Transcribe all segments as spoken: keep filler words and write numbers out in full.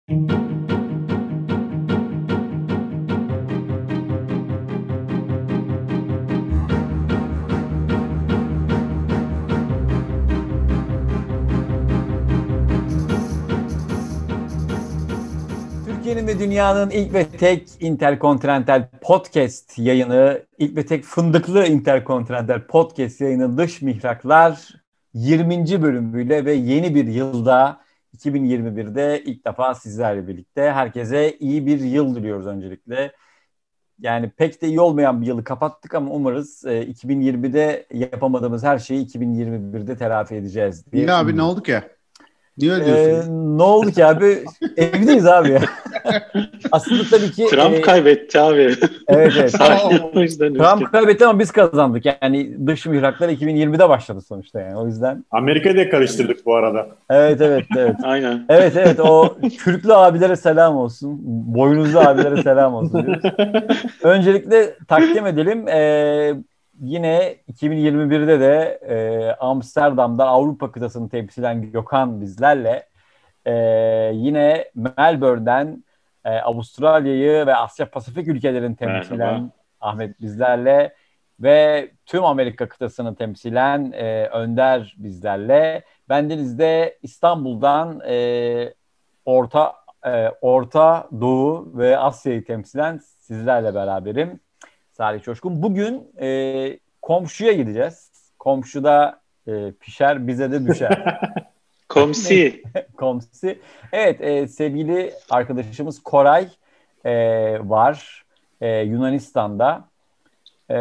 Türkiye'nin ve dünyanın ilk ve tek interkontinental podcast yayını, ilk ve tek fındıklı interkontinental podcast yayını Dış Mihraklar yirminci bölümüyle ve yeni bir yılda iki bin yirmi birde ilk defa sizlerle birlikte. Herkese iyi bir yıl diliyoruz öncelikle. Yani pek de iyi olmayan bir yılı kapattık ama umarız e, iki bin yirmide yapamadığımız her şeyi iki bin yirmi birde telafi edeceğiz diye. Niye abi, ne oldu ki? Niye öyle diyorsun? Ee, ne oldu ki abi? Evdeyiz abi ya. Aslında tabii ki... Trump e, kaybetti abi. Evet evet. Trump kaybetti ama biz kazandık. Yani dış mihraklar iki bin yirmide başladı sonuçta yani. O yüzden... Amerika'yı da karıştırdık bu arada. Evet evet evet. Aynen. Evet evet, o Kürklü abilere selam olsun. Boynuzlu abilere selam olsun diyoruz. Öncelikle takdim edelim. Ee, yine iki bin yirmi birde de e, Amsterdam'dan Avrupa kıtasını temsilen Gökhan bizlerle. Ee, yine Melbourne'den e, Avustralya'yı ve Asya Pasifik ülkelerini temsilen Merhaba. Ahmet bizlerle ve tüm Amerika kıtasını temsilen e, Önder bizlerle. Bendeniz de İstanbul'dan e, Orta e, Orta Doğu ve Asya'yı temsilen sizlerle beraberim. Salih Coşkun. Bugün e, komşuya gideceğiz. Komşuda e, pişer, bize de düşer. Komsi. Komsi. Evet, e, sevgili arkadaşımız Koray e, var e, Yunanistan'da. E,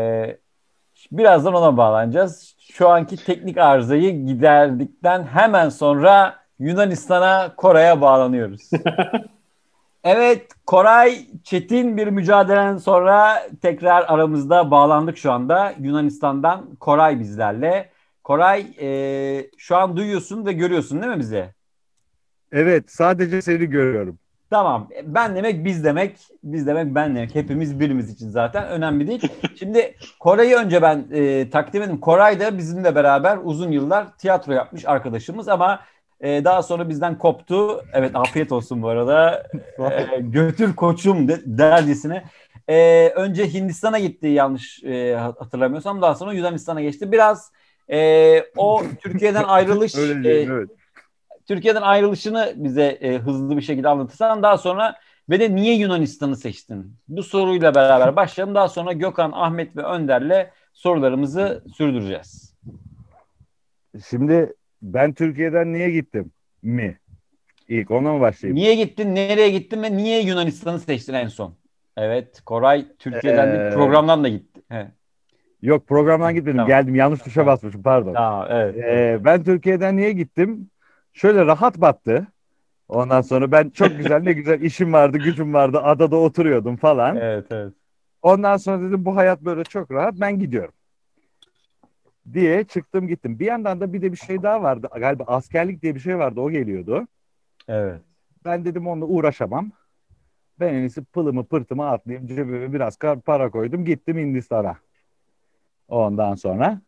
birazdan ona bağlanacağız. Şu anki teknik arızayı giderdikten hemen sonra Yunanistan'a, Koray'a bağlanıyoruz. Evet, Koray, çetin bir mücadeleden sonra tekrar aramızda bağlandık şu anda. Yunanistan'dan Koray bizlerle. Koray, e, şu an duyuyorsun ve görüyorsun değil mi bizi? Evet, sadece seni görüyorum. Tamam. Ben demek biz demek, biz demek ben demek. Hepimiz birimiz için zaten önemli değil. Şimdi Koray'ı önce ben e, takdim edeyim. Koray da bizimle beraber uzun yıllar tiyatro yapmış arkadaşımız ama e, daha sonra bizden koptu. Evet, afiyet olsun bu arada. E, götür koçum de, dercesine. E, önce Hindistan'a gitti yanlış e, hatırlamıyorsam. Daha sonra Yunanistan'a geçti. Biraz e, o Türkiye'den ayrılış... Öyle e, diyeyim, evet. Türkiye'den ayrılışını bize e, hızlı bir şekilde anlatırsan, daha sonra ve de niye Yunanistan'ı seçtin? Bu soruyla beraber başlayalım. Daha sonra Gökhan, Ahmet ve Önder'le sorularımızı sürdüreceğiz. Şimdi ben Türkiye'den niye gittim mi? İlk ona mı başlayayım? Niye gittin, nereye gittin ve niye Yunanistan'ı seçtin en son? Evet, Koray Türkiye'den Ee, değil, programdan da gitti. He. Yok, programdan gitmedim. Tamam. Geldim. Yanlış tuşa basmışım. Pardon. Tamam, evet. Ee, ben Türkiye'den niye gittim? Şöyle rahat battı. Ondan sonra ben çok güzel, ne güzel işim vardı, gücüm vardı. Adada oturuyordum falan. Evet, evet. Ondan sonra dedim bu hayat böyle çok rahat. Ben gidiyorum diye çıktım gittim. Bir yandan da bir de bir şey daha vardı. Galiba askerlik diye bir şey vardı. O geliyordu. Evet. Ben dedim onunla uğraşamam. Ben en iyisi pılımı pırtımı atlayayım. Cebime biraz para koydum. Gittim Hindistan'a. Ondan sonra.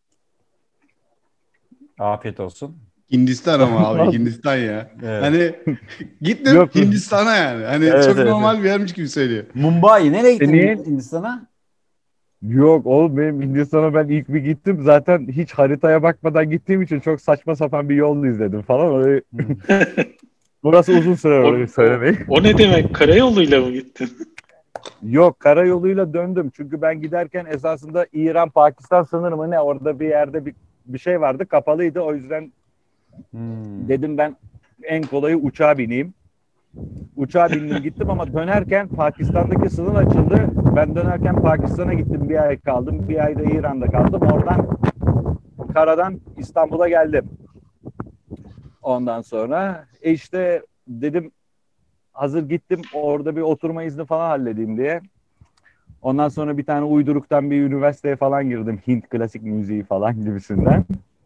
Afiyet olsun. Hindistan ama abi, Hindistan ya. Evet. Hani gittim Yok. Hindistan'a yani. Hani Evet, çok evet, normal evet. bir yermiş gibi söylüyor. Mumbai. Nereye gittin E niye? Hindistan'a? Yok oğlum, benim Hindistan'a ben ilk bir gittim. Zaten hiç haritaya bakmadan gittiğim için çok saçma sapan bir yol izledim falan. Orayı... Hmm. Burası uzun süre orayı söylemeyi. O ne demek? Karayoluyla mı gittin? Yok, karayoluyla döndüm. Çünkü ben giderken esasında İran, Pakistan sınırı ne orada bir yerde bir, bir şey vardı. Kapalıydı. O yüzden Hmm. dedim ben en kolayı uçağa bineyim. Uçağa bindim gittim ama dönerken Pakistan'daki sınır açıldı. Ben dönerken Pakistan'a gittim. Bir ay kaldım. Bir ay da İran'da kaldım. Oradan karadan İstanbul'a geldim. Ondan sonra e işte dedim hazır gittim orada bir oturma izni falan halledeyim diye. Ondan sonra bir tane uyduruktan bir üniversiteye falan girdim. Hint klasik müziği falan gibisinden.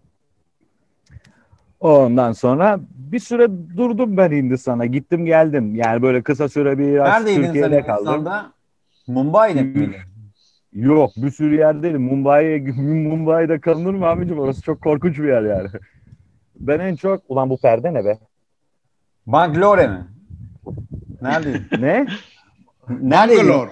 Ondan sonra bir süre durdum ben Hindistan'a. Gittim geldim. Yani böyle kısa süre biraz Neredeydin Türkiye'de sen kaldım. Hindistan'da? Mumbai'de miydin? Yok, bir sürü yerdeydim. Mumbai'ye Mumbai'de kalınır mı abicim? Orası çok korkunç bir yer yani. Ben en çok... Ulan bu perde ne be? Bangalore mi? Neredeydin? Ne? Neredeydin? Bangalore.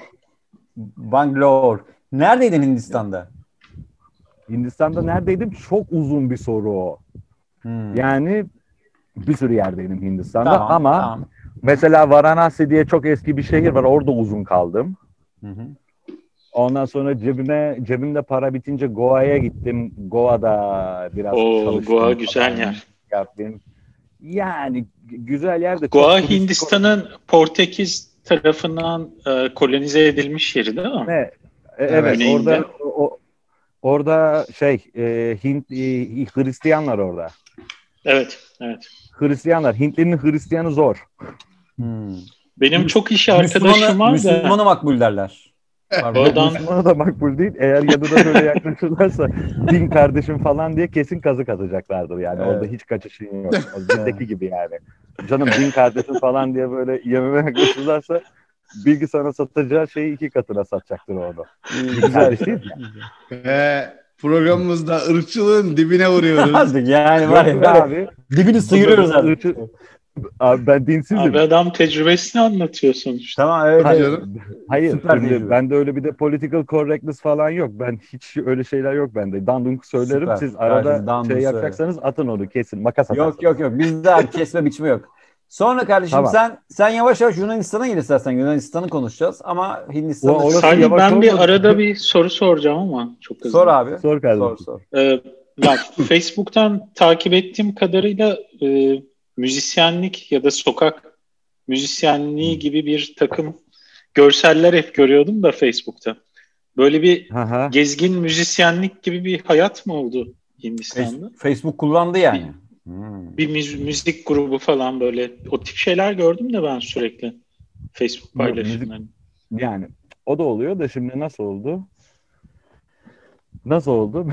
Bangalore. Neredeydin Hindistan'da? Hindistan'da neredeydim? Çok uzun bir soru o. Hmm. Yani bir sürü yerdeydim Hindistan'da Tamam, ama tamam. mesela Varanasi diye çok eski bir şehir var. Orada uzun kaldım. Hı hı. Ondan sonra cebime cebimde para bitince Goa'ya gittim. Goa'da biraz Oo, çalıştım. Goa güzel falan yer. yaptım. Yani g- güzel yer de çok Goa turistik Hindistan'ın Portekiz tarafından e, kolonize edilmiş yeri değil mi? Ne? E, evet, Evet. Güneyinde. orada o, orada şey e, Hint e, Hristiyanlar orada. Evet, evet. Hristiyanlar. Hintli'nin Hristiyanı zor. Hmm. Benim çok iş Müslümanı, arkadaşım var da Müslümanı makbul derler. Pardon. oradan Müslümana da makbul değil. Eğer yanına böyle yaklaşırlarsa din kardeşim falan diye kesin kazık atacaklardır yani. Evet. Orada hiç kaçışın yok. O bizdeki gibi yani. Canım din kardeşim falan diye böyle yememe yaklaşırlarsa bilgi sana satacağı şeyi iki katına satacaktır onu. İyi, Din güzel. kardeş değil mi? Ve programımızda ırkçılığın dibine vuruyoruz. Artık yani var Yok ya be böyle abi. dibini sıyırıyoruz artık. Irkçı- Abi ben dinsizim. abi adam tecrübesini anlatıyor sonuçta. Tamam evet. Hadi evet. canım. Hayır, Süper şimdi tecrübe. bende öyle bir de political correctness falan yok. Ben hiç öyle şeyler yok bende. Dandunk söylerim. Süper. Siz Karşınızda arada dandun şey söyle. yapacaksanız atın onu kesin. Makas atarsınız. Yok yok yok. Bizde abi kesme biçimi yok. Sonra kardeşim Tamam. sen sen yavaş yavaş Yunanistan'a gir istersen. Yunanistan'ı konuşacağız ama Hindistan'ı O- orası Salih yavaş ben bir olmadı. arada bir soru soracağım ama çok hızlı. sor abi. Sor kardeşim. Sor sor. Ee, bak Facebook'tan takip ettiğim kadarıyla e, müzisyenlik ya da sokak müzisyenliği gibi bir takım görseller hep görüyordum da Facebook'ta. Böyle bir Aha. gezgin müzisyenlik gibi bir hayat mı oldu Hindistan'da? Face- Facebook kullandı yani. Hmm. Bir müz- müzik grubu falan böyle o tip şeyler gördüm de ben sürekli Facebook Yok, paylaşımlarını. Yani o da oluyor da şimdi nasıl oldu? Nasıl oldu?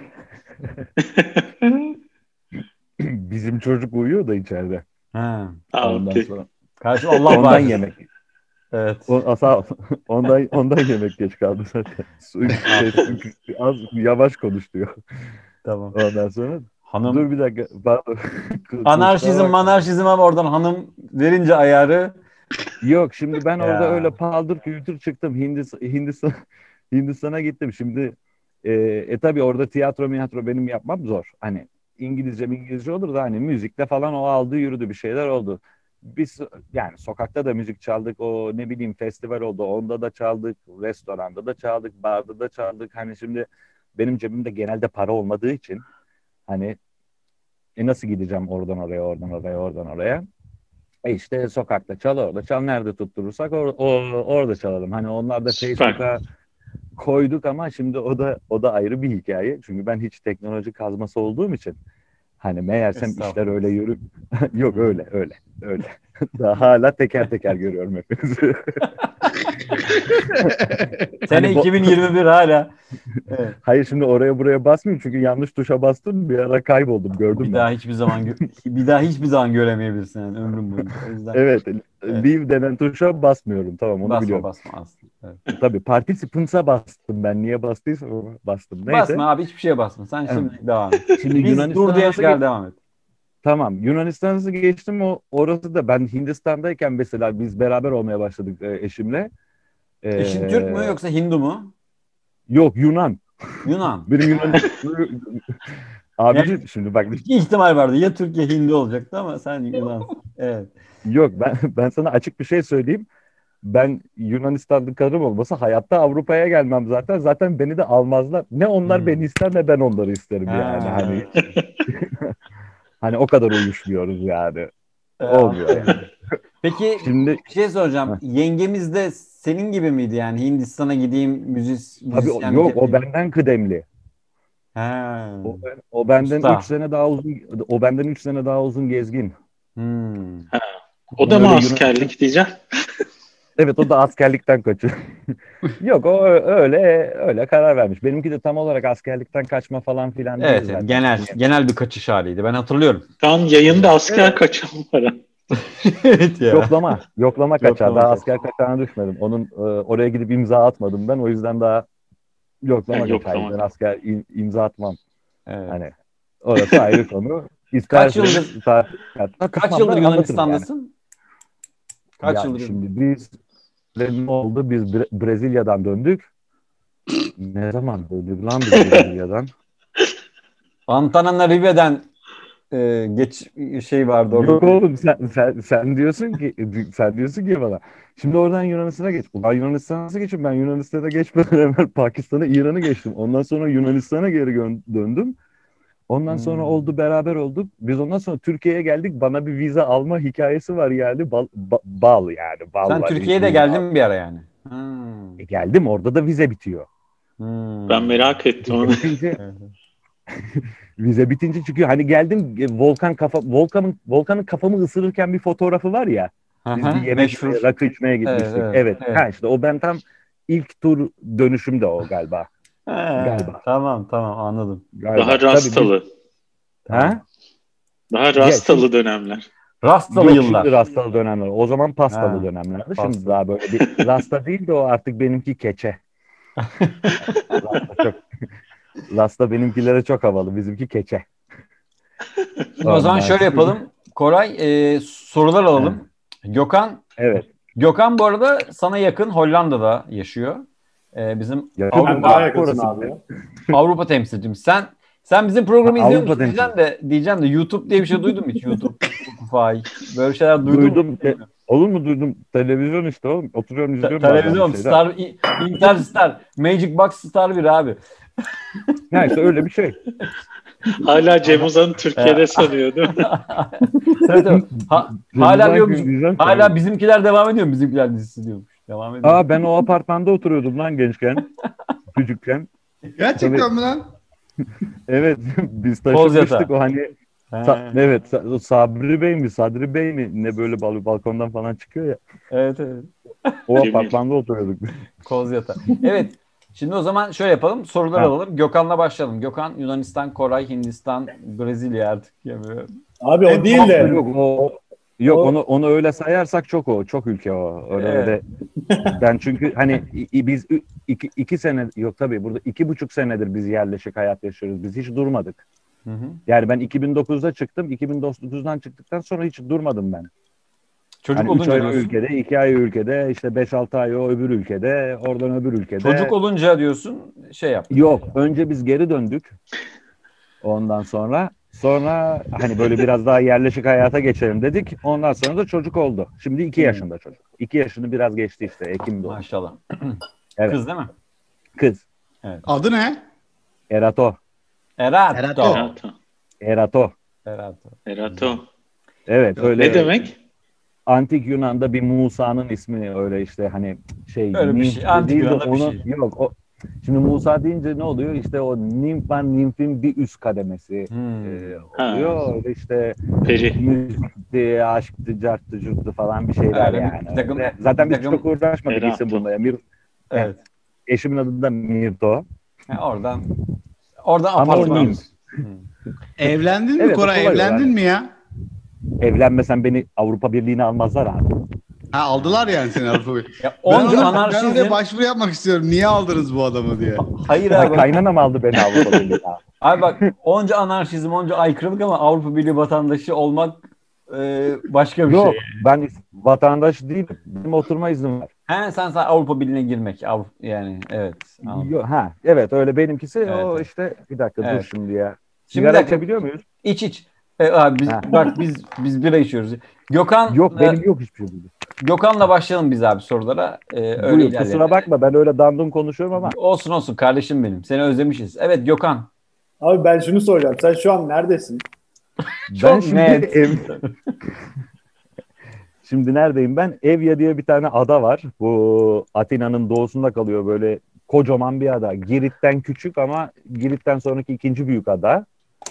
Bizim çocuk uyuyor da içeride. Ha. Aa, Ondan okey. sonra. Kardeşim Allah Ondan var. yemek. Evet. O, sağ ol. Ondan, ondan yemek geç kaldı zaten. Su, şey, su- az yavaş konuş diyor. Tamam. Ondan sonra Hanım dur bir dakika. Pardon. anarşizm Kusura bakma. manarşizm ama oradan hanım verince ayarı. Yok şimdi ben orada Ya. öyle paldır küldür çıktım. Hindistan, Hindistan, Hindistan'a gittim. Şimdi e, e tabii orada tiyatro miyatro benim yapmam zor. Hani İngilizce İngilizce olur da hani müzikte falan o aldı yürüdü bir şeyler oldu. Biz yani sokakta da müzik çaldık. O ne bileyim festival oldu. Onda da çaldık. Restoranda da çaldık. Barda da çaldık. Hani şimdi benim cebimde genelde para olmadığı için hani e nasıl gideceğim oradan oraya, oradan oraya, oradan oraya. E işte sokakta çal orada çal nerede tutturursak or- o- orada çalalım. Hani onlar da Süper. Facebook'a koyduk ama şimdi o da o da ayrı bir hikaye. Çünkü ben hiç teknoloji kazması olduğum için hani meğersem işler Estağfurullah. öyle yürü. Yok öyle öyle öyle. Daha hala teker teker görüyorum hepinizi. Sene Hani bu- iki bin yirmi bir hala. Evet. Hayır şimdi oraya buraya basmayayım çünkü yanlış tuşa bastım bir ara kayboldum gördüm Bir ben. daha hiçbir zaman gö- bir daha hiçbir zaman göremeyebilirsin yani ömrüm boyunca. O yüzden Evet, Evet. leave denen tuşa basmıyorum tamam onu basma biliyorum. basma aslında. Evet. Tabii participants'a bastım ben niye bastıysam bastım. Neyse. Basma abi hiçbir şeye basma. Sen şimdi Evet. devam et. Şimdi Biz Yunanistan'a durduğumuz nasıl yer geç- devam et. Tamam Yunanistan'a geçtim o orası da ben Hindistan'dayken mesela biz beraber olmaya başladık e, eşimle. Ee, Eşin Türk mü yoksa Hindu mu? Yok Yunan. Yunan. Benim Yunan. Abicim şimdi bak İki ihtimal vardı. Ya Türk ya Hindu olacaktı ama sen Yunan. Evet. yok ben ben sana açık bir şey söyleyeyim. Ben Yunanistanlı karım olmasa hayatta Avrupa'ya gelmem zaten. Zaten beni de almazlar. Ne onlar Hmm. beni ister ne ben onları isterim Ha. yani. Hani hani o kadar uyuşmuyoruz yani. Ee, Olmuyor yani. Peki Şimdi bir şey soracağım. Heh. Yengemiz de senin gibi miydi yani Hindistan'a gideyim müzis tabii o- müzisyenlik yok o yapayım? benden kıdemli. Ha. O, o benden Usta. üç sene daha uzun o benden üç sene daha uzun gezgin. Hmm. O da Öyle mı Yunan- askerlik diyeceğim? Evet o da askerlikten kaçıyor. Yok o ö- öyle öyle karar vermiş. Benimki de tam olarak askerlikten kaçma falan filan değil Evet, zaten. genel genel bir kaçış haliydi. Ben hatırlıyorum. Şu an yayında asker kaçan var. Evet ya. Yoklama, yoklama kaçağı. Yoklama Daha kaçağı. asker kaçağına düşmedim. Onun e, oraya gidip imza atmadım ben. O yüzden daha yoklama Ha, kaçağı. yoklama. Ben asker im- imza atmam. Evet. Hani orası ayrı konu. Kaç İsterseniz yıldır- tatil- Kaç Tamam, yıldır ben anlatırım Yunanistan'dasın? Kaç Ya yıldır? şimdi biz ne oldu? Biz Bre- Brezilya'dan döndük. Ne zaman döndük lan biz Brezilya'dan? Antananarivo'dan e, geç şey vardı orada. Yok oğlum sen, sen, sen diyorsun ki sen diyorsun ki bana. Şimdi oradan Yunanistan'a geç. Ulan Yunanistan'a nasıl geçeyim? Ben Yunanistan'a geçmeden evvel Pakistan'a, İran'ı geçtim. Ondan sonra Yunanistan'a geri gö- döndüm. Ondan sonra Hmm. oldu beraber olduk. Biz ondan sonra Türkiye'ye geldik. Bana bir vize alma hikayesi var yani. Bal, ba- bal yani. Bal Sen var. Türkiye'de Vize geldin al. mi bir ara yani? Hmm. E, geldim orada da vize bitiyor. Hmm. Ben merak ettim onu. Vize bitince, Evet. vize bitince çıkıyor. Hani geldim e, volkan kafa volkanın volkanın kafamı ısırırken bir fotoğrafı var ya. Biz bir Aha, yemek meşhur. yemeye, rakı içmeye gitmiştik. Evet, Evet, evet, evet. Ha işte o ben tam ilk tur dönüşüm de o galiba. Ha, Galiba. Tamam tamam anladım. Galiba. Daha Tabii biz- rastalı. Ha? Daha rastalı dönemler. Rastalı Yok yıllar. şimdi rastalı dönemler. O zaman pastalı Ha, dönemlerdi. pastalı. Şimdi daha böyle bir rasta değil de o artık benimki keçe. Rasta çok. Rasta benimkilere çok havalı. Bizimki keçe. Şimdi o zaman Ondan şöyle sonra- yapalım. Koray e, sorular alalım. Gökhan Evet. Gökhan bu arada sana yakın Hollanda'da yaşıyor. E, bizim Ya, Sen Avrupa, daha yakınsın Orası abi bir- ya. Avrupa temsilcimiz. Sen sen bizim programı Ha, izliyor Avrupa musun diyeceğim de, diyeceğim de YouTube diye bir şey duydun mu hiç? YouTube, Spotify. Böyle şeyler duydun Duydum. mu? E, olur mu duydum? Televizyon işte oğlum. Oturuyorum Te- izliyorum. televizyon, bazen bir şeyler. Star, Interstar, Magic Box Star bir abi. Ya işte öyle bir şey. Hala Cem Uzan'ı Türkiye'de sanıyor değil mi? Evet, evet. Ha- hala diyormuş. Diyeceğim ki, Hala bizimkiler devam ediyor mu? Bizimkiler dizisi diyormuş. Devam ediyor. Aa ben o apartmanda oturuyordum lan gençken. Küçükken. Gerçekten Tabii. mi lan? Evet biz Kozyata. taşınmıştık o hani Ha, Sa- evet Sa- o Sabri Bey mi Sadri Bey mi ne böyle bal- balkondan falan çıkıyor ya. Evet evet. O Cemil. apartmanda oturuyorduk. Kozyata. Evet. Şimdi o zaman şöyle yapalım. Sorular Ha. alalım. Gökhan'la başlayalım. Gökhan, Yunanistan, Koray, Hindistan, Brezilya artık. Ya böyle. Abi o değil de Yok o yok O- onu onu öyle sayarsak çok o çok ülke o. Öyle Evet. öyle. Ben çünkü hani i- biz ü- iki, iki sene yok tabii burada iki buçuk senedir biz yerleşik hayat yaşıyoruz. Biz hiç durmadık. Hı hı. Yani ben iki bin dokuzda çıktım. iki bin dokuzdan çıktıktan sonra hiç durmadım ben. Çocuk Hani üç olunca ay diyorsun. ülkede, iki ay ülkede, işte beş altı ay o öbür ülkede, oradan öbür ülkede. Çocuk olunca diyorsun şey yap. Yok, önce biz geri döndük. Ondan sonra, sonra hani böyle biraz daha yerleşik hayata geçelim dedik. Ondan sonra da çocuk oldu. Şimdi iki Hmm. yaşında çocuk. İki yaşını biraz geçti işte, Ekim'de oldu. Maşallah. Evet. Kız değil mi? Kız, Adı ne? Erato, Erato. Erato. Erato. Erato. Erato. Erato. Evet, öyle. Ne demek? Antik Yunan'da bir Musa'nın ismi öyle işte hani şey. Öyle bir nimf şey, antik değil de Yunan'da bir onu- şey. Yok o. Şimdi Musa deyince ne oluyor? İşte o nimf var, nimfin bir üst kademesi Hmm. e, Ha. oluyor. Öyle işte Peri. müzikti, aşktı, carttı, curttu falan bir şeyler Öyle bir- yani. bir takım- Öyle. Zaten bir biz takım- çok uğraşmadık Erato. isim bunda. Mir, Evet. eşimin adı da Mirto. Ha, oradan oradan Ama o apartman. nimf. Evlendin mi Evet, Koray? o kolay Evlendin yani. mi ya? Evlenmesen beni Avrupa Birliği'ne almazlar abi. Ha aldılar yani seni Avrupa Birliği. Ya Ben, onca ona- ben anarşizm. oraya başvuru yapmak istiyorum. Niye aldınız bu adamı diye. Hayır Ha, abi. kaynanam aldı beni Avrupa Birliği'ne abi. Abi bak onca anarşizm, onca aykırılık ama Avrupa Birliği vatandaşı olmak e, başka bir Yok şey. ben vatandaş değilim. Benim oturma iznim var. He sen sen Avrupa Birliği'ne girmek. Avrupa, yani evet. Anladım. Yo, ha evet öyle benimkisi Evet, o evet. işte bir dakika Evet. dur şimdi ya. Şimdi Sigara bir dakika. içebiliyor muyuz? İç iç. E, abi biz, Ha. bak biz biz bira içiyoruz. Gökhan Yok benim yok hiçbir şey burada. Gökhan'la başlayalım biz abi sorulara. E, öyle Buyur, ilerleyelim. kusura bakma ben öyle dandun konuşuyorum ama. Olsun olsun kardeşim benim. Seni özlemişiz. Evet Gökhan. abi ben şunu soracağım. Sen şu an neredesin? Çok ben şimdi net. ev... Şimdi neredeyim ben? Evya diye bir tane ada var. Bu Atina'nın doğusunda kalıyor böyle kocaman bir ada. Girit'ten küçük ama Girit'ten sonraki ikinci büyük ada.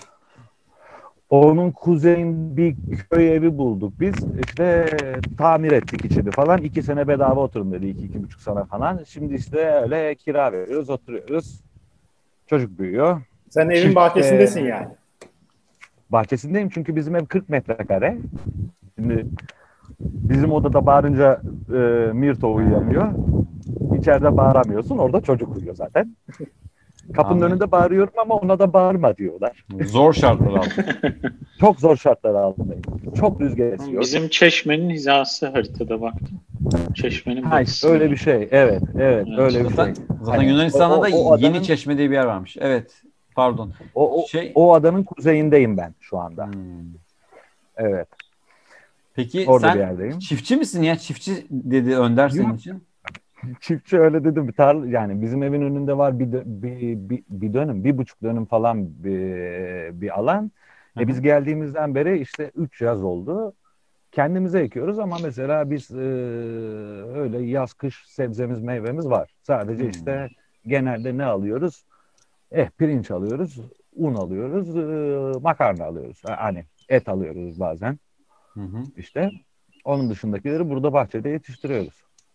Onun kuzeyinde bir köy evi bulduk biz. İşte tamir ettik içini falan. İki sene bedava oturun dedi. İki, iki buçuk sene falan. Şimdi işte öyle kira veriyoruz, oturuyoruz. Çocuk büyüyor. Sen evin Çift, bahçesindesin e, yani. Bahçesindeyim çünkü bizim ev kırk metrekare. Şimdi bizim odada bağırınca e, Mirto uyuyamıyor. İçeride bağıramıyorsun. Orada çocuk uyuyor zaten. Kapının Anladım. önünde bağırıyorum ama ona da bağırma diyorlar. Zor şartlar altında. Çok zor şartlar altındayım. Çok rüzgar esiyor. Bizim Çeşme'nin hizası haritada baktım. Çeşme'nin Ha, batısında. öyle bir şey. Evet, evet, Evet. öyle bir Zaten, şey. zaten Hani Yunanistan'da o- o- da o adanın- Yeni Çeşme diye bir yer varmış. Evet. Pardon. O, o, Şey- o adanın kuzeyindeyim ben şu anda. Hmm. Evet, Peki orada bir sen yerdeyim. çiftçi misin ya? Çiftçi dedi Önder senin Yok. için. Çiftçi öyle dedim. Bir tarla, yani bizim evin önünde var bir, dö- bir, bir, bir dönüm, bir buçuk dönüm falan bir, bir alan. Hı hı. E biz geldiğimizden beri işte üç yaz oldu. Kendimize ekiyoruz ama mesela biz e, öyle yaz kış sebzemiz meyvemiz var. Sadece Hmm. işte genelde ne alıyoruz? Eh pirinç alıyoruz, un alıyoruz, e, makarna alıyoruz. Ha, Hani et alıyoruz bazen Hı hı. işte. Onun dışındakileri burada bahçede yetiştiriyoruz.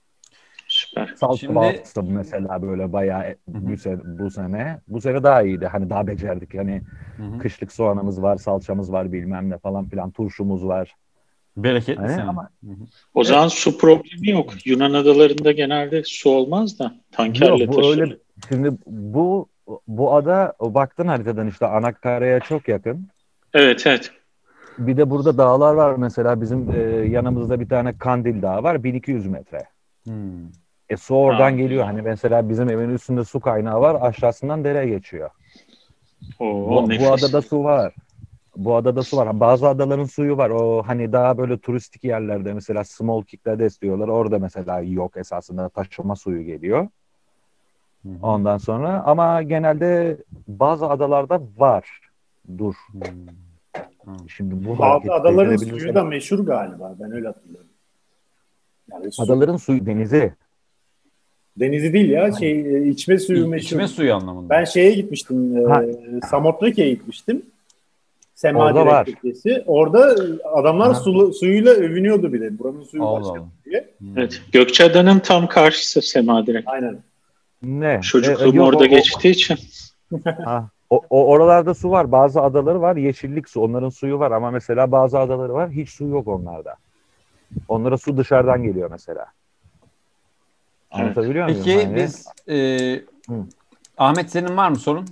Süper. Salça Şimdi- bahçesi mesela böyle bayağı hı. bu sene, bu sene. Bu sene daha iyiydi. Hani daha becerdik. Hani Hı hı. kışlık soğanımız var, salçamız var, bilmem ne falan filan, turşumuz var. Bereketli Hani sene. ama- Hı hı. O zaman su problemi yok. Yunan adalarında genelde su olmaz da tankerle Yok bu taşır. öyle. Şimdi bu bu ada baktın haritadan işte Anakara'ya çok yakın. Evet, evet. Bir de burada dağlar var mesela bizim e, yanımızda bir tane Kandil Dağı var bin iki yüz metre. Hmm. E su oradan Ha, geliyor. güzel. Hani mesela bizim evin üstünde su kaynağı var, aşağısından dere geçiyor. Oo, Bu, nefis. bu adada su var. Bu adada su var. Bazı adaların suyu var. O hani daha böyle turistik yerlerde mesela Small Kikades diyorlar. Orada mesela yok esasında taşıma suyu geliyor. Hı hı. Ondan sonra ama genelde bazı adalarda var. Dur. Hmm. Şimdi bu Bazı hareketi adaların becerebilirsem- suyu da meşhur galiba. Ben öyle hatırlıyorum. Yani su- Adaların suyu denizi. denizi değil ya. Şey e, içme suyu İ- meşhur. İçme suyu anlamında. Ben şeye gitmiştim. E, Ha. Samotrakia'ya gitmiştim. Sema Orada var. Direktesi. Orada adamlar Aha. sulu, suyuyla övünüyordu bile. Buranın suyu Allah başka Allah. diye. Hmm. Evet. Gökçeada'nın tam karşısı Sema direkt. Aynen. Ne? Çocukluğum E, e, yok, orada o- o- geçtiği için. Ha, o, o oralarda su var. Bazı adaları var. Yeşillik su. Onların suyu var ama mesela bazı adaları var. Hiç su yok onlarda. Onlara su dışarıdan geliyor mesela. Anlatabiliyor muyum? Peki Hani- biz e, Hı. Ahmet senin var mı sorun?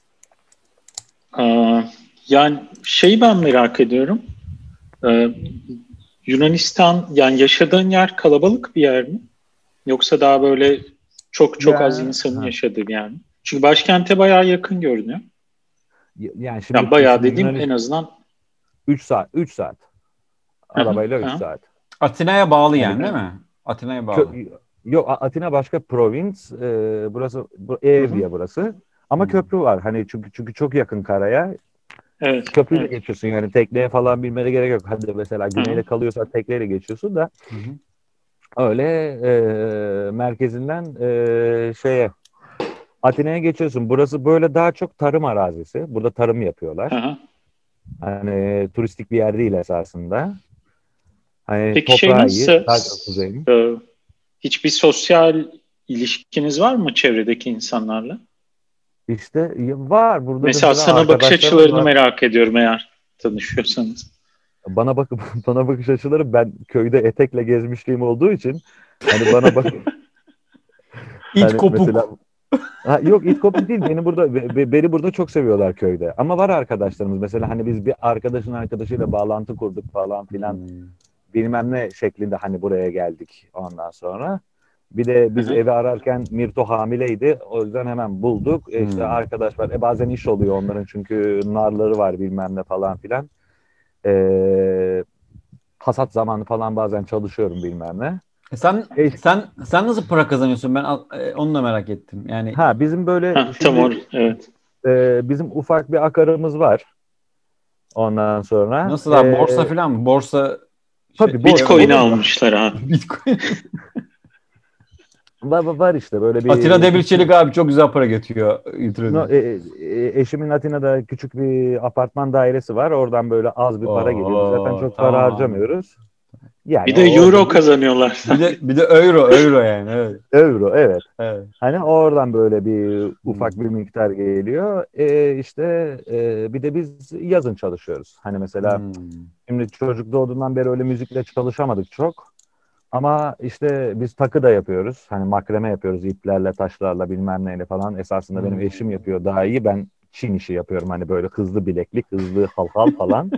Aa, yani şeyi ben merak ediyorum. Ee, Yunanistan, yani yaşadığın yer kalabalık bir yer mi? Yoksa daha böyle çok çok Ya, az insanın ha. yaşadığı bir yer mi? Çünkü başkente bayağı yakın görünüyor. Y- Yani şimdi, Yani bayağı şimdi dediğim Yunanistan- en azından üç saat. üç saat. Hı hı, Arabayla üç hı. saat. Atina'ya bağlı yani Yani- değil mi? Atina'ya bağlı. Kö- Yok, A- Atina başka provins. E, burası bu, Evliya burası. Ama Hı. köprü var. Hani çünkü çünkü çok yakın karaya. Evet. Köprüyle evet. geçiyorsun yani tekneye falan binmene gerek yok. Hadi mesela güneyde kalıyorsan tekneyle geçiyorsun da Hı hı. öyle e, merkezinden e, şeye Atina'ya geçiyorsun. Burası böyle daha çok tarım arazisi. Burada tarım yapıyorlar. Hı hı. Hani turistik bir yer değil esasında. Hani Peki şey toprağı iyi. nasıl? Daha çok kuzeyli. Ee, hiçbir sosyal ilişkiniz var mı çevredeki insanlarla? İşte var burada Mesela sana bakış arkadaşlarım açılarını var. merak ediyorum eğer tanışıyorsanız. Bana bak bana bakış açıları ben köyde etekle gezmişliğim olduğu için hani bana bak İt hani kopuk. mesela ha, yok it kopuk değil beni burada be- be- beni burada çok seviyorlar köyde ama var arkadaşlarımız mesela hani biz bir arkadaşın arkadaşıyla bağlantı kurduk falan filan Hmm. bilmem ne şeklinde hani buraya geldik ondan sonra bir de biz Hı hı. evi ararken Mirto hamileydi o yüzden hemen bulduk e işte Hmm. arkadaş var e bazen iş oluyor onların çünkü narları var bilmem ne falan filan e, hasat zamanı falan bazen çalışıyorum bilmem ne. E Sen E, sen sen nasıl para kazanıyorsun? Ben al- e, onu da merak ettim. Yani ha bizim böyle Ha, şimdi, tam or evet. e, bizim ufak bir akarımız var. Ondan sonra nasıl abi? e, Borsa falan mı? Borsa Tabii, borsa- Bitcoin Olur mu? almışlar ha. Bitcoin. var, var işte böyle bir Atilla Demirçelik abi çok güzel para getiriyor. getiriyor. No, e, e, eşimin Atina'da küçük bir apartman dairesi var. Oradan böyle az bir para Oo, geliyor. Biz zaten çok tamam. para harcamıyoruz. Yani Bir de o- euro orada bir- kazanıyorlar. Bir de bir de euro euro yani evet. Euro evet. Evet. Hani oradan böyle bir ufak bir miktar geliyor. E, işte e, bir de biz yazın çalışıyoruz. Hani mesela Hmm. şimdi çocuk doğduğundan beri öyle müzikle çalışamadık çok. Ama işte biz takı da yapıyoruz. Hani makreme yapıyoruz iplerle, taşlarla bilmem neyle falan. Esasında benim eşim yapıyor daha iyi. Ben Çin işi yapıyorum. Hani böyle hızlı bileklik, hızlı halhal falan.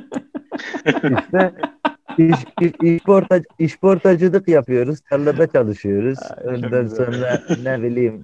İşte iş, iş, işporta, işportacılık yapıyoruz. Tarlada çalışıyoruz. Ondan sonra ne bileyim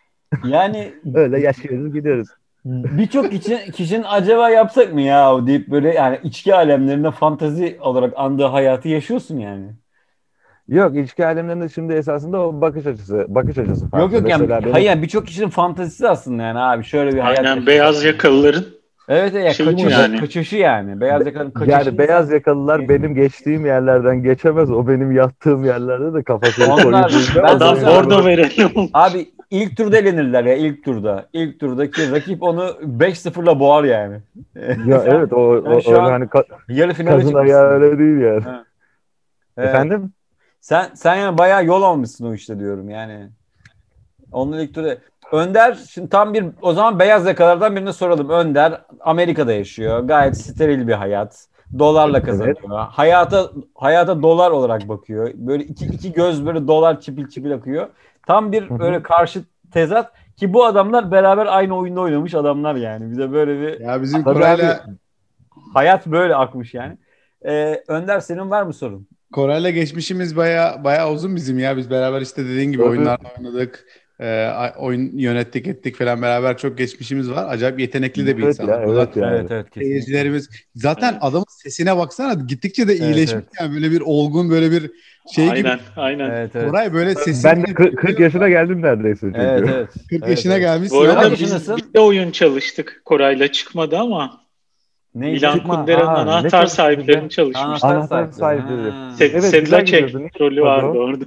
Yani öyle yaşıyoruz gidiyoruz. birçok kişi, kişinin acaba yapsak mı ya o deyip böyle yani içki alemlerinde fantazi olarak andığı hayatı yaşıyorsun yani. Yok, içki alemlerinde şimdi esasında o bakış açısı, bakış açısı farklı. Yok yok yani Mesela benim hayır yani birçok kişinin fantazisi aslında yani abi şöyle bir hayat Aynen yaşayalım. beyaz yakalıların Evet evet Şey bu kaçışı, yani. kaçışı yani. Beyaz yakanın kaçışı. yani beyaz yakalılar benim geçtiğim yerlerden geçemez. O benim yattığım yerlerde de kafasını Onlar- koyunca ben adam sana- bordo verelim. Abi ilk turda elenirler ya ilk turda. İlk turdaki rakip onu beş sıfırla boğar yani. ya evet o, o, Yani şu o an hani ka- yarı finale kazın çıkmışsın. ayağı öyle değil yani. Ha. Evet. Efendim? Sen sen yani bayağı yol almışsın o işte diyorum yani. Onun ilk turda. Önder şimdi tam bir o zaman beyaz yakalardan birine soralım. Önder Amerika'da yaşıyor. Gayet steril bir hayat. Dolarla kazanıyor. Hayata hayata dolar olarak bakıyor. Böyle iki iki göz böyle dolar çipil çipil akıyor. Tam bir Hı hı. böyle karşı tezat ki bu adamlar beraber aynı oyunda oynamış adamlar yani. Bize böyle bir Ya bizim Tabii Koray'la hayat böyle akmış yani. Ee, Önder senin var mı sorun? Koray'la geçmişimiz baya baya uzun bizim ya. Biz beraber işte dediğin gibi Tabii. oyunlarda oynadık. Ee, oyun yönettik ettik falan beraber çok geçmişimiz var. Acayip yetenekli de bir Evet insan. ya, Buradan evet yani. Evet evet kesinlikle. Seyircilerimiz zaten Evet. adamın sesine baksana gittikçe de iyileşmiş evet. yani böyle bir olgun böyle bir şey gibi. Aynen, aynen. Evet evet. Koray böyle sesi Ben de kırk kırk yaşına geldim neredeyse çünkü. Evet evet. kırk Evet, yaşına evet. gelmiş. Bu arada Kaç biz yaşındasın? bir de oyun çalıştık. Koray'la çıkmadı ama Neydi? Milan Çıkma. Kundera'nın Aa, ne anahtar çalıştınız sahiplerini ya? çalışmıştık. Anahtar, Anahtar sahipleri. Ha. Se- Evet, Sedla güzel Çek gidiyordu. Niye rolü çıkmadı vardı o? orada.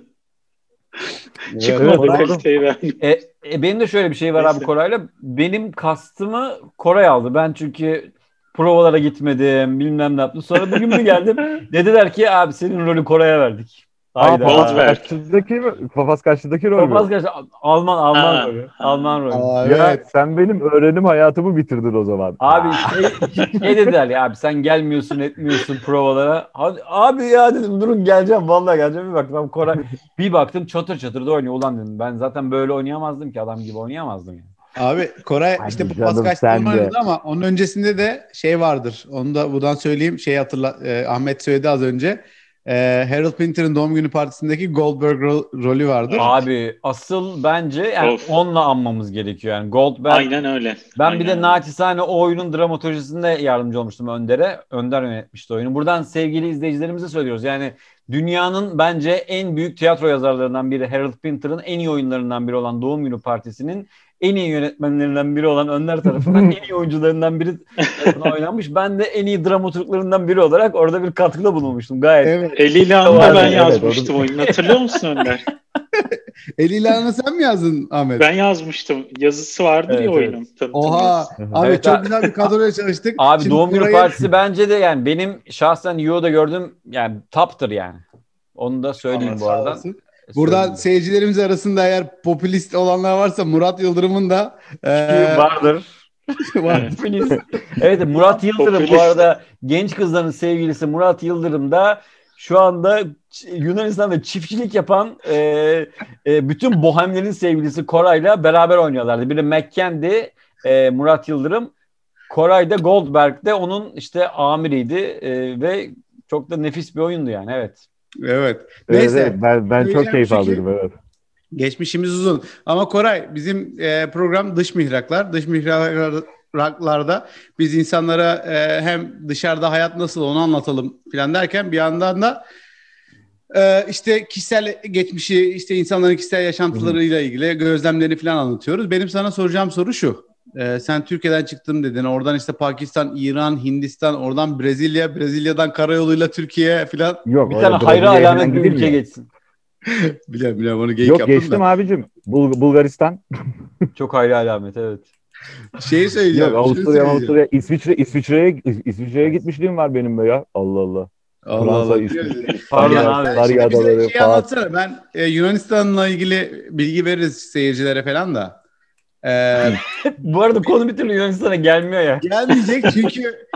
Evet, Çıkmadı doğru. kaliteyi verdim. E, e, benim de şöyle bir şey var abi Neyse. Koray'la. Benim kastımı Koray aldı. Ben çünkü provalara gitmedim. Bilmem ne yaptım. Sonra bugün bir geldim. Dediler ki abi senin rolü Koray'a verdik. Aa, Hayda. papaz Goldberg. karşıdaki mi? Papaz karşıdaki rol Papaz mü? karşı Alman Alman Ha, rolü. ha. Alman rolü. Aa, Ya evet. sen benim öğrenim hayatımı bitirdin o zaman. Abi Aa. şey, şey dediler ya abi sen gelmiyorsun etmiyorsun provalara. Hadi, abi ya dedim durun geleceğim vallahi geleceğim. Bir baktım abi Koray bir baktım çatır çatır da oynuyor. Ulan dedim ben zaten böyle oynayamazdım ki adam gibi oynayamazdım yani. Abi Koray Hadi işte bu canım, Paskaç sen de. oynadı ama onun öncesinde de şey vardır. Onu da buradan söyleyeyim. Şey hatırla e, Ahmet söyledi az önce. E, Harold Pinter'ın doğum günü partisindeki Goldberg ro- rolü vardır. Abi asıl bence yani Of. onunla anmamız gerekiyor yani Goldberg. Aynen öyle. Ben Aynen bir de öyle. naçizane o oyunun dramaturjisinde yardımcı olmuştum Önder'e. Önder yönetmişti oyunu. Buradan sevgili izleyicilerimize söylüyoruz. Yani dünyanın bence en büyük tiyatro yazarlarından biri Harold Pinter'ın en iyi oyunlarından biri olan Doğum Günü Partisi'nin en iyi yönetmenlerinden biri olan Önder tarafından en iyi oyuncularından biri tarafından oynanmış. Ben de en iyi dramaturglarından biri olarak orada bir katkıda bulunmuştum. Gayet. Evet. Eliyle An'da Vardı, ben evet, yazmıştım onu- oyunu. Hatırlıyor musun Önder? El ilanını sen mi yazdın Ahmet? Ben yazmıştım. Yazısı vardır Evet, ya evet. oyunun. tanıtım Oha. yazısı. Abi Evet, çok abi. güzel bir kadroyla çalıştık. Abi Şimdi Doğum Günü Koray'ı- Partisi bence de yani benim şahsen Yo'da gördüğüm yani top'tır yani. Onu da söyleyeyim Allah bu sağ arada. olasın. Burada Söyleyeyim. seyircilerimiz arasında eğer popülist olanlar varsa Murat Yıldırım'ın da e, vardır. var. Popülist. Evet Murat Yıldırım bu Popülist. arada genç kızların sevgilisi Murat Yıldırım da şu anda Yunanistan'da çiftçilik yapan e, e, bütün bohemlerin sevgilisi Koray'la beraber oynuyorlardı. Biri McKendy, e, Murat Yıldırım, Koray da Goldberg de onun işte amiriydi e, ve çok da nefis bir oyundu yani evet. Evet. Evet, Neyse. evet, ben, ben çok Söyleyeceğim keyif şu ki- alıyordum, evet. Geçmişimiz uzun. Ama Koray bizim e, program Dış Mihraklar. Dış Mihraklar'da biz insanlara e, hem dışarıda hayat nasıl onu anlatalım falan derken bir yandan da e, işte kişisel geçmişi, işte insanların kişisel yaşantılarıyla ilgili gözlemlerini falan anlatıyoruz. Benim sana soracağım soru şu. E, sen Türkiye'den çıktım dedin. Oradan işte Pakistan, İran, Hindistan, oradan Brezilya, Brezilya'dan karayoluyla Türkiye falan. Yok, Bir öyle tane hayra Brezilya'ya alamet falan bir gideyim ülke mi? geçsin. Biliyorum biliyorum onu geyik Yok, yaptım geçtim da. abicim. Bul- Bulgaristan. Çok hayra alamet evet. Şeyi söyleyeceğim. Yok, şunu Avusturya, söyleyeceğim. Avusturya, İsviçre, İsviçre'ye İsviçre'ye gitmişliğim var benim be ya. Allah Allah. Allah Fransa, Allah. İsviçre, Pardon Sarıya- abi. Sen Sarıya şimdi bize adaları, şey Fatih. anlatsana. Ben e, Yunanistan'la ilgili bilgi veririz seyircilere falan da. E, Bu arada konu bir türlü Yunanistan'a gelmiyor ya. gelmeyecek çünkü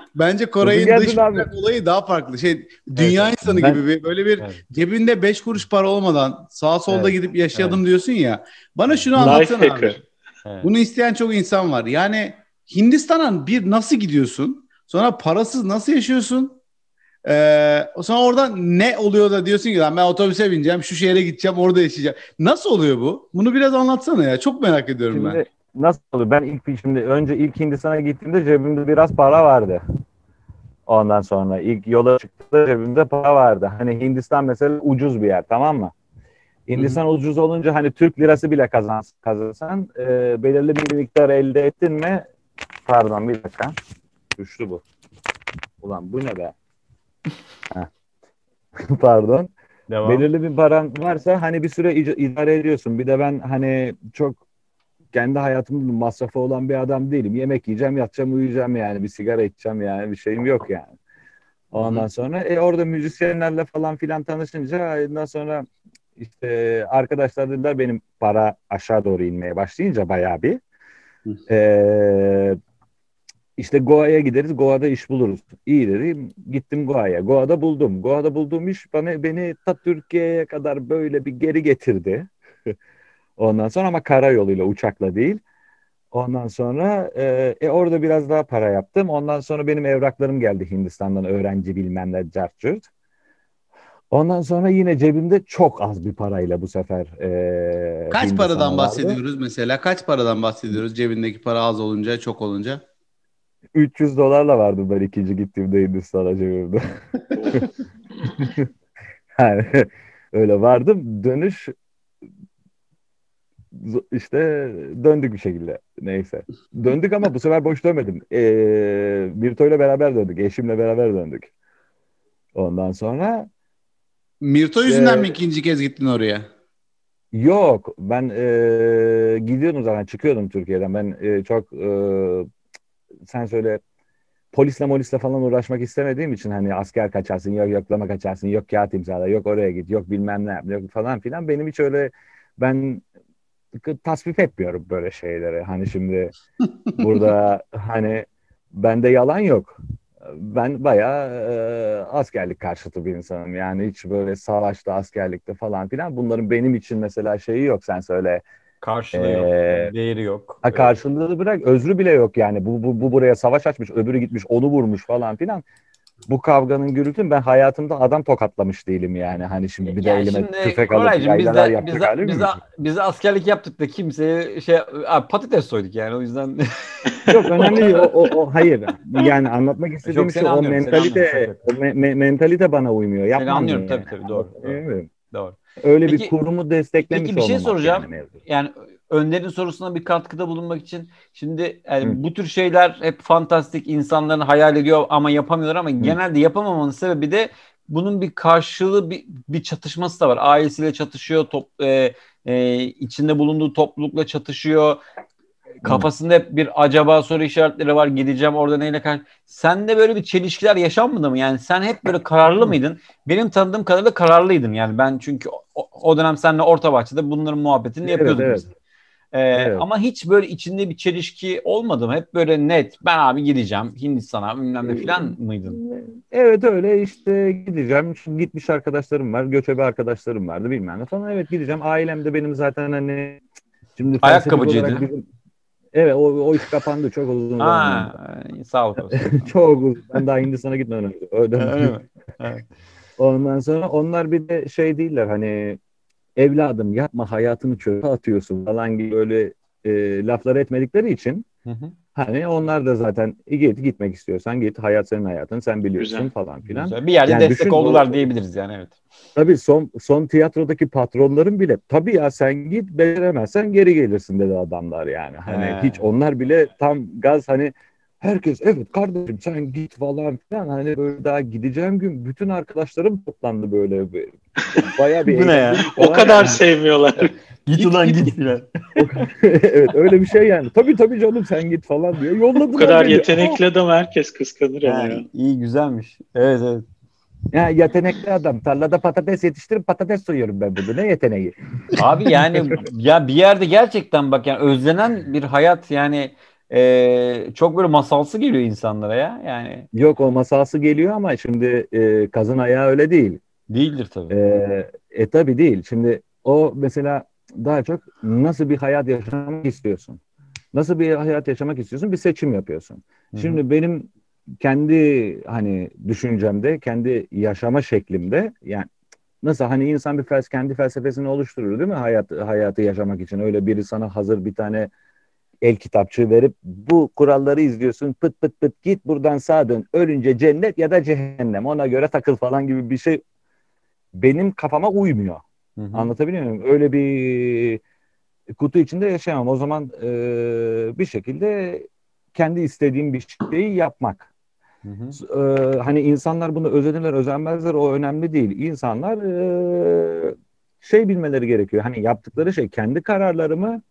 Bence Koray'ın Nasıl dış geldin abi? mihrak olayı daha farklı. Şey, dünya Evet, insanı ben- gibi bir, böyle bir Evet. cebinde beş kuruş para olmadan sağa solda Evet, gidip yaşadım evet. diyorsun ya. Bana şunu Life anlatsana abi. hacker. Evet. Bunu isteyen çok insan var. Yani Hindistan'a bir nasıl gidiyorsun? Sonra parasız nasıl yaşıyorsun? Ee, sonra oradan ne oluyor da diyorsun ki "Lan ben otobüse bineceğim, şu şehre gideceğim, orada yaşayacağım." Nasıl oluyor bu? Bunu biraz anlatsana ya. Çok merak ediyorum ben. Şimdi nasıl olur? Ben ilk şimdi önce ilk Hindistan'a gittiğimde cebimde biraz para vardı. Ondan sonra ilk yola çıktığımda cebimde para vardı. Hani Hindistan mesela ucuz bir yer, tamam mı? Hindistan ucuz olunca hani Türk lirası bile kazan, kazansan e, belirli bir miktar elde ettin mi? Pardon bir dakika. Düştü bu. Ulan bu ne be? Heh. Pardon. Devam. Belirli bir paran varsa hani bir süre ic- idare ediyorsun. Bir de ben hani çok kendi hayatımın masrafı olan bir adam değilim. Yemek yiyeceğim, yatacağım, uyuyacağım yani. Bir sigara içeceğim yani. Bir şeyim yok yani. Ondan sonra e, orada müzisyenlerle falan filan tanışınca ondan sonra işte arkadaşlar dediler benim para aşağı doğru inmeye başlayınca bayağı bir e, işte Goa'ya gideriz. Goa'da iş buluruz. İyi dedim. Gittim Goa'ya. Goa'da buldum. Goa'da bulduğum iş bana, beni ta Türkiye'ye kadar böyle bir geri getirdi. Ondan sonra ama karayoluyla, uçakla değil. Ondan sonra e, e, orada biraz daha para yaptım. Ondan sonra benim evraklarım geldi Hindistan'dan, öğrenci bilmem ne cart curt. Ondan sonra yine cebimde çok az bir parayla bu sefer e, Kaç Hindistan'a paradan vardı. bahsediyoruz mesela? Kaç paradan bahsediyoruz cebindeki para az olunca, çok olunca? üç yüz dolarla vardı ben ikinci gittiğimde Hindistan'a cebimde. Yani öyle vardım. Dönüş işte döndük bir şekilde. Neyse. Döndük ama bu sefer boş dönmedim. Ee, Mirto'yla beraber döndük. Eşimle beraber döndük. Ondan sonra Mirto yüzünden e, mi ikinci kez gittin oraya? yok. Ben e, gidiyordum zaten. Çıkıyordum Türkiye'den. Ben e, çok e, sen söyle polisle molisle falan uğraşmak istemediğim için hani asker kaçarsın, yok yoklama kaçarsın, yok kağıt imzala, yok oraya git, yok bilmem ne yap, yok falan filan. Benim hiç öyle ben tasvip etmiyorum böyle şeyleri. Hani şimdi burada hani bende yalan yok. Ben bayağı e, askerlik karşıtı bir insanım. Yani hiç böyle savaşta, askerlikte falan filan bunların benim için mesela şeyi yok. Sen söyle. Karşılığı yok. E, Değeri yok. ha, karşılığı bırak, özrü bile yok yani. Bu, bu, bu buraya savaş açmış, öbürü gitmiş, onu vurmuş falan filan. Bu kavganın gürültünün ben hayatımda adam tokatlamış değilim yani. Hani şimdi bir de Yani elime şimdi tüfek alıp Koraycığım biz yaylalar de yapacak biz de, halim biz mi? de, biz de askerlik yaptık da kimseye şey abi, patates soyduk yani o yüzden Yok önemli değil. O, o, o hayır. Yani anlatmak istediğim Yok, şey seni o anlıyorum, seni anlıyorum. mentalite Tabii, o me- me- mentalite bana uymuyor. seni Yapmam anlıyorum yani. tabii tabii doğru. Doğru. Anlatabiliyor muyum? Doğru. Öyle bir Peki kurumu desteklemiş peki bir şey olmamak soracağım. yani mevzu. Yani Önder'in sorusuna bir katkıda bulunmak için şimdi yani Hı. bu tür şeyler hep fantastik, insanların hayal ediyor ama yapamıyorlar ama Hı. genelde yapamamanın sebebi de bunun bir karşılığı bir, bir çatışması da var. Ailesiyle çatışıyor, top, e, e, içinde bulunduğu toplulukla çatışıyor. Kafasında hep bir acaba soru işaretleri var. Gideceğim orada neyle karşı. Sende böyle bir çelişkiler yaşanmadı mı? Yani sen hep böyle kararlı mıydın? Benim tanıdığım kadarıyla kararlıydın. Yani ben çünkü o, o dönem seninle Orta bunların muhabbetini Evet, yapıyorduk evet. biz. Ee, Evet. Ama hiç böyle içinde bir çelişki olmadı mı? Hep böyle net. Ben abi gideceğim Hindistan'a bilmem ne falan mıydın? Evet öyle işte gideceğim. Şimdi gitmiş arkadaşlarım var. Göçebe arkadaşlarım vardı bilmem ne falan. Evet gideceğim. Ailem de benim zaten hani şimdi felsefik olarak Ayakkabıcıydı. bizim evet o, o iş kapandı çok uzun zamandan Ha, sağlık olsun. beri. Çok uzun. Ben daha Hindistan'a gitmeden önce. Öyle Öyle mi? Evet. Ondan sonra onlar bir de şey değiller hani evladım yapma hayatını çöpe atıyorsun falan gibi öyle e, laflar etmedikleri için Hı hı. hani onlar da zaten git gitmek istiyorsan git hayat senin hayatın sen biliyorsun Güzel. falan filan. Güzel. Bir yerde Yani destek düşün, oldular o- diyebiliriz yani evet. Tabii son son tiyatrodaki patronların bile tabii ya sen git beceremezsen geri gelirsin dedi adamlar yani. Hani He. hiç onlar bile tam gaz hani herkes evet kardeşim sen git falan filan hani böyle daha gideceğim gün bütün arkadaşlarım toplandı böyle bir- bayağı bir Bu ne ya? eğlendik O falan kadar yani. sevmiyorlar. Git ulan git filan. Evet öyle bir şey yani. Tabii tabii canım sen git falan diyor. Yolladılar Bu kadar beni. yetenekli adam herkes kıskanır ama Ha, ya. iyi güzelmiş. Evet evet. Ya yetenekli adam. Tarlada patates yetiştirip patates soyuyorum ben burada. Ne yeteneği? Abi yani ya bir yerde gerçekten bak yani özlenen bir hayat yani e, çok böyle masalsı geliyor insanlara ya. Yani Yok, o masalsı geliyor ama şimdi e, kazın ayağı öyle değil. değildir tabii. E, e tabii değil. Şimdi o mesela daha çok nasıl bir hayat yaşamak istiyorsun? Nasıl bir hayat yaşamak istiyorsun? Bir seçim yapıyorsun. Hı-hı. Şimdi benim kendi hani düşüncemde, kendi yaşama şeklimde, yani nasıl hani insan bir fels kendi felsefesini oluşturur değil mi? Hayat hayatı yaşamak için öyle biri sana hazır bir tane el kitapçığı verip bu kuralları izliyorsun, pıt pıt pıt git buradan sağa dön, ölünce cennet ya da cehennem, ona göre takıl falan gibi bir şey benim kafama uymuyor. Hı-hı. Anlatabiliyor muyum? Öyle bir kutu içinde yaşayamam. O zaman e, bir şekilde kendi istediğim bir şeyi yapmak. Hı hı. E, hani insanlar bunu özenirler, özenmezler, o önemli değil. İnsanlar e, şey bilmeleri gerekiyor. Hani yaptıkları şey kendi kararları mı,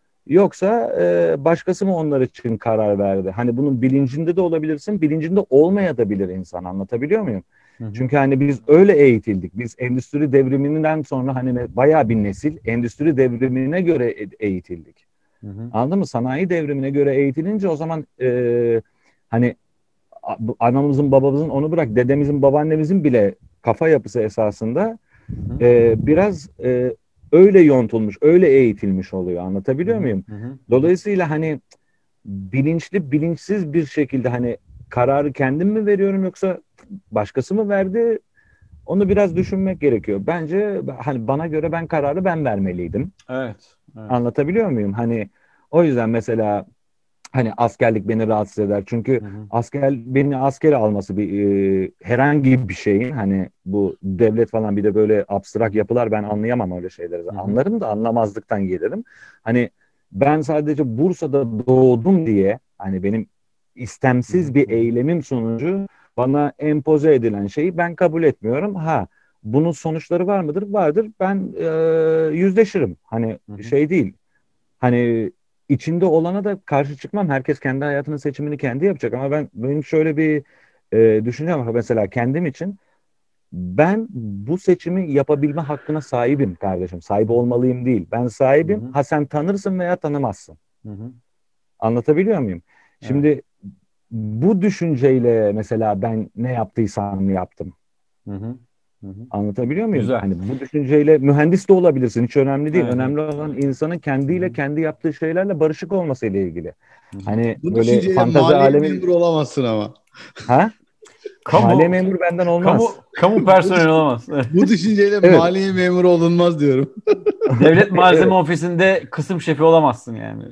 yoksa e, başkası mı onlar için karar verdi? Hani bunun bilincinde de olabilirsin, bilincinde olmayabilir insan. Anlatabiliyor muyum? Hı hı. Çünkü hani biz öyle eğitildik. Biz endüstri devriminden sonra hani bayağı bir nesil endüstri devrimine göre e- eğitildik. Hı hı. Anladın mı? Sanayi devrimine göre eğitilince o zaman e, hani a- bu anamızın, babamızın, onu bırak, dedemizin, babaannemizin bile kafa yapısı esasında Hı hı. e, biraz e, öyle yontulmuş, öyle eğitilmiş oluyor. Anlatabiliyor muyum? Hı hı. Dolayısıyla hani bilinçli, bilinçsiz bir şekilde hani kararı kendim mi veriyorum yoksa başkası mı verdi? Onu biraz düşünmek gerekiyor. Bence hani bana göre ben kararı ben vermeliydim. Evet. Evet. Anlatabiliyor muyum? Hani o yüzden mesela hani askerlik beni rahatsız eder. Çünkü Hı hı. asker beni askere alması bir e, herhangi bir şeyin, hani bu devlet falan, bir de böyle abstrak yapılar, ben anlayamam öyle şeyleri. Hı hı. Anlarım da anlamazlıktan gelirim. Hani ben sadece Bursa'da doğdum diye hani benim Hı hı. istemsiz bir Hı hı. eylemim sonucu bana empoze edilen şeyi ben kabul etmiyorum. Ha, bunun sonuçları var mıdır? Vardır. Ben e, yüzleşirim. Hani Hı hı. şey değil. Hani içinde olana da karşı çıkmam. Herkes kendi hayatının seçimini kendi yapacak. Ama ben benim şöyle bir e, düşüncem var. Mesela kendim için ben bu seçimi yapabilme hakkına sahibim kardeşim. Sahibi olmalıyım değil. Ben Hı sahibim. hı. Ha, sen tanırsın veya tanımazsın. Hı hı. Anlatabiliyor muyum? Evet. Şimdi bu düşünceyle mesela ben ne yaptıysam yaptım. Hı hı. Hı hı. Anlatabiliyor muyum? Güzel. Hani bu düşünceyle mühendis de olabilirsin. Hiç önemli değil. Evet. Evet. Önemli olan insanın Hı kendiyle, hı. kendi yaptığı şeylerle barışık olması ile ilgili. Hı hı. Hani Bu böyle düşünceyle fantazi maliye alemi, memuru olamazsın ama. ha? Maliye Kamu memuru benden olmaz. kamu kamu Bu, personeli düş- olamaz. bu düşünceyle Evet. maliye memuru olunmaz diyorum. Devlet malzeme Evet. ofisinde kısım şefi olamazsın yani.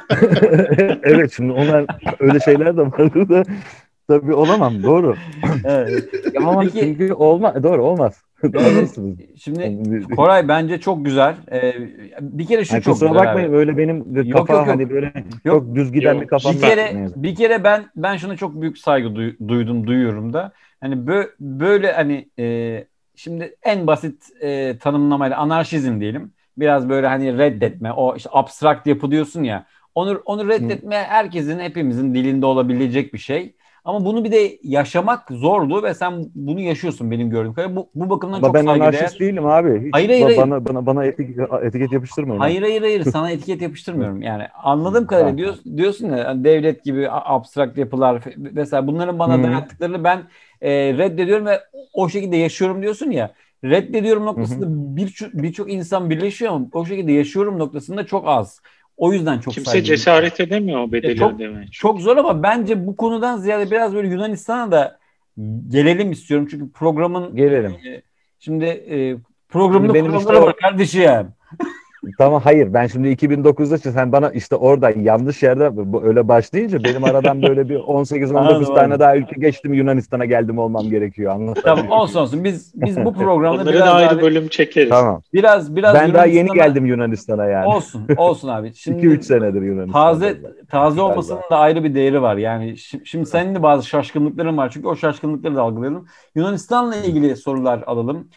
Evet, şimdi onlar öyle şeyler de vardır da tabii olamam. Doğru. Evet. Yapamam Peki çünkü olmaz. Doğru, olmaz. e, Haklısınız. şimdi Yani, Koray bence çok güzel. E, bir kere şu hani çok kusura güzel abi. bakmayın, öyle benim Yok yok kafa yok. hani böyle Yok. çok düz giden bir Yok, Bir kafam yok. süper. kere Ne yazık. bir kere ben ben şuna çok büyük saygı duy- duydum, duyuyorum da. Hani bö- böyle hani e, şimdi en basit e, tanımlamayla anarşizm diyelim. Biraz böyle hani reddetme, o işte abstrakt yapı diyorsun ya. Onu onu Hı. reddetme herkesin, hepimizin dilinde olabilecek bir şey. Ama bunu bir de yaşamak zordu ve sen bunu yaşıyorsun benim gördüğüm kadarıyla. Bu, bu bakımdan Ama çok ben anarşist saygıdeğer. değilim abi. Hiç Hayır hayır ba- hayır. bana bana bana etiket, etiket yapıştırmayın ha. Hayır hayır hayır, sana etiket yapıştırmıyorum. Yani anladığım kadarıyla Ha. diyor, diyorsun ya hani devlet gibi a- abstrakt yapılar fe- mesela bunların bana Hı dayattıklarını ben e, reddediyorum ve o şekilde yaşıyorum diyorsun ya. Reddediyorum hı. Hı. noktasında birçok birçok insan birleşiyor ama o şekilde yaşıyorum noktasında çok az. O yüzden çok Kimse saygı duyuyorum. cesaret edemiyor o Ya bedeli çok ödemeye çok çünkü. zor ama bence bu konudan ziyade biraz böyle Yunanistan'a da gelelim istiyorum. Çünkü programın Gelelim. e, şimdi e, Şimdi programın benim işte kuralları var o, kardeşim. tamam, hayır, ben şimdi iki bin dokuzda işte sen bana işte orada yanlış yerde bu- öyle başlayınca benim aradan böyle bir on sekiz on dokuz Anladım tane anladım. daha ülke geçtim, Yunanistan'a geldim olmam gerekiyor, Tamam, anlatabiliyor olsun muyum? olsun. Biz biz bu programda Onları da biraz ayrı abi bölüm çekeriz. Tamam. biraz biraz Ben daha yeni Yunanistan'a geldim Yunanistan'a yani. olsun olsun abi. iki üç Şimdi senedir Yunanistan'dayım taze ben. taze Biraz olmasının daha. da ayrı bir değeri var. Yani şi- şimdi senin de bazı şaşkınlıkların var. Çünkü o şaşkınlıkları da algılayalım. Yunanistan'la ilgili sorular alalım.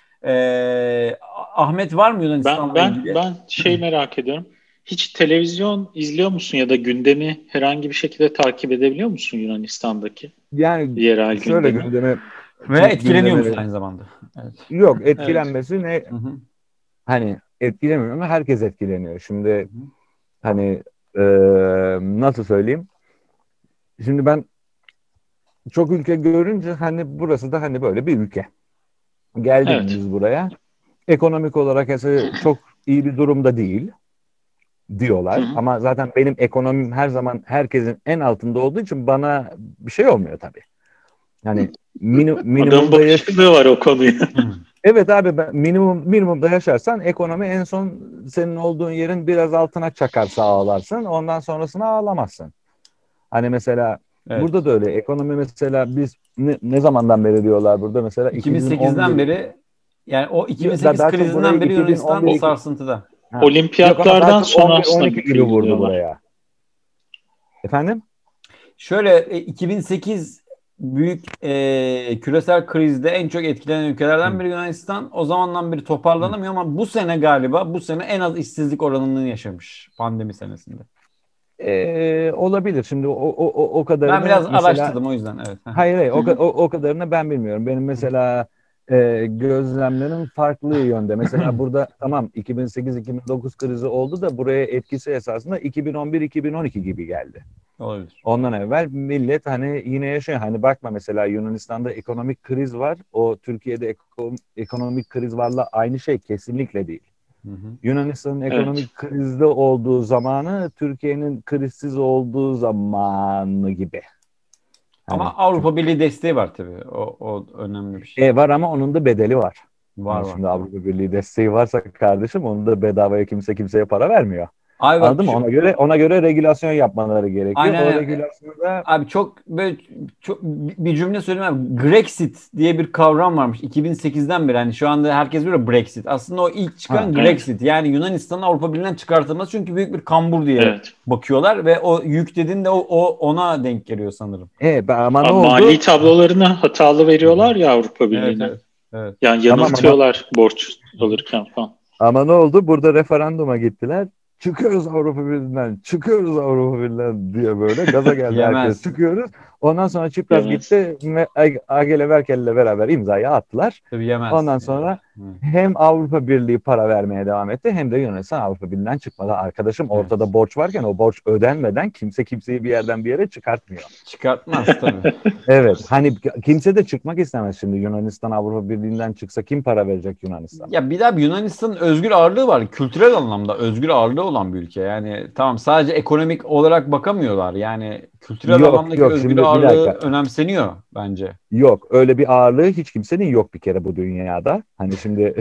Ee, Ahmet var mı Ben Yunanistan'la ben ilgili? ben şey merak ediyorum. Hiç televizyon izliyor musun ya da gündemi herhangi bir şekilde takip edebiliyor musun Yunanistan'daki Yani yerel şöyle gündemi? gündeme Ve etkileniyor musun gündeme aynı zamanda? Evet. yok, Evet. etkilenmesi ne, Hı hı. hani etkilemiyor ama herkes etkileniyor. Hı Şimdi hı. hani e, nasıl söyleyeyim? şimdi ben çok ülke görünce hani burası da hani böyle bir ülke. Geldik Evet. biz buraya. Ekonomik olarak ise çok iyi bir durumda değil diyorlar. Hı hı. Ama zaten benim ekonomim her zaman herkesin en altında olduğu için bana bir şey olmuyor tabii. Yani mini, Adam minimumda yaş bağışıklığı var o konuya. Evet abi, ben minimum minimumda yaşarsan ekonomi en son senin olduğun yerin biraz altına çakarsa ağlarsın. Ondan sonrasını ağlamazsın. Hani mesela Evet. burada da öyle. Ekonomi mesela biz ne, ne zamandan beri diyorlar burada mesela iki bin sekizden iki bin on bir beri, yani o Da- iki bin sekiz daha çok krizinden burayı beri Yunanistan iki bin on bir iki sarsıntıda. Ha. Yok ama daha Olimpiyatlardan çok sonra on bir aslında on iki bir gibi kriz vurdu diyorlar. buraya. Efendim? Şöyle e, iki bin sekiz büyük e, küresel krizde en çok etkilenen ülkelerden Hı. biri Yunanistan. O zamandan beri toparlanamıyor ama bu sene galiba bu sene en az işsizlik oranını yaşamış pandemi senesinde. Ee, olabilir. Şimdi o, o, o, o Ben kadarını biraz mesela araştırdım o yüzden, evet. hayır hayır Hı o, hı. o, o kadarını ben bilmiyorum. Benim mesela e, gözlemlerim farklı yönde. Mesela burada tamam iki bin sekiz iki bin dokuz krizi oldu da buraya etkisi esasında iki bin on bir iki bin on iki gibi geldi. Olabilir. Ondan evvel millet hani yine yaşıyor. Hani bakma mesela Yunanistan'da ekonomik kriz var. O Türkiye'de eko- ekonomik kriz varla aynı şey kesinlikle değil. Hı hı. Yunanistan'ın Evet. ekonomik krizde olduğu zamanı Türkiye'nin krizsiz olduğu zamanı gibi. Hani Ama Avrupa Birliği desteği var tabii. O, o önemli bir şey. E var ama onun da bedeli var. Var Yani var. şimdi Avrupa Birliği desteği varsa kardeşim onun da bedavaya kimse kimseye para vermiyor. Abi bak Anladın mı? şu, Ona göre ona göre regülasyon yapmaları gerekiyor. aynen O öyle. regülasyonda Abi çok böyle çok bir cümle söyleyeyim abi. Grexit diye bir kavram varmış iki bin sekizden beri. Hani şu anda herkes biliyor Brexit. Aslında o ilk çıkan Ha. Grexit. Yani Yunanistan'ın Avrupa Birliği'nden çıkartılması, çünkü büyük bir kambur diye Evet. bakıyorlar ve o yük dediğinde o, o ona denk geliyor sanırım. e ben- ama ne Ama oldu? mali tablolarını hatalı veriyorlar ya Avrupa Evet, Birliği'ne. evet. Evet. Yani Tamam ama yanıltıyorlar borç alırken falan. ama ne oldu? Burada referanduma gittiler. Çıkıyoruz Avrupa Birliği'nden, çıkıyoruz Avrupa Birliği'nden diye böyle gaza geldi herkes. Yemez. Çıkıyoruz. Ondan sonra Çipras Yemez. gitti ve Ag- Angela Merkel'le beraber imzayı attılar. Tabii yemez. Ondan sonra Hı. hem Avrupa Birliği para vermeye devam etti hem de Yunanistan Avrupa Birliği'nden çıkmadı. Arkadaşım ortada borç varken o borç ödenmeden kimse kimseyi bir yerden bir yere çıkartmıyor. Çıkartmaz tabii. Evet, hani kimse de çıkmak istemez şimdi. Yunanistan Avrupa Birliği'nden çıksa kim para verecek Yunanistan'a? Ya bir daha bir Yunanistan'ın özgür ağırlığı var. Kültürel anlamda özgür ağırlığı olan bir ülke. Yani tamam, sadece ekonomik olarak bakamıyorlar. Yani kültürel Yok, anlamdaki yok. özgür Şimdi bir ağırlığı dakika. önemseniyor bence. Yok, öyle bir ağırlığı hiç kimsenin yok bir kere bu dünyada. Hani şimdi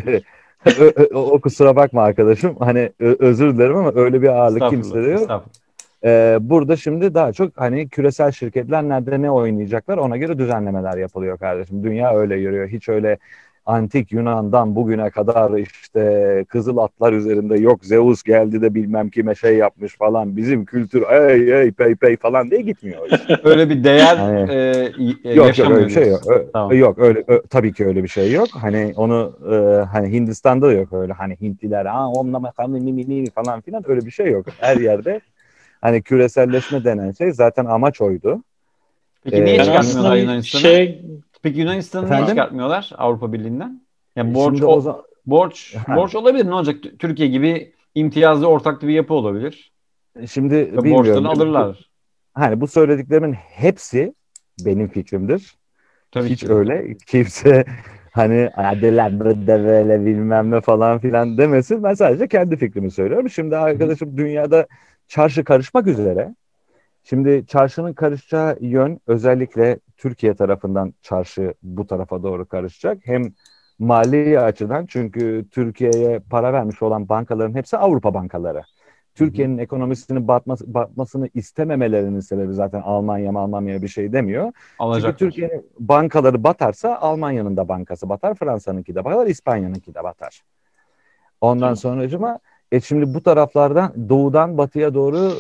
ö- ö- o kusura bakma arkadaşım. Hani ö- özür dilerim ama öyle bir ağırlık Estağfurullah. kimsede yok. Estağfurullah. Ee, burada şimdi daha çok hani küresel şirketler nerede ne oynayacaklar ona göre düzenlemeler yapılıyor kardeşim. Dünya öyle yürüyor. Hiç öyle antik Yunan'dan bugüne kadar işte kızıl atlar üzerinde yok Zeus geldi de bilmem kime şey yapmış falan. Bizim kültür ey ey pey pey falan diye gitmiyor. o iş. Öyle bir değer Hani- e, e, Yok yok yaşamıyor öyle bir şey yok. diyorsun. Ö- Tamam. Yok öyle ö- tabii ki öyle bir şey yok. Hani onu e, hani Hindistan'da da yok öyle hani Hintliler ha onunla makamı mi mi mi falan filan öyle bir şey yok. Her yerde hani küreselleşme denen şey zaten amaç oydu. Peki niye Ee, Ben çıkartmıyorlar aslında Yunanistan'ı? şey Peki Yunanistan'ı niye Efendim? çıkartmıyorlar Avrupa Birliği'nden? Yani borç Şimdi o, o zaman borç Ha. borç olabilir, ne olacak? T- Türkiye gibi imtiyazlı ortaklı bir yapı olabilir. şimdi Ve bilmiyorum. borçlarını alırlar. Hani bu söylediklerimin hepsi benim fikrimdir. Tabii Hiç ki. öyle kimse hani hadi lan bu da böyle bilmem ne falan filan demesin. Ben sadece kendi fikrimi söylüyorum. Şimdi arkadaşım dünyada çarşı karışmak üzere. Şimdi çarşının karışacağı yön özellikle Türkiye tarafından çarşı bu tarafa doğru karışacak. Hem mali açıdan çünkü Türkiye'ye para vermiş olan bankaların hepsi Avrupa bankaları. Türkiye'nin ekonomisinin batması, batmasını istememelerinin sebebi zaten Almanya Almanya bir şey demiyor. Çünkü Alacaklar. Türkiye'nin bankaları batarsa Almanya'nın da bankası batar, Fransa'nınki de batar, İspanya'nınki de batar. Ondan Tamam. sonracıma e şimdi bu taraflardan doğudan batıya doğru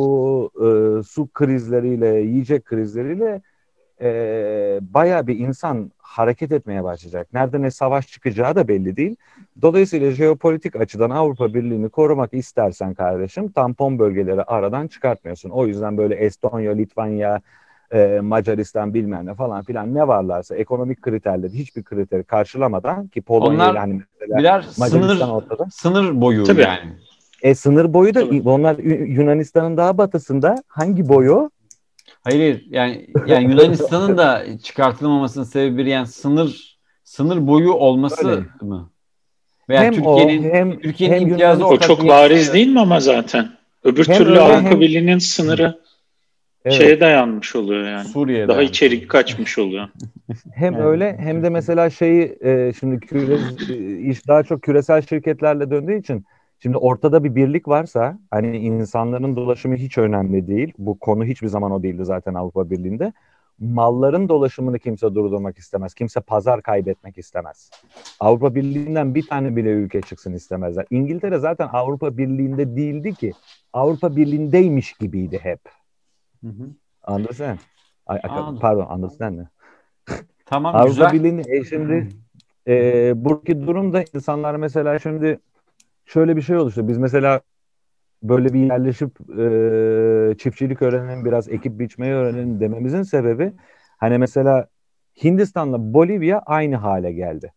bu e, su krizleriyle, yiyecek krizleriyle e, bayağı bir insan hareket etmeye başlayacak. Nerede ne savaş çıkacağı da belli değil. Dolayısıyla jeopolitik açıdan Avrupa Birliği'ni korumak istersen kardeşim tampon bölgeleri aradan çıkartmıyorsun. O yüzden böyle Estonya, Litvanya, e, Macaristan bilmem ne falan filan ne varlarsa ekonomik kriterleri hiçbir kriteri karşılamadan ki Polonya Onlar ile hani mesela birer Macaristan sınır ortada. sınır boyu Tabii. yani. E sınır boyu da Tabii. onlar Yunanistan'ın daha batısında hangi boyu? Hayır yani yani Yunanistan'ın da çıkartılmamasının sebebi yani sınır sınır boyu olması Öyle. mı? Veya Hem o Türkiye'nin hem Türkiye'nin hem imtiyazı O o kat çok bariz değil mi ama zaten? Öbür Hem türlü öyle Avrupa hem- Birliği'nin sınırı evet. şeye dayanmış oluyor yani. Suriye'de. Daha yani. içeri kaçmış oluyor. Hem Evet. öyle hem de mesela şeyi e, şimdi küre, e, iş daha çok küresel şirketlerle döndüğü için şimdi ortada bir birlik varsa hani insanların dolaşımı hiç önemli değil. Bu konu hiçbir zaman o değildi zaten Avrupa Birliği'nde. Malların dolaşımını kimse durdurmak istemez. Kimse pazar kaybetmek istemez. Avrupa Birliği'nden bir tane bile ülke çıksın istemezler. İngiltere zaten Avrupa Birliği'nde değildi ki. Avrupa Birliği'ndeymiş gibiydi hep. Hı hı. Understand? Ay, ay, Anladım. pardon, understand ne? Tamam Avrupa güzel. Birliği'nin e, şimdi e, buradaki durumda insanlar mesela şimdi şöyle bir şey oluştu. Biz mesela böyle bir yerleşip e, çiftçilik öğrenelim, biraz ekip biçmeyi öğrenelim dememizin sebebi hani mesela Hindistan'la Bolivya aynı hale geldi.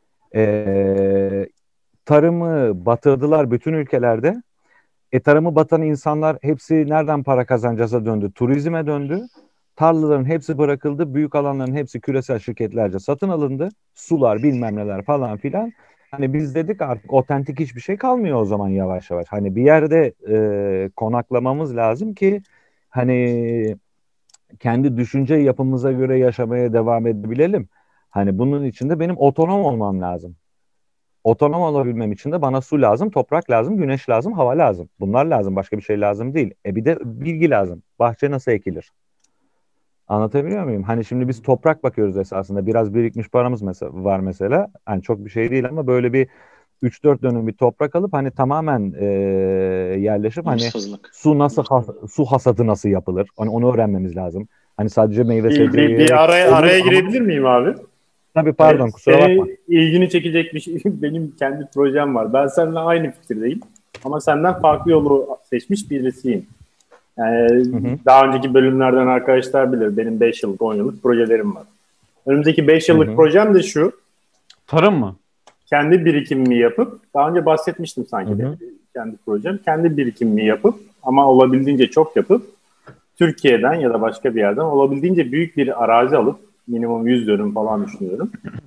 E, tarımı batırdılar bütün ülkelerde. E tarımı batan insanlar hepsi nereden para kazanacağıza döndü. Turizme döndü. Tarlaların hepsi bırakıldı. Büyük alanların hepsi küresel şirketlerce satın alındı. Sular bilmem neler falan filan. Hani biz dedik artık otentik hiçbir şey kalmıyor o zaman yavaş yavaş. Hani bir yerde e, konaklamamız lazım ki hani kendi düşünce yapımıza göre yaşamaya devam edebilelim. Hani bunun için de benim otonom olmam lazım. Otonom olabilmem için de bana su lazım, toprak lazım, güneş lazım, hava lazım. Bunlar lazım, başka bir şey lazım değil. E bir de bilgi lazım. Bahçe nasıl ekilir? Anlatabiliyor muyum? Hani şimdi biz toprak bakıyoruz esasında. Biraz birikmiş paramız mesela, var mesela. Hani çok bir şey değil ama böyle bir üç dört dönüm bir toprak alıp hani tamamen e, yerleşip hani Hırsızlık. su nasıl has- su hasadı nasıl yapılır? Hani onu öğrenmemiz lazım. Hani sadece meyve Bir, sebze bir, bir yiyerek araya, olur araya ama- girebilir miyim abi? Tabii pardon Evet, kusura senin bakma. ilgini çekecek bir şey. Benim kendi projem var. Ben seninle aynı fikirdeyim. Ama senden farklı yolu seçmiş birisiyim. Yani Hı hı. daha önceki bölümlerden arkadaşlar bilir. Benim beş yıllık, on yıllık projelerim var. Önümüzdeki beş yıllık Hı hı. projem de şu. Tarım mı? Kendi birikimimi yapıp, daha önce bahsetmiştim sanki Hı de hı. kendi projem. Kendi birikimimi yapıp ama olabildiğince çok yapıp Türkiye'den ya da başka bir yerden olabildiğince büyük bir arazi alıp minimum yüz dönüm falan düşünüyorum.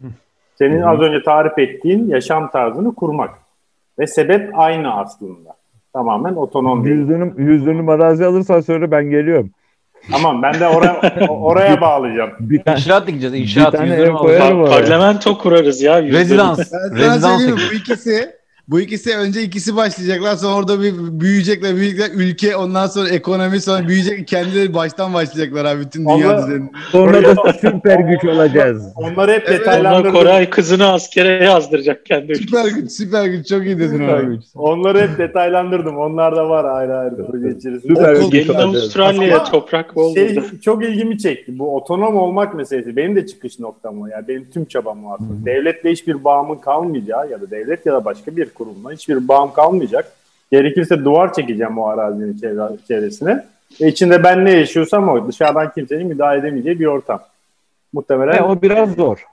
Senin Hı hı. az önce tarif ettiğin yaşam tarzını kurmak. Ve sebep aynı aslında. Tamamen otonom değil. Yüz dönüm, yüz dönüm arazi alırsan söyle ben geliyorum. Tamam ben de oraya oraya bağlayacağım. Bir tane, İnşaat dikeceğiz. bir İnşaat tane yüz ev dönüm koyarım alacağız. oraya. Parlamento kurarız ya. yüzde. Rezidans. Ben sana Rezidans söyleyeyim mi? dikeceğiz. Bu ikisi bu ikisi önce ikisi başlayacaklar sonra orada bir büyüyecekler büyüyecekler ülke ondan sonra ekonomi sonra büyüyecek kendileri baştan başlayacaklar abi bütün dünya Onlar- düzeninde. Sonra da süper güç olacağız. Onları hep Evet. Sonra detaylandırdım. Koray kızını askere yazdıracak kendi ülkesine. Süper güç süper güç çok iyi dedin Süper abi. güç. Onları hep detaylandırdım. Onlar da var ayrı ayrı proje içerisinde. Süper Okul- güç Gelin olacağız. Avustralya'ya Ama toprak bol Şey burada. çok ilgimi çekti. Bu otonom olmak meselesi. Benim de çıkış noktam o. Yani benim tüm çabam o aslında. Devletle hiçbir bağımın kalmayacağı ya da devlet ya da başka bir kurumla hiçbir bağım kalmayacak. Gerekirse duvar çekeceğim o arazinin çevre- çevresine. Ve içinde ben ne yaşıyorsam o. Dışarıdan kimsenin müdahale edemeyeceği bir ortam. Muhtemelen E, o biraz zor.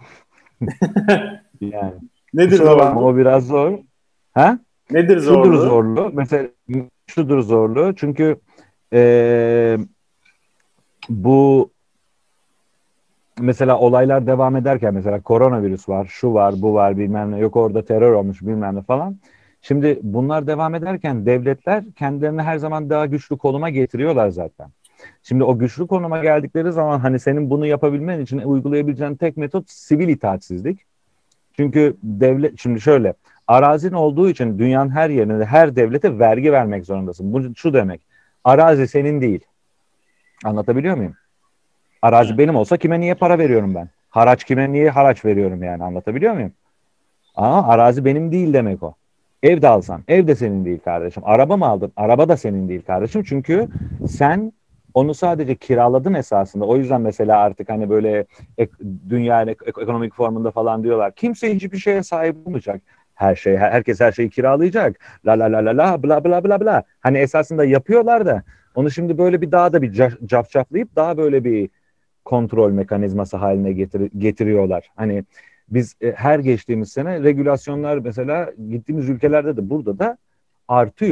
Yani. nedir Kusura bakma, zorluğu? o biraz zor. Ha? Nedir Şudur zorluğu? zorlu. Mesela şudur zorlu. Çünkü eee, bu mesela olaylar devam ederken mesela koronavirüs var, şu var, bu var bilmem ne, yok orada terör olmuş bilmem ne falan. Şimdi bunlar devam ederken devletler kendilerini her zaman daha güçlü konuma getiriyorlar zaten. Şimdi o güçlü konuma geldikleri zaman hani senin bunu yapabilmen için uygulayabileceğin tek metot sivil itaatsizlik. Çünkü devlet şimdi şöyle arazin olduğu için dünyanın her yerinde her devlete vergi vermek zorundasın. Bu şu demek. Arazi senin değil. Anlatabiliyor muyum? Arazi Evet. benim olsa kime niye para veriyorum ben? Haraç kime niye haraç veriyorum yani anlatabiliyor muyum? Aa, arazi benim değil demek o. Ev de alsan ev de senin değil kardeşim. Araba mı aldın? Araba da senin değil kardeşim. Çünkü sen onu sadece kiraladın esasında. O yüzden mesela artık hani böyle ek, dünya ek- ekonomik formunda falan diyorlar. Kimse hiçbir şeye sahip olmayacak. Her şey, her- herkes her şeyi kiralayacak. La la la la la bla bla bla bla. Hani esasında yapıyorlar da onu şimdi böyle bir daha da bir ca- cafcaflayıp daha böyle bir kontrol mekanizması haline getir- getiriyorlar. Hani biz e, her geçtiğimiz sene regülasyonlar mesela gittiğimiz ülkelerde de burada da artıyor.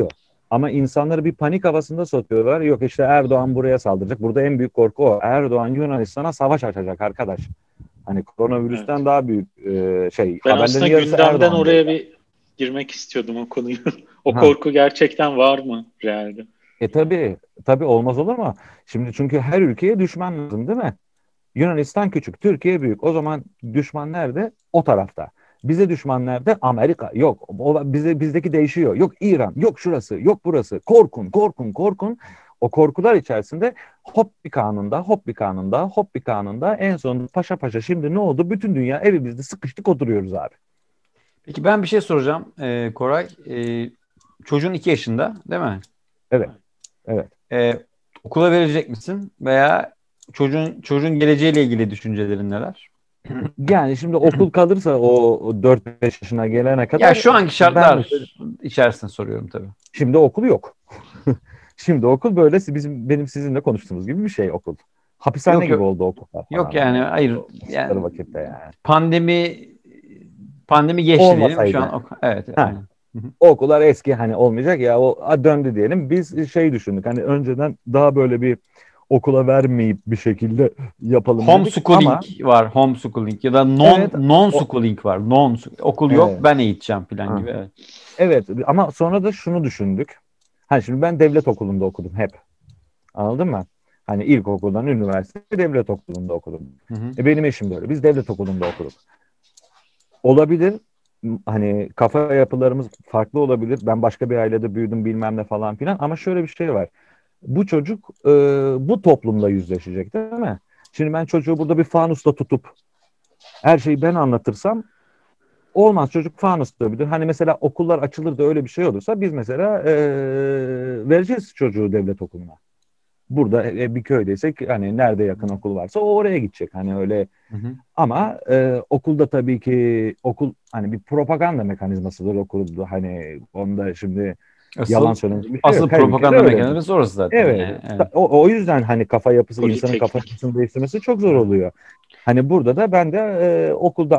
Ama insanları bir panik havasında sokuyorlar. Yok işte Erdoğan buraya saldıracak. Burada en büyük korku o. Erdoğan Yunanistan'a savaş açacak arkadaş. Hani koronavirüsten Evet. daha büyük e, şey. Ben Haberlerin aslında yarısı gündemden Erdoğan oraya diyor. bir girmek istiyordum o konuyu. O Ha. korku gerçekten var mı realde? E tabii, tabii olmaz olur mu? Şimdi çünkü her ülkeye düşman lazım değil mi? Yunanistan küçük, Türkiye büyük. O zaman düşman nerede? O tarafta. Bize düşman nerede? Amerika. Yok. O, bize bizdeki değişiyor. Yok İran, yok şurası, yok burası. Korkun, korkun, korkun. O korkular içerisinde hop bir kanunda, hop bir kanunda, hop bir kanunda en sonunda paşa paşa şimdi ne oldu? Bütün dünya evimizde sıkıştık oturuyoruz abi. Peki ben bir şey soracağım e, Koray. E, çocuğun iki yaşında değil mi? Evet. Evet. E, okula verecek misin? Veya çocuğun çocuğun geleceğiyle ilgili düşüncelerin neler? Yani şimdi okul kalırsa o dört beş yaşına gelene kadar Ya şu anki şartlar ben- içerisinde soruyorum tabii. Şimdi okul yok. Şimdi okul böyle bizim benim sizinle konuştuğumuz gibi bir şey okul. Hapishane Yok, gibi yok. oldu okullar falan. Yok yani hayır. Yani, Yani vakitte yani. pandemi pandemi geçti diyelim. Olmasaydı. Şu an ok- evet. Ha. aynen. O okullar eski hani olmayacak ya o a, döndü diyelim. Biz şey düşündük hani önceden daha böyle bir okula vermeyip bir şekilde yapalım dedik Homeschooling ama var. Homeschooling ya da non Evet. non schooling var. Non okul yok Evet. ben eğiteceğim falan Ha. gibi. Evet. evet ama sonra da şunu düşündük. Hani şimdi ben devlet okulunda okudum hep. Anladın mı? Hani ilkokuldan üniversite devlet okulunda okudum. Hı hı. E benim eşim de öyle. Biz devlet okulunda okuduk. Olabilir. m- Hani kafa yapılarımız farklı olabilir. Ben başka bir ailede büyüdüm bilmem ne falan filan. Ama şöyle bir şey var. Bu çocuk e, bu toplumla yüzleşecek değil mi? Şimdi ben çocuğu burada bir fanusta tutup her şeyi ben anlatırsam olmaz. Çocuk fanusta bilir. Hani mesela okullar açılır da öyle bir şey olursa biz mesela e, vereceğiz çocuğu devlet okuluna. Burada e, bir köydeysek hani nerede yakın okul varsa o oraya gidecek. Hani öyle Hı hı. ama e, okulda tabii ki okul hani bir propaganda mekanizmasıdır okulda. Hani onda şimdi Asıl, yalan söylenecek bir şey asıl yok. Her ülkede propaganda öyle. mekanizması orası zaten. Evet. Yani. Evet. O, o yüzden hani kafa yapısı insanın Politeknik. kafa yapısını değiştirmesi çok zor oluyor. Hani burada da ben de e, okulda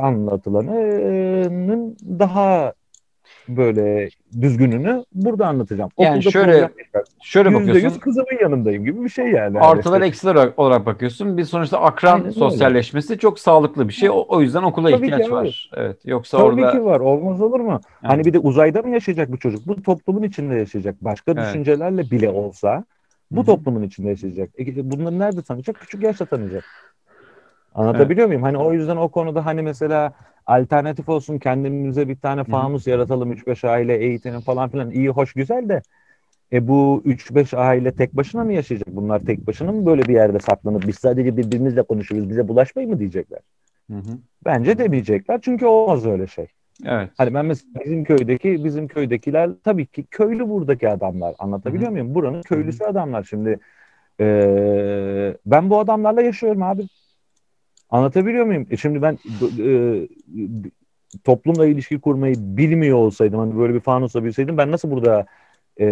anlatılanın daha böyle düzgününü burada anlatacağım. Yani Okulda şöyle problem yok. şöyle Yüzde yüz bakıyorsun. kızımın yanındayım gibi bir şey yani. Artılar eksiler olarak, olarak bakıyorsun. Bir sonuçta akran Aynen öyle. sosyalleşmesi çok sağlıklı bir şey. O, o yüzden okula Tabii ihtiyaç ki, var. Evet. Yoksa Tabii orada ki var. Olmaz olur mu? Evet. Hani bir de uzayda mı yaşayacak bu çocuk? Bu toplumun içinde yaşayacak. Başka Evet. düşüncelerle bile olsa bu Hı hı. toplumun içinde yaşayacak. E, bunları nerede tanıyacak? Küçük yaşta tanıyacak. Anlatabiliyor muyum? Hani o yüzden o konuda hani mesela alternatif olsun kendimize bir tane fanus yaratalım üç beş aile eğitelim falan filan iyi hoş güzel de e bu üç beş aile tek başına mı yaşayacak? Bunlar tek başına mı böyle bir yerde saklanıp biz sadece birbirimizle konuşuyoruz bize bulaşmayın mı diyecekler? Hı hı. Bence demeyecekler çünkü olmaz öyle şey. Evet. Hani ben mesela bizim köydeki bizim köydekiler tabii ki köylü buradaki adamlar anlatabiliyor Hı hı. muyum? Buranın köylüsü adamlar şimdi e, ben bu adamlarla yaşıyorum abi. Anlatabiliyor muyum? E şimdi ben e, toplumla ilişki kurmayı bilmiyor olsaydım hani böyle bir fanusla bilseydim ben nasıl burada e,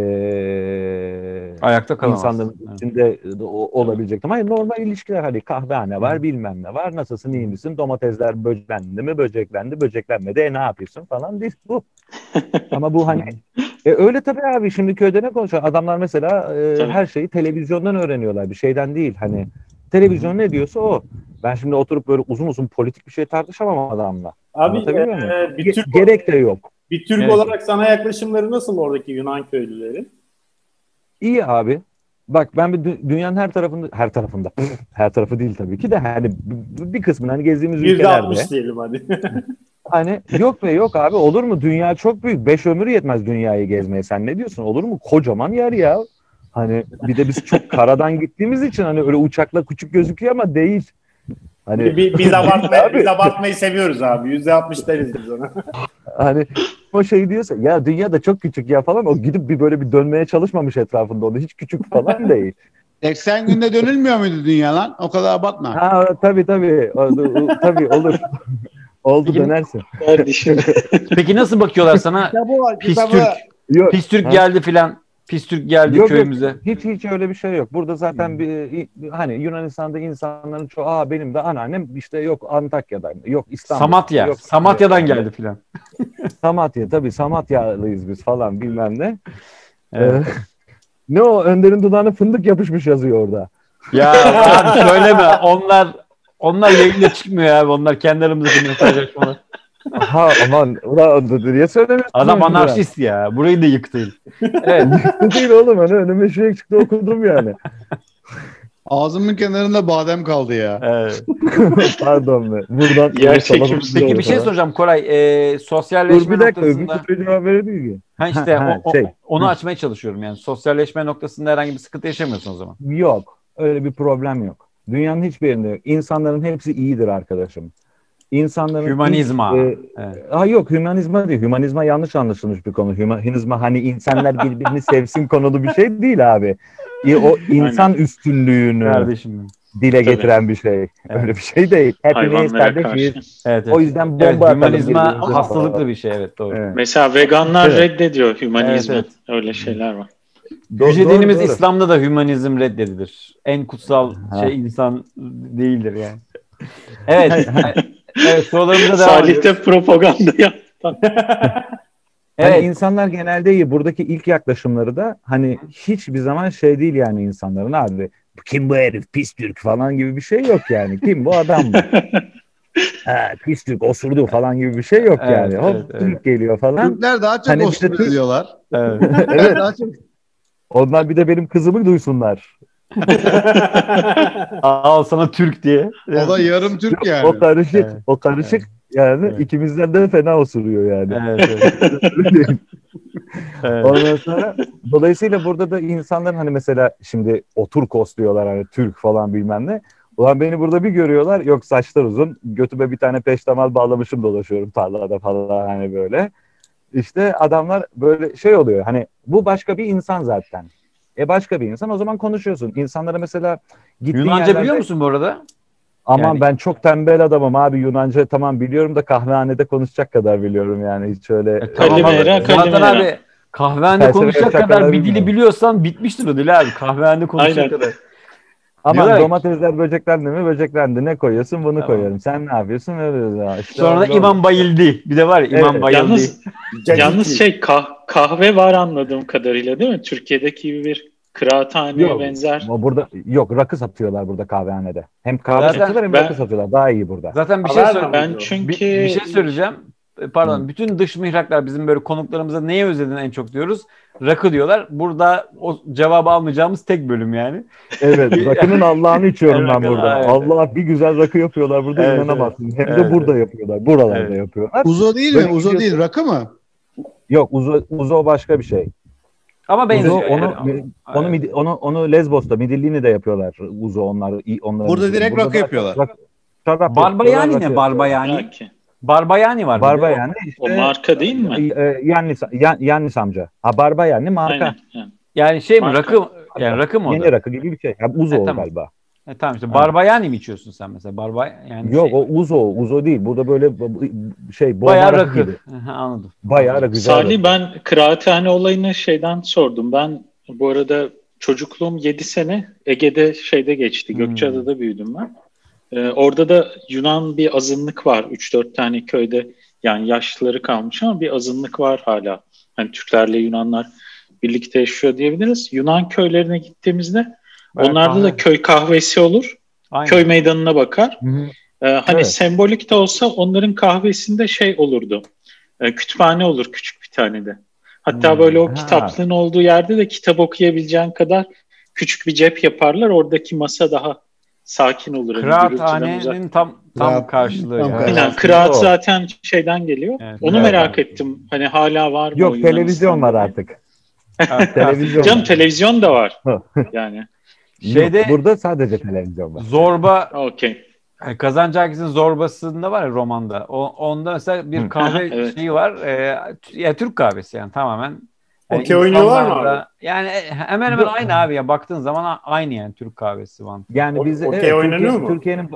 Ayakta kalamazsın. insanların Evet. içinde o- olabilecektim. Hayır normal ilişkiler hani kahvehane var Hı. bilmem ne var nasılsın iyi misin domatesler böceklendi mi böceklendi böceklenmedi e ne yapıyorsun falan değil bu. Ama bu hani e, öyle tabii abi şimdi köyde ne konuşuyor adamlar mesela e, Tabii. her şeyi televizyondan öğreniyorlar bir şeyden değil hani televizyon ne diyorsa o. Ben şimdi oturup böyle uzun uzun politik bir şey tartışamam adamla. Abi Anlatabiliyor e, muyum? bir Ge- Türk gerek de yok. bir Türk Evet. olarak sana yaklaşımları nasıl oradaki Yunan köylülerin? İyi abi. Bak ben bir dü- dünyanın her tarafında her tarafında her tarafı değil tabii ki de hani b- bir kısmını hani gezdiğimiz yüzde ülkelerde altmış diyelim hadi. hani yok ve yok abi olur mu dünya çok büyük beş ömür yetmez dünyayı gezmeye sen ne diyorsun olur mu kocaman yer ya hani bir de biz çok karadan gittiğimiz için hani öyle uçakla küçük gözüküyor ama değil hani Bi- biz, abartmayı, abi. biz abartmayı seviyoruz abi. yüzde altmış deriz biz ona. Hani o şey diyorsa ya dünya da çok küçük ya falan o gidip bir böyle bir dönmeye çalışmamış etrafında onu hiç küçük falan değil. seksen günde dönülmüyor muydu dünya lan? O kadar abartma. Ha tabii tabii o, o- tabii olur. Oldu Peki- dönersin. Kardeşim. Peki nasıl bakıyorlar sana? Kitabı var, Pis kitabı. Türk. Yok. Pis Türk Ha? geldi filan. Pis Türk geldi Yok, köyümüze. yok. Hiç hiç öyle bir şey yok. Burada zaten bir hani Yunanistan'da insanların çoğu aa benim de anneannem işte yok Antakya'dan yok İstanbul'dan Samatya. yok Samatya'dan geldi filan. Samatya tabii Samatyalıyız biz falan bilmem ne. Evet. Ee, ne o? Önder'in dudağına fındık yapışmış yazıyor orada. Ya abi söyleme. Onlar onlar yayında çıkmıyor abi. Onlar kendi aramızdaki mesajlaşmalar. Ha aman ulan niye söylemiyorsun? Adam şunu ya? anarşist ya. Burayı da yıktı. Evet. Yıktı değil oğlum. Hani önüme şey çıktı okudum yani. Ağzımın kenarında badem kaldı ya. Evet. Pardon be. Buradan Yer salalım. çekimsiz. Peki bir şey soracağım Koray. E, Dur sosyalleşme bir dakika. Bir noktasında. kutuya cevap verebilir miyim? Ha işte Ha, o- o- şey. onu açmaya çalışıyorum yani. Sosyalleşme noktasında herhangi bir sıkıntı yaşamıyorsun o zaman. Yok. Öyle bir problem yok. Dünyanın hiçbir yerinde yok. İnsanların hepsi iyidir arkadaşım. İnsanların Hümanizma. ilk, e, Evet. ha yok hümanizma değil. Hümanizma yanlış anlaşılmış bir konu. Hümanizma hani insanlar birbirini sevsin konulu bir şey değil abi. E, o insan üstünlüğünü Kardeşim. dile Tabii. getiren bir şey. Öyle bir şey değil. Hepimiz Hayvanlara kardeşiz. karşı. Evet, evet. O yüzden bomba Evet, atalım hümanizma birbirimize. hastalıklı bir şey, evet doğru. Evet. Mesela veganlar Evet. reddediyor hümanizmi. Evet, Öyle şeyler var. Do- Yüce doğru, dinimiz doğru. İslam'da da hümanizm reddedilir. En kutsal Ha. şey insan değildir yani. Evet. Evet, sorularımıza devam Salih ediyoruz. de propaganda yaptı. Hani Evet. insanlar genelde iyi. Buradaki ilk yaklaşımları da hani hiçbir zaman şey değil yani insanların abi. Kim bu herif? Pis Türk falan gibi bir şey yok yani. Kim bu adam mı? Ha, pis Türk osurdu falan gibi bir şey yok Evet, yani. Hop evet, evet. Türk geliyor falan. Türkler daha çok Hani bir de osuruyor Türk- diyorlar. Evet. Evet. Daha çok Onlar bir de benim kızımı duysunlar. Al sana Türk diye. o da yarım Türk O yani. karışık. Evet. O karışık yani Evet. ikimizden de fena osuruyor yani. Evet, evet. Öyle değil. Evet. Ondan sonra dolayısıyla burada da insanların hani mesela şimdi oturkos diyorlar hani Türk falan bilmem ne. Ulan beni burada bir görüyorlar yok saçlar uzun götüme bir tane peştemal bağlamışım dolaşıyorum tarlada falan hani böyle. İşte adamlar böyle şey oluyor hani bu başka bir insan zaten. E başka bir insan o zaman konuşuyorsun. İnsanlara mesela gittiğin Yunanca yerlerde... biliyor musun bu arada? Aman Yani- ben çok tembel adamım abi Yunanca tamam biliyorum da kahvehanede konuşacak kadar biliyorum yani hiç öyle. E, tamam Kalimera, abi. Zaten kalimera. abi kahvehanede Felsefe konuşacak yapacak kadar kadar bir dili bilmiyorum. biliyorsan bitmiştir o dil abi. Kahvehanede konuşacak Aynen. kadar. Aman Diyorlar ki- domatesler böceklendi mi böceklendi ne koyuyorsun bunu Tamam. koyuyorum sen ne yapıyorsun öyle ya. İşte Sonra da öyle İmam oldu. bayıldı. Bir de var ya İmam Evet. bayıldı. Yalnız Caciki. yalnız şey kah- kahve var anladığım kadarıyla değil mi? Türkiye'deki gibi bir kıraathaneye Yok, benzer. ama burada yok rakı satıyorlar burada kahvehanede. Hem kahve Zaten satıyorlar hem ben- rakı satıyorlar. Daha iyi burada. Zaten bir şey Haber söyle. mi Ben bu? çünkü Bir, bir şey söyleyeceğim. E, Pardon. Hı. Bütün dış mihraklar bizim böyle konuklarımıza neye özledin en çok diyoruz. Rakı diyorlar. Burada o cevabı almayacağımız tek bölüm yani. Evet, rakının Allah'ını içiyorum ben Rakı- burada. evet. Allah bir güzel rakı yapıyorlar burada Evet, inanamazsın. Hem Evet, de burada yapıyorlar. Buralarda Evet. yapıyorlar. Uzo değil Böyle mi? Uzo gidiyorsun. değil. Rakı mı? Yok uzo, uzo başka bir şey. Ama benziyor. Uzo onu yani. onu Evet. midi- onu onu Lezbos'ta Midilli'ni de yapıyorlar. Uzo onlar onlar. Burada direkt rakı da yapıyorlar. rak- şarap Barbayani yapıyorlar, ne? rakı yapıyorlar. Barbayani. Belki. Barbayani var. bir de. Barbayani işte. O marka değil mi? E, Yannis, Yan, Yannis amca. Ha Barbayani marka. Aynen. Yani. Yani şey mi? Marka. Rakı mı? Yani rakı mı o Yeni da? rakı gibi bir şey. Ha, Uzo E, o tamam. galiba. E, tamam işte. Barbayani mi içiyorsun sen mesela? Barbay yani Yok şey, o Uzo, Uzo değil. Burada böyle b- b- şey bomba bayağı rakı rakı. gibi. Aha, anladım. Bayağı rakı güzel. Salih rakı. ben kıraathane olayını şeyden sordum. Ben bu arada çocukluğum yedi sene Ege'de şeyde geçti. Hmm. Gökçeada'da büyüdüm ben. Ee, orada da Yunan bir azınlık var. üç dört tane köyde yani yaşlıları kalmış ama bir azınlık var hala. Hani Türklerle Yunanlar birlikte yaşıyor diyebiliriz. Yunan köylerine gittiğimizde Bayağı onlarda kahve. da köy kahvesi olur. Aynen. Köy meydanına bakar. Hı hı. Ee, hani Evet. sembolik de olsa onların kahvesinde şey olurdu. Ee, kütüphane olur küçük bir tane de. Hatta Hmm, böyle o ha. kitaplığın olduğu yerde de kitap okuyabileceğin kadar küçük bir cep yaparlar. Oradaki masa daha sakin olur. Hani gürültüden uzak. Kıraathanenin tam tam Kıraat- karşılığı. tam yani. karşılığı. Aynen, Evet. kıraat O. zaten şeyden geliyor. Evet, Onu evet. merak ettim. Hani hala var mı? o Yok televizyon var Yunanistan'da? artık. Evet, Televizyon. Canım televizyon da var. Yani Şeyde- Yok, burada sadece televizyon var. Zorba okey. yani Kazancı Herkes'in Zorbası'nda var ya romanda. O, onda mesela bir Hı. kahve Evet. şeyi var. E, t- ya Türk kahvesi yani tamamen. Yani Okey oynuyorlar mı insanlar da- abi? Yani e, hemen hemen aynı abi ya. Baktığın zaman a- aynı yani Türk kahvesi var. Yani O- bize okey evet, oynanıyor Türkiye, mu? Türkiye'nin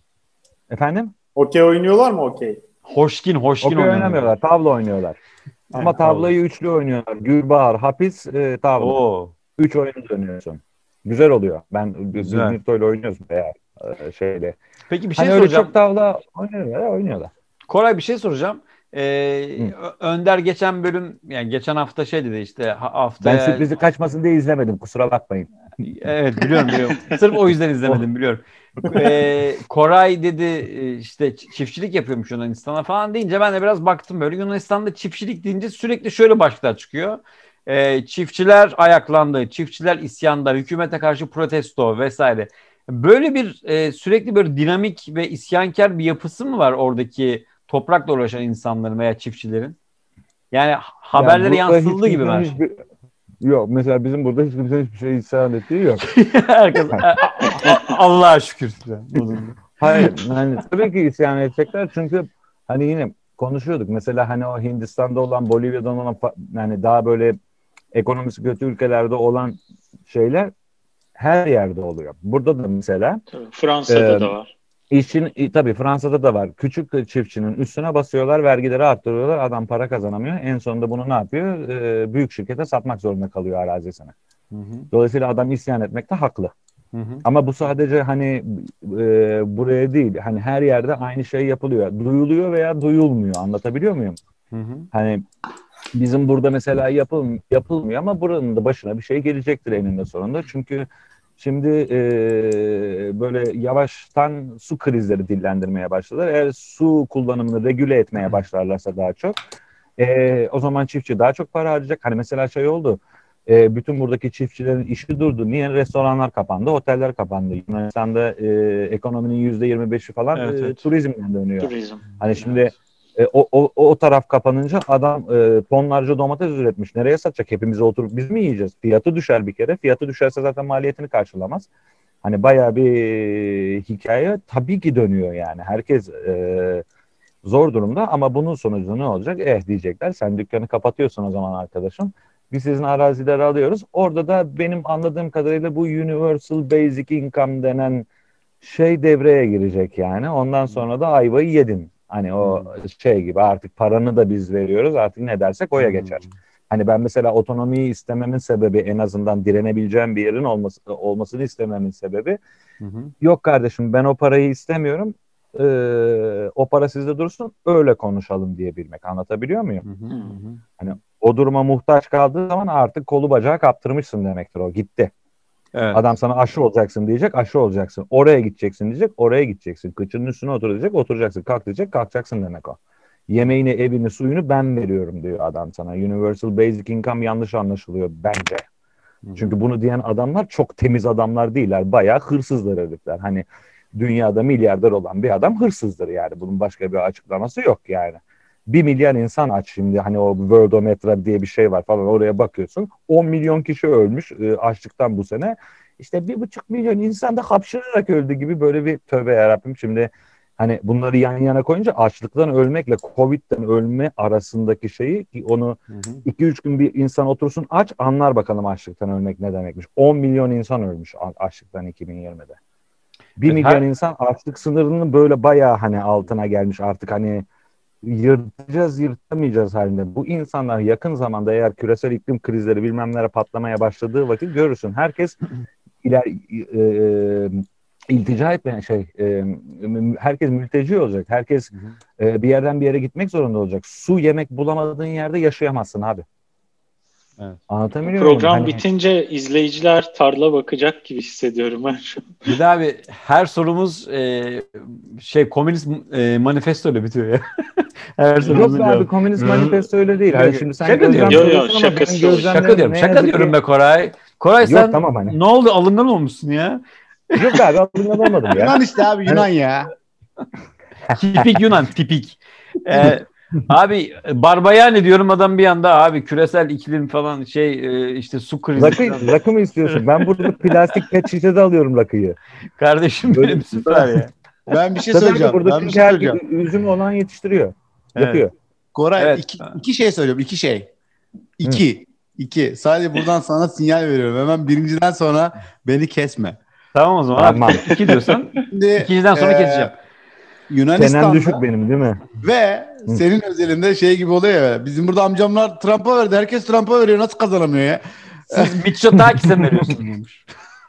efendim Okey oynuyorlar mı okey? Hoşkin, hoşkin okey oynuyorlar. oynamıyorlar, tavla oynuyorlar. Ama Evet, tavlayı üçlü oynuyorlar. Gülbahar, Hapis, e, tavla. Oo. Üç oyunu dönüyorsun. Güzel oluyor. Ben Güzel. Nirto'yla oynuyoruz veya e, şeyle. Peki bir şey Hani öyle soracağım. çok tavla oynuyorlar, ya, oynuyorlar. Koray bir şey soracağım. Ee, Önder geçen bölüm, yani geçen hafta şey dedi işte haftaya... Ben sürprizi kaçmasın diye izlemedim, kusura bakmayın. Evet, biliyorum biliyorum. Sırf o yüzden izlemedim, biliyorum. Ee, Koray dedi işte çiftçilik yapıyormuş Yunanistan'a falan deyince ben de biraz baktım böyle. Yunanistan'da çiftçilik deyince sürekli şöyle başlıklar çıkıyor. Ee, çiftçiler ayaklandı, çiftçiler isyanda, hükümete karşı protesto vesaire. Böyle bir e, sürekli böyle dinamik ve isyankar bir yapısı mı var oradaki toprakla uğraşan insanların veya çiftçilerin? Yani haberlere yani yansıtıldığı gibi ben. Hiçbir... Yok, mesela bizim burada hiç kimsenin hiçbir şey isyan ettiği yok. Herkes Allah'a şükür. Hayır, yani tabii ki isyan edecekler çünkü hani yine konuşuyorduk. Mesela hani o Hindistan'da olan, Bolivya'dan olan, yani daha böyle ekonomisi kötü ülkelerde olan şeyler her yerde oluyor. Burada da mesela Fransa'da e, da var. İşin, tabii Fransa'da da var. Küçük çiftçinin üstüne basıyorlar, vergileri arttırıyorlar. Adam para kazanamıyor. En sonunda bunu ne yapıyor? Ee, büyük şirkete satmak zorunda kalıyor arazisini. Hı hı. Dolayısıyla adam isyan etmekte haklı. Hı hı. Ama bu sadece hani e, buraya değil. Hani her yerde aynı şey yapılıyor. Duyuluyor veya duyulmuyor. Anlatabiliyor muyum? Hı hı. Hani bizim burada mesela yapıl, yapılmıyor ama buranın da başına bir şey gelecektir eninde sonunda. Çünkü şimdi e, böyle yavaştan su krizleri dillendirmeye başladılar. Eğer su kullanımını regüle etmeye başlarlarsa daha çok, e, o zaman çiftçi daha çok para harcayacak. Hani mesela şey oldu, e, bütün buradaki çiftçilerin işi durdu. Niye? Restoranlar kapandı, oteller kapandı. Yunanistan'da e, ekonominin yüzde yirmi beşi falan evet, e, evet. turizmden dönüyor. Turizm. Hani şimdi... Evet. E, o, o, o taraf kapanınca adam e, tonlarca domates üretmiş. Nereye satacak? Hepimiz oturup biz mi yiyeceğiz? Fiyatı düşer bir kere. Fiyatı düşerse zaten maliyetini karşılamaz. Hani bayağı bir hikaye tabii ki dönüyor yani. Herkes e, zor durumda ama bunun sonucu ne olacak? Eh diyecekler. Sen dükkanı kapatıyorsun o zaman arkadaşım. Biz sizin arazileri alıyoruz. Orada da benim anladığım kadarıyla bu Universal Basic Income denen şey devreye girecek yani. Ondan sonra da ayvayı yedin. Hani o şey gibi artık paranı da biz veriyoruz, artık ne dersek oya geçer. Hani ben mesela otonomiyi istememin sebebi, en azından direnebileceğim bir yerin olması, olmasını istememin sebebi, hı hı. Yok kardeşim ben o parayı istemiyorum, ee, o para sizde dursun öyle konuşalım diyebilmek. Anlatabiliyor muyum? Hı hı hı. Hani o duruma muhtaç kaldığı zaman artık kolu bacağı kaptırmışsın demektir, o gitti. Evet. Adam sana aşı olacaksın diyecek, aşı olacaksın. Oraya gideceksin diyecek, oraya gideceksin. Kıçının üstüne otur diyecek, oturacaksın. Kalk diyecek, kalkacaksın demek o. Yemeğini, evini, suyunu ben veriyorum diyor adam sana. Universal Basic Income yanlış anlaşılıyor bence. Hı-hı. Çünkü bunu diyen adamlar çok temiz adamlar değiller. Bayağı hırsızlar herifler. Hani dünyada milyarder olan bir adam hırsızdır yani. Bunun başka bir açıklaması yok yani. Bir milyar insan aç şimdi, hani o Worldometer diye bir şey var falan, oraya bakıyorsun. on milyon kişi ölmüş e, açlıktan bu sene. İşte bir buçuk milyon insan da hapşırarak öldü gibi, böyle bir tövbe yarabbim. Şimdi hani bunları yan yana koyunca açlıktan ölmekle Covid'den ölme arasındaki şeyi, onu iki üç gün bir insan otursun aç anlar bakalım açlıktan ölmek ne demekmiş. on milyon insan ölmüş açlıktan iki bin yirmide. bir milyon her... insan açlık sınırının böyle bayağı hani altına gelmiş artık, hani yırtacağız yırtamayacağız halinde. Bu insanlar yakın zamanda eğer küresel iklim krizleri bilmem nelere patlamaya başladığı vakit görürsün. Herkes iler, e, e, iltica etmeyen şey e, herkes mülteci olacak. Herkes e, bir yerden bir yere gitmek zorunda olacak. Su yemek bulamadığın yerde yaşayamazsın abi. Evet. Anlatabiliyor muyum? Program hani... bitince izleyiciler tarla bakacak gibi hissediyorum ben şu an. Bir de abi her sorumuz e, şey komünist e, manifestoyla bitiyor ya. Her sorumuz yok abi, komünist manifesto öyle değil. Hani şimdi sen şaka diyorum. Yok yok şaka, şaka diyorum. Şaka diyorum be Koray. Koray sen yok, tamam hani. Ne oldu, alıngan olmuşsun ya? Yok abi, alıngan olmadım ya. Yunan işte abi, Yunan ya. Tipik Yunan tipik. Ee, abi Barbayani diyorum, adam bir anda abi küresel iklim falan şey işte su krizi. Rakı, rakı mı istiyorsun? Ben burada plastik pet şişede alıyorum rakıyı. Kardeşim benim süper ya. Ben bir şey söyleyeceğim. Burada ben bir şey söyleyeceğim. Üzüm olan yetiştiriyor. Evet. Yapıyor. Koray evet. iki, iki şey söylüyorum. İki şey. İki. Hı. İki. Sadece buradan sana sinyal veriyorum. Hemen birinciden sonra beni kesme. Tamam o zaman. Tamam. İki diyorsan Şimdi, ikinciden sonra ee, keseceğim. Yunanistan'da. Çenem düşük benim değil mi? Ve Hı. senin özelinde şey gibi oluyor ya. Bizim burada amcamlar Trump'a verdi. Herkes Trump'a veriyor. Nasıl kazanamıyor ya? Siz Mitsotakis'e veriyorsunuz.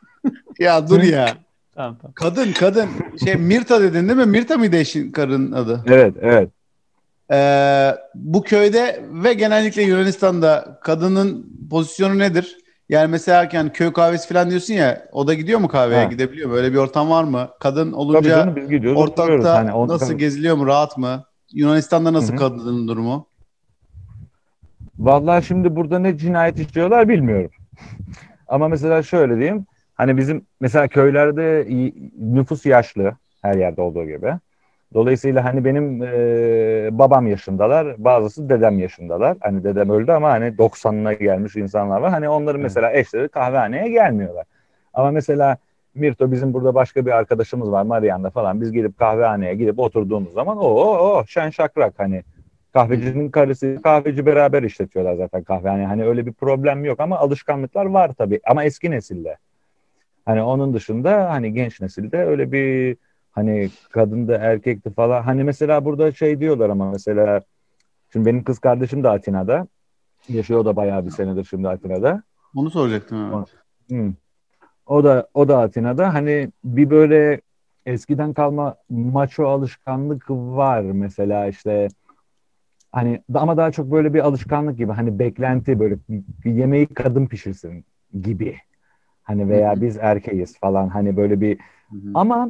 Ya dur ya. Tamam, tamam. Kadın kadın şey Mirta dedin değil mi? Mirta mıydı eşin karının adı? Evet evet. Ee, bu köyde ve genellikle Yunanistan'da kadının pozisyonu nedir? Yani mesela yani köy kahvesi falan diyorsun ya, o da gidiyor mu kahveye? Ha. Gidebiliyor mu? Öyle bir ortam var mı? Kadın Tabii olunca canım biz gidiyoruz oturuyoruz. Hani ortalıkta o, nasıl geziliyor mu? Rahat mı? Yunanistan'da nasıl Hı hı. kadının durumu? Vallahi şimdi burada ne cinayet işliyorlar bilmiyorum. Ama mesela şöyle diyeyim. Hani bizim mesela köylerde y- nüfus yaşlı, her yerde olduğu gibi. Dolayısıyla hani benim e, babam yaşındalar, bazısı dedem yaşındalar. Hani dedem öldü ama hani doksanına gelmiş insanlar var. Hani onların mesela eşleri kahvehaneye gelmiyorlar. Ama mesela Mirto, bizim burada başka bir arkadaşımız var, Marian'da falan. Biz gidip kahvehaneye gidip oturduğumuz zaman o o o şen şakrak, hani kahvecinin karısı, kahveci beraber işletiyorlar zaten kahvehane. Hani öyle bir problem yok ama alışkanlıklar var tabii. Ama eski nesilde. Hani onun dışında hani genç nesilde öyle bir hani kadın da erkekti falan. Hani mesela burada şey diyorlar ama mesela şimdi benim kız kardeşim de Atina'da. Yaşıyor, o da bayağı bir senedir şimdi Atina'da. Onu soracaktım. Evet. O, hmm. o da o da Atina'da. Hani bir böyle eskiden kalma maço alışkanlık var mesela, işte hani ama daha çok böyle bir alışkanlık gibi, hani beklenti, böyle bir yemeği kadın pişirsin gibi. Hani Hı veya hı. biz erkeğiz falan, hani böyle bir, Hı hı. ama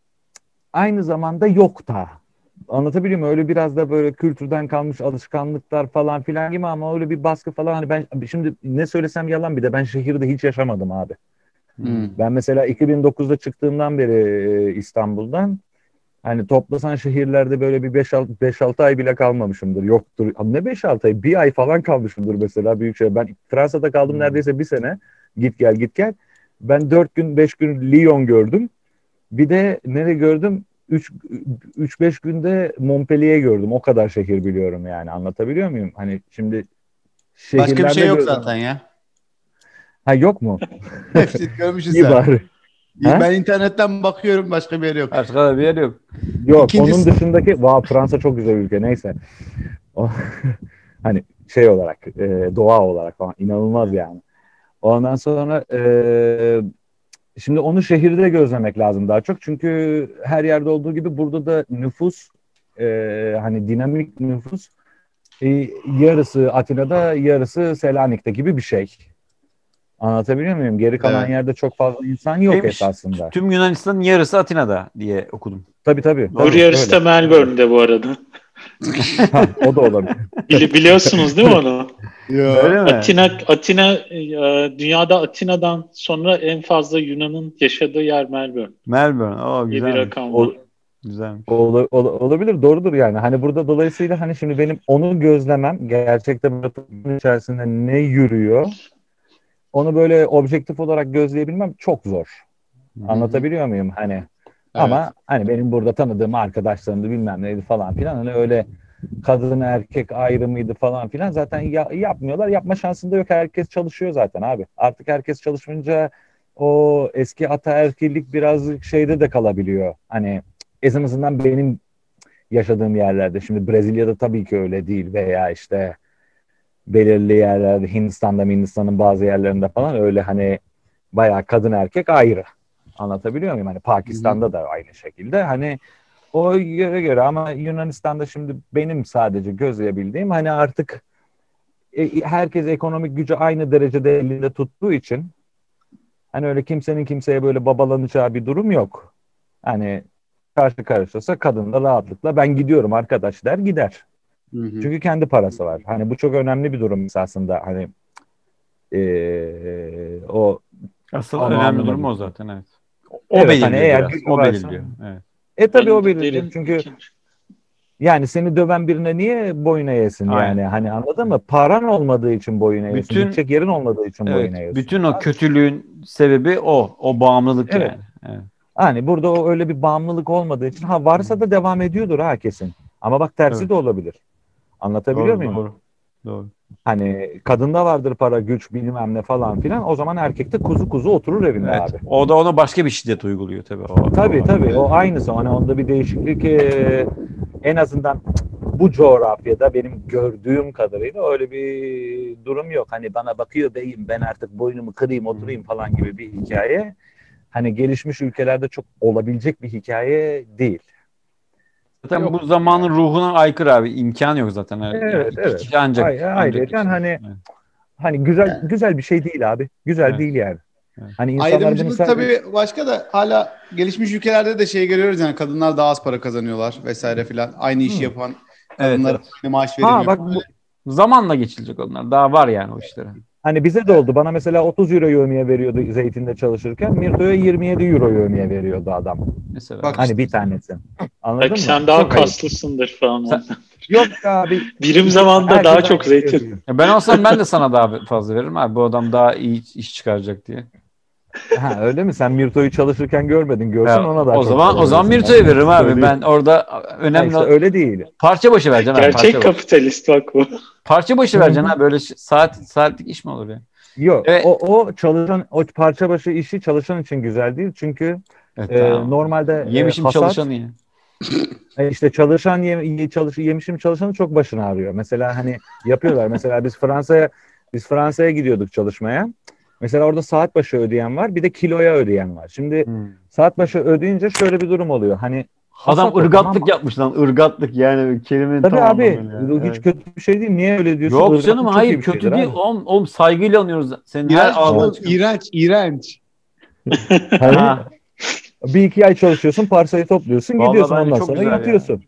aynı zamanda yok da. Anlatabiliyor muyum? Öyle biraz da böyle kültürden kalmış alışkanlıklar falan filan gibi, ama öyle bir baskı falan, hani ben şimdi ne söylesem yalan, bir de ben şehirde hiç yaşamadım abi. Hı. Ben mesela iki bin dokuzda çıktığımdan beri e, İstanbul'dan, hani toplasan şehirlerde böyle bir beş altı ay bile kalmamışımdır. Yoktur. Ne beş altı ay? Bir ay falan kalmışımdır mesela büyük şehir. Ben Fransa'da kaldım neredeyse bir sene. Git gel git gel. Ben dört gün beş gün Lyon gördüm. Bir de nereye gördüm? üç beş günde Montpellier gördüm. O kadar şehir biliyorum yani. Anlatabiliyor muyum? Hani şimdi Başka bir şey şehirlerde yok gözlem. zaten ya. Ha, yok mu? Hepsini görmüşsün İyi sen. bari. Ha? Ben internetten bakıyorum, başka bir yer yok. Başka da bir yer yok. Yok. Onun İkincisi, dışındaki, vah, Fransa çok güzel ülke. Neyse. O, hani şey olarak, e, doğa olarak falan inanılmaz yani. Ondan sonra e, şimdi onu şehirde gözlemek lazım daha çok. Çünkü her yerde olduğu gibi burada da nüfus, e, hani dinamik nüfus, e, yarısı Atina'da, yarısı Selanik'te gibi bir şey. Anlatabiliyor muyum? Geri kalan evet. yerde çok fazla insan yok Neymiş? esasında. Tüm Yunanistan'ın yarısı Atina'da diye okudum. Tabii tabii. Öbür tabii yarısı öyle. da Melbourne'de bu arada. Ha, o da olabilir. Bili biliyorsunuz değil mi onu? Yo. Öyle mi? Atina, Atina e, dünyada Atina'dan sonra en fazla Yunan'ın yaşadığı yer Melbourne Melbourne. Oo, diye bir güzelmiş. rakam O, var. Güzelmiş. Ola- ola- olabilir, doğrudur yani. Hani burada dolayısıyla hani şimdi benim onu gözlemem, gerçekten böyle toplumun içerisinde ne yürüyor, onu böyle objektif olarak gözleyebilmem çok zor. Hı hı. Anlatabiliyor muyum? Hani Evet. ama hani benim burada tanıdığım arkadaşlarımdı, bilmem neydi falan filan, hani öyle kadın erkek ayrımıydı falan filan zaten ya- yapmıyorlar. Yapma şansında yok. Herkes çalışıyor zaten abi. Artık herkes çalışınca o eski ataerkillik birazcık şeyde de kalabiliyor. Hani en azından benim yaşadığım yerlerde. Şimdi Brezilya'da tabii ki öyle değil, veya işte belirli yerlerde, Hindistan'da, Hindistan'ın bazı yerlerinde falan öyle, hani bayağı kadın erkek ayrı. Anlatabiliyor muyum? Hani Hı hı. Pakistan'da da aynı şekilde. Hani o yere göre, ama Yunanistan'da şimdi benim sadece gözleyebildiğim, hani artık e, herkes ekonomik gücü aynı derecede elinde tuttuğu için hani öyle kimsenin kimseye böyle babalanacağı bir durum yok. Hani karşı karşıyasa kadın da rahatlıkla ben gidiyorum arkadaş der gider. Hı hı. Çünkü kendi parası var. Hani bu çok önemli bir durum esasında. Hani eee, o Asıl önemli tamamına durum o gittim. zaten, evet. O Evet, hani belirliyor eğer biraz. gücü O varsa. belirliyor. Evet. E tabii o Ben belirliyor. derin Çünkü ikinci. yani seni döven birine niye boyun eğesin Aynen. yani? Hani anladın mı? Paran olmadığı için boyun eğiyorsun. Bütün Gidecek yerin olmadığı için boyun evet, eğiyorsun. bütün o kötülüğün sebebi o. O bağımlılık Evet. yani. Evet. Hani burada o öyle bir bağımlılık olmadığı için, ha varsa da devam ediyordur ha, kesin. Ama bak tersi Evet. de olabilir. Anlatabiliyor Doğru, muyum? doğru. Doğru. Hani kadında vardır para, güç, bilmem ne falan filan. O zaman erkek de kuzu kuzu oturur evinde Evet. abi. O da ona başka bir şiddet uyguluyor tabii. O, o Tabii var. tabii, o aynısı. Hani onda bir değişiklik e, en azından bu coğrafyada benim gördüğüm kadarıyla öyle bir durum yok. Hani bana bakıyor beyim, ben artık boynumu kırayım oturayım falan gibi bir hikaye. Hani gelişmiş ülkelerde çok olabilecek bir hikaye değil. Zaten Yok. bu zamanın ruhuna aykırı abi. İmkan yok zaten. Evet, Yani iki evet. kişi ancak. Ay- ancak ayrıca geçiyor. hani Evet. hani güzel güzel bir şey değil abi. Güzel Evet. değil yani. Evet. Hani insanlar bunu Ayrımcılık sadece tabii başka da hala gelişmiş ülkelerde de şey görüyoruz yani kadınlar daha az para kazanıyorlar vesaire filan. Aynı işi Hı. yapan Evet, kadınlara evet. aynı maaş Ha verilmiyor. bak bu, Zamanla geçilecek onlar. Daha var yani o işlere. hani bize de oldu. Bana mesela otuz euro yövmiye veriyordu zeytinde çalışırken. Mirto'ya yirmi yedi euro yövmiye veriyordu adam. Mesela. Bak Hani bir tanesi. Anladın Belki mı? sen daha Çok ayıp. kaslısındır falan. Sen- Yok abi. Birim zamanda Herkes daha aynı çok şeyi zeytin. yapıyor. Ya ben olsam ben de sana daha fazla veririm abi. Bu adam daha iyi iş çıkaracak diye. Ha öyle mi? Sen Mirto'yu çalışırken görmedin. Görsen Ya, ona daha o çok zaman para o zaman verirsin. Mirto'ya veririm abi. Söyleyeyim. Ben orada Ha önemli işte olan öyle değil. parça başı vereceksin abi. Gerçek Parça başı. kapitalist bak bu. Parça başı Hı hı. vereceksin abi. Böyle ş- saat saatlik iş mi olur ya? Yok Evet. o, o çalışan o parça başı işi çalışan için güzel değil. Çünkü Evet, e, tamam. normalde e, Yemişim hasat çalışanı ya. e, işte çalışan ye, çalış, yemişim çalışanı çok başını ağrıyor. Mesela hani yapıyorlar. Mesela biz Fransa'ya biz Fransa'ya gidiyorduk çalışmaya. Mesela orada saat başı ödeyen var, bir de kiloya ödeyen var. Şimdi Hmm. saat başı ödeyince şöyle bir durum oluyor. Hani Adam hasat o, ırgatlık tamam mı? yapmış lan. Irgatlık yani kelimenin Tabii tam abi anlamıyla. hiç Evet. kötü bir şey değil. Niye öyle diyorsun? Yok Irgatlık canım çok iyi hayır bir kötü şeydir değil. abi. Oğlum, oğlum saygıyla anıyoruz. Senin her İğrenç, ağzına oğlum, çıkıyor. iğrenç, iğrenç. Hani Ha, bir iki ay çalışıyorsun, parsayı topluyorsun, vallahi gidiyorsun bence ondan çok sonra güzel ya. yatıyorsun.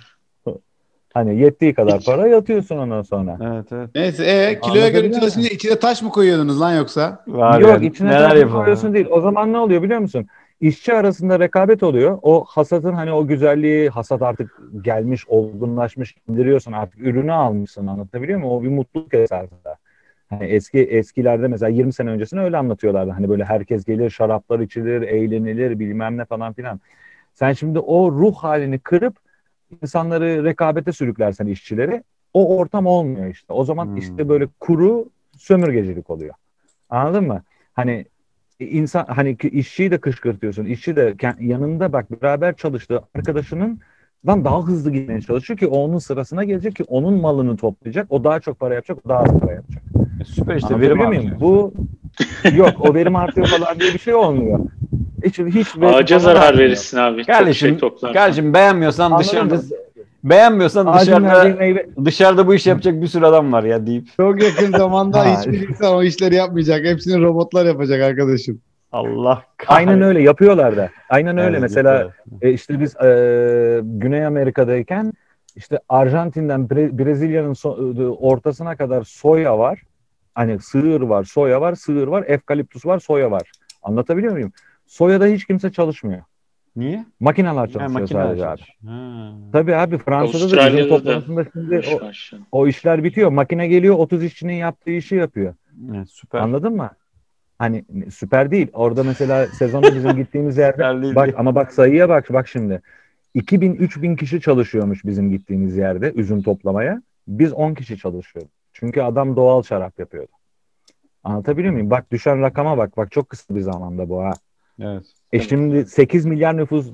Hani yettiği kadar para yatıyorsun ondan sonra. Evet evet. Neyse e, kiloya göre Anlatabiliyor çalışınca muyum? içine taş mı koyuyordunuz lan yoksa? Var Yok ya, içine neler taş yapalım. koyuyorsun değil. O zaman ne oluyor biliyor musun? İşçi arasında rekabet oluyor. O hasatın hani o güzelliği, hasat artık gelmiş, olgunlaşmış, indiriyorsun artık ürünü almışsın, anlatabiliyor muyum? O bir mutluluk esasında. Hani eski eskilerde mesela yirmi sene öncesini öyle anlatıyorlardı. Hani böyle herkes gelir, şaraplar içilir, eğlenilir, bilmem ne falan filan. Sen şimdi o ruh halini kırıp insanları rekabete sürüklersen işçileri, o ortam olmuyor işte. O zaman Hmm. işte böyle kuru sömürgecilik oluyor. Anladın mı? Hani insan hani ki işçiyi de kışkırtıyorsun. İşçi de kend- yanında bak beraber çalıştığı arkadaşının daha hızlı gitmeye çalışıyor ki o onun sırasına gelecek ki onun malını toplayacak. O daha çok para yapacak, o daha az para yapacak. E, süper işte verim Anlatabiliyor muyum? artıyor. Bu yok o verim artıyor falan diye bir şey olmuyor. Hiç hiç verim Ağaca falan zarar artmıyor. verirsin abi. Çok Kardeşim, şey toplarsan. kardeşim beğenmiyorsan Anladın dışarıda mı? beğenmiyorsan Ağacın verdiği dışarıda meyve dışarıda bu işi yapacak bir sürü adam var ya deyip Çok yakın zamanda Ha. hiçbir insan o işleri yapmayacak. Hepsini robotlar yapacak arkadaşım. Allah kahretsin. aynen öyle yapıyorlar da. Aynen öyle. Evet, Mesela yapıyorlar. e, işte biz e, Güney Amerika'dayken işte Arjantin'den Bre- Brezilya'nın so- ortasına kadar soya var. Hani sığır var, soya var, sığır var, efkaliptus var, soya var. Anlatabiliyor muyum? Soyada hiç kimse çalışmıyor. Niye? Makineler Ha, çalışıyor makine sadece abi. çalışıyor. Ha. Tabii abi Fransa'da da bizim Avustralya'da da toplantısında şimdi o, başladı. o işler bitiyor. Makine geliyor otuz işçinin yaptığı işi yapıyor. Evet, süper. Anladın mı? Hani süper değil. Orada mesela sezonda bizim gittiğimiz yerde Süper değil bak değil. ama bak sayıya bak bak şimdi. iki bin üç bin kişi çalışıyormuş bizim gittiğimiz yerde üzüm toplamaya. Biz on kişi çalışıyoruz. Çünkü adam doğal şarap yapıyordu. Anlatabiliyor muyum? Bak düşen rakama bak. Bak çok kısa bir zamanda bu ha. Evet. E şimdi sekiz milyar nüfus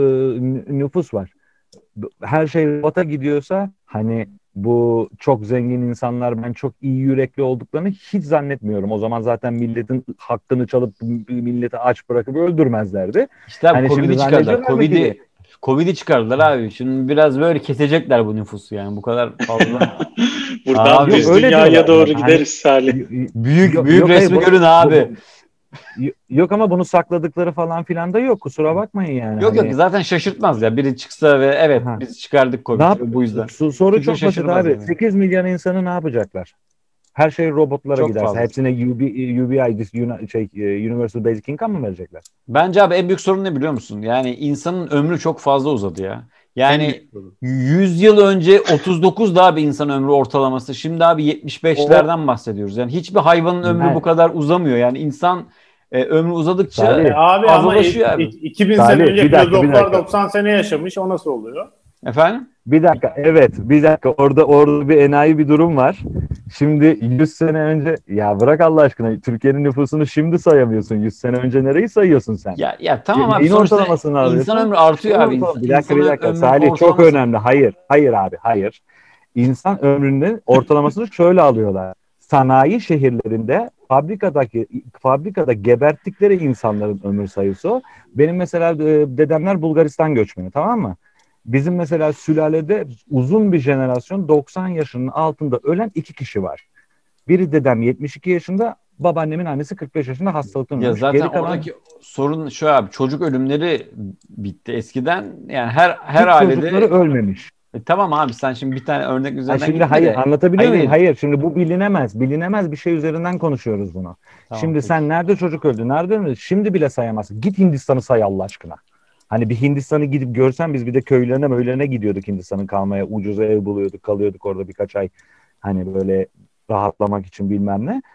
nüfus var. Her şey robota gidiyorsa hani bu çok zengin insanlar ben çok iyi yürekli olduklarını hiç zannetmiyorum. O zaman zaten milletin hakkını çalıp milleti aç bırakıp öldürmezlerdi. İşte abi Hani şimdi Covid'i çıkardılar. zannediyorlar mı Covid'i ki- Covid'i çıkardılar abi. Şimdi biraz böyle kesecekler bu nüfusu yani. Bu kadar fazla. Buradan Abi, düz yok, öyle dünyaya diyorlar. doğru Hani- gideriz Salih. büyük Yok- büyük yok, hayır, resmi bu- görün abi. bu- Yok ama bunu sakladıkları falan filan da yok. Kusura bakmayın yani. Yok Hani- yok zaten şaşırtmaz ya. Biri çıksa ve evet Ha. biz çıkardık Ne yap- Covid'i bu yüzden. So- Soru Kimse çok basit şaşırmaz abi. yani. sekiz milyon insanı ne yapacaklar? Her şey robotlara Çok giderse. fazla. Hepsine U B, U B I, this uni- şey, e, Universal Basic Income mı verecekler? Bence abi en büyük sorun ne biliyor musun? Yani insanın ömrü çok fazla uzadı ya. Yani yüz yıl önce otuz dokuz daha bir insan ömrü ortalaması. Şimdi abi yetmiş beşlerden bahsediyoruz. Yani hiçbir hayvanın ömrü Yani- bu kadar uzamıyor. Yani insan e, ömrü uzadıkça Salih, E abi ama fazlalaşıyor abi. iki bin Salih, sene önce bir dakika, bir filozoflar dakika. doksan sene yaşamış. O nasıl oluyor? Efendim? Bir dakika, evet, bir dakika. Orada orada bir enayi bir durum var. Şimdi yüz sene önce, ya bırak Allah aşkına, Türkiye'nin nüfusunu şimdi sayamıyorsun. yüz sene önce nereyi sayıyorsun sen? Ya ya tamam abi Neyin sonuçta ortalamasını alıyorsun? insan ömrü artıyor abi. Bir İnsan, dakika, bir insan dakika. ömrü Salih çok ortalaması- önemli. Hayır, hayır abi, hayır. İnsan ömrünün ortalamasını şöyle alıyorlar. Sanayi şehirlerinde fabrikadaki fabrikada geberttikleri insanların ömür sayısı o. Benim mesela e, dedemler Bulgaristan göçmeni, tamam mı? Bizim mesela sülalede uzun bir jenerasyon doksan yaşının altında ölen iki kişi var. Biri dedem yetmiş iki yaşında, babaannemin annesi kırk beş yaşında hastalıktan Ya ölmüş. zaten Geri kalan oradaki sorun şu abi, çocuk ölümleri bitti eskiden. Yani her her Türk ailede çocukları ölmemiş. E, tamam abi, sen şimdi bir tane örnek Ha, üzerinden şimdi gitme hayır de. anlatabiliyor Hayır, muyum? Hayır şimdi bu bilinemez. Bilinemez bir şey üzerinden konuşuyoruz bunu. Tamam, şimdi peki. sen nerede çocuk öldü? Nerede öldü? Şimdi bile sayamazsın. Git Hindistan'ı say Allah aşkına. Hani bir Hindistan'ı gidip görsen, biz bir de köylerine möylerine gidiyorduk Hindistan'ın kalmaya. Ucuz ev buluyorduk, kalıyorduk orada birkaç ay. Hani böyle rahatlamak için bilmem ne.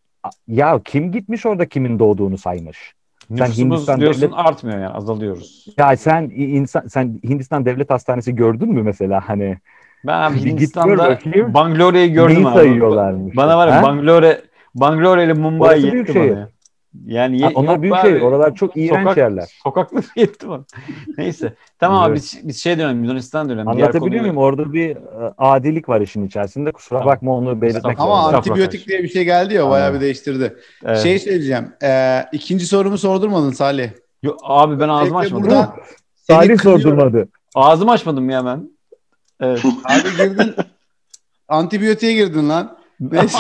Ya kim gitmiş orada kimin doğduğunu saymış? Nüfusumuz Hindistan diyorsun devlet- artmıyor, yani azalıyoruz. Ya sen insan sen Hindistan Devlet Hastanesi gördün mü mesela hani? Ben abi Bir git gör Hindistan'da bakayım. Bangallore'yi gördüm Neyi abi. sayıyorlarmış? Bana var ya Ha? Bangalore, Bangalore ile Mumbai Orası büyük yetti şehir. bana ya. Yani Ha, ye- onlar yok büyük be şehir. abi. Oralar çok iğrenç Sokak, yerler. sokakları yetti bana. Neyse. Tamam abi, Evet. biz, biz şey dönelim, Yunanistan'a dönelim. Diğer Anlatabiliyor konuyu... muyum? Orada bir e, adilik var işin içerisinde. Kusura Tamam. bakma, onu belirtmek Estağfurullah. Ama zorundayım. antibiyotik diye bir şey geldi ya, Tamam. bayağı bir değiştirdi. Evet. Şey söyleyeceğim. E, ikinci sorumu sordurmadın Salih. Yo, abi ben ağzımı Özellikle açmadım. buradan seni Salih kınıyorum. sordurmadı. Ağzımı açmadım ya ben. Evet. Abi girdin. Antibiyotiğe girdin lan. Neyse.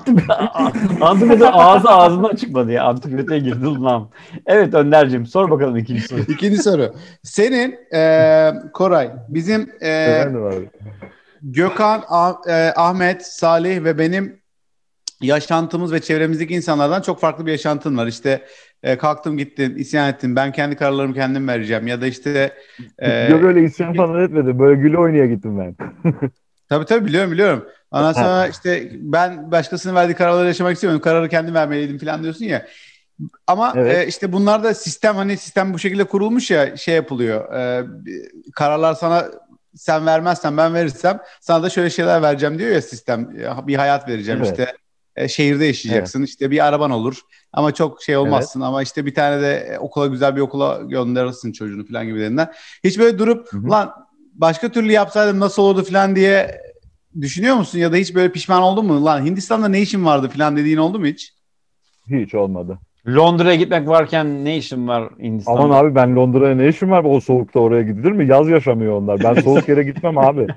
Antibiyotik ağzı ağzımdan çıkmadı ya. Antibiyotiğe girdim lan. Evet Önder'cim, sor bakalım ikinci soru. İkinci soru. Senin e, Koray, bizim e, Efendim abi. Gökhan, Ah- e, Ahmet, Salih ve benim yaşantımız ve çevremizdeki insanlardan çok farklı bir yaşantın var. İşte e, kalktım gittin, isyan ettin. Ben kendi kararlarımı kendim vereceğim. Ya da işte e, Yok öyle isyan falan etmedi. Böyle güle oynaya gittim ben. tabii tabii biliyorum biliyorum. Ondan sonra işte ben başkasının verdiği kararları yaşamak istemiyorum. Kararı kendim vermeliydim falan diyorsun ya. Ama Evet. e, işte bunlar da sistem, hani sistem bu şekilde kurulmuş ya, şey yapılıyor. E, kararlar sana, sen vermezsen ben verirsem sana da şöyle şeyler vereceğim diyor ya sistem. Bir hayat vereceğim Evet. işte. E, şehirde yaşayacaksın. İşte bir araban olur. Ama çok şey olmazsın. Ama işte bir tane de e, okula, güzel bir okula gönderirsin çocuğunu falan gibilerinden. Hiç böyle durup Hı hı. lan başka türlü yapsaydım nasıl olurdu falan diye düşünüyor musun? Ya da hiç böyle pişman oldun mu? Lan Hindistan'da ne işin vardı falan dediğin oldu mu hiç? Hiç olmadı. Londra'ya gitmek varken ne işin var Hindistan'da? Aman abi, ben Londra'ya ne işim var? O soğukta oraya gidilir mi? Yaz yaşamıyor onlar. Ben soğuk yere gitmem abi.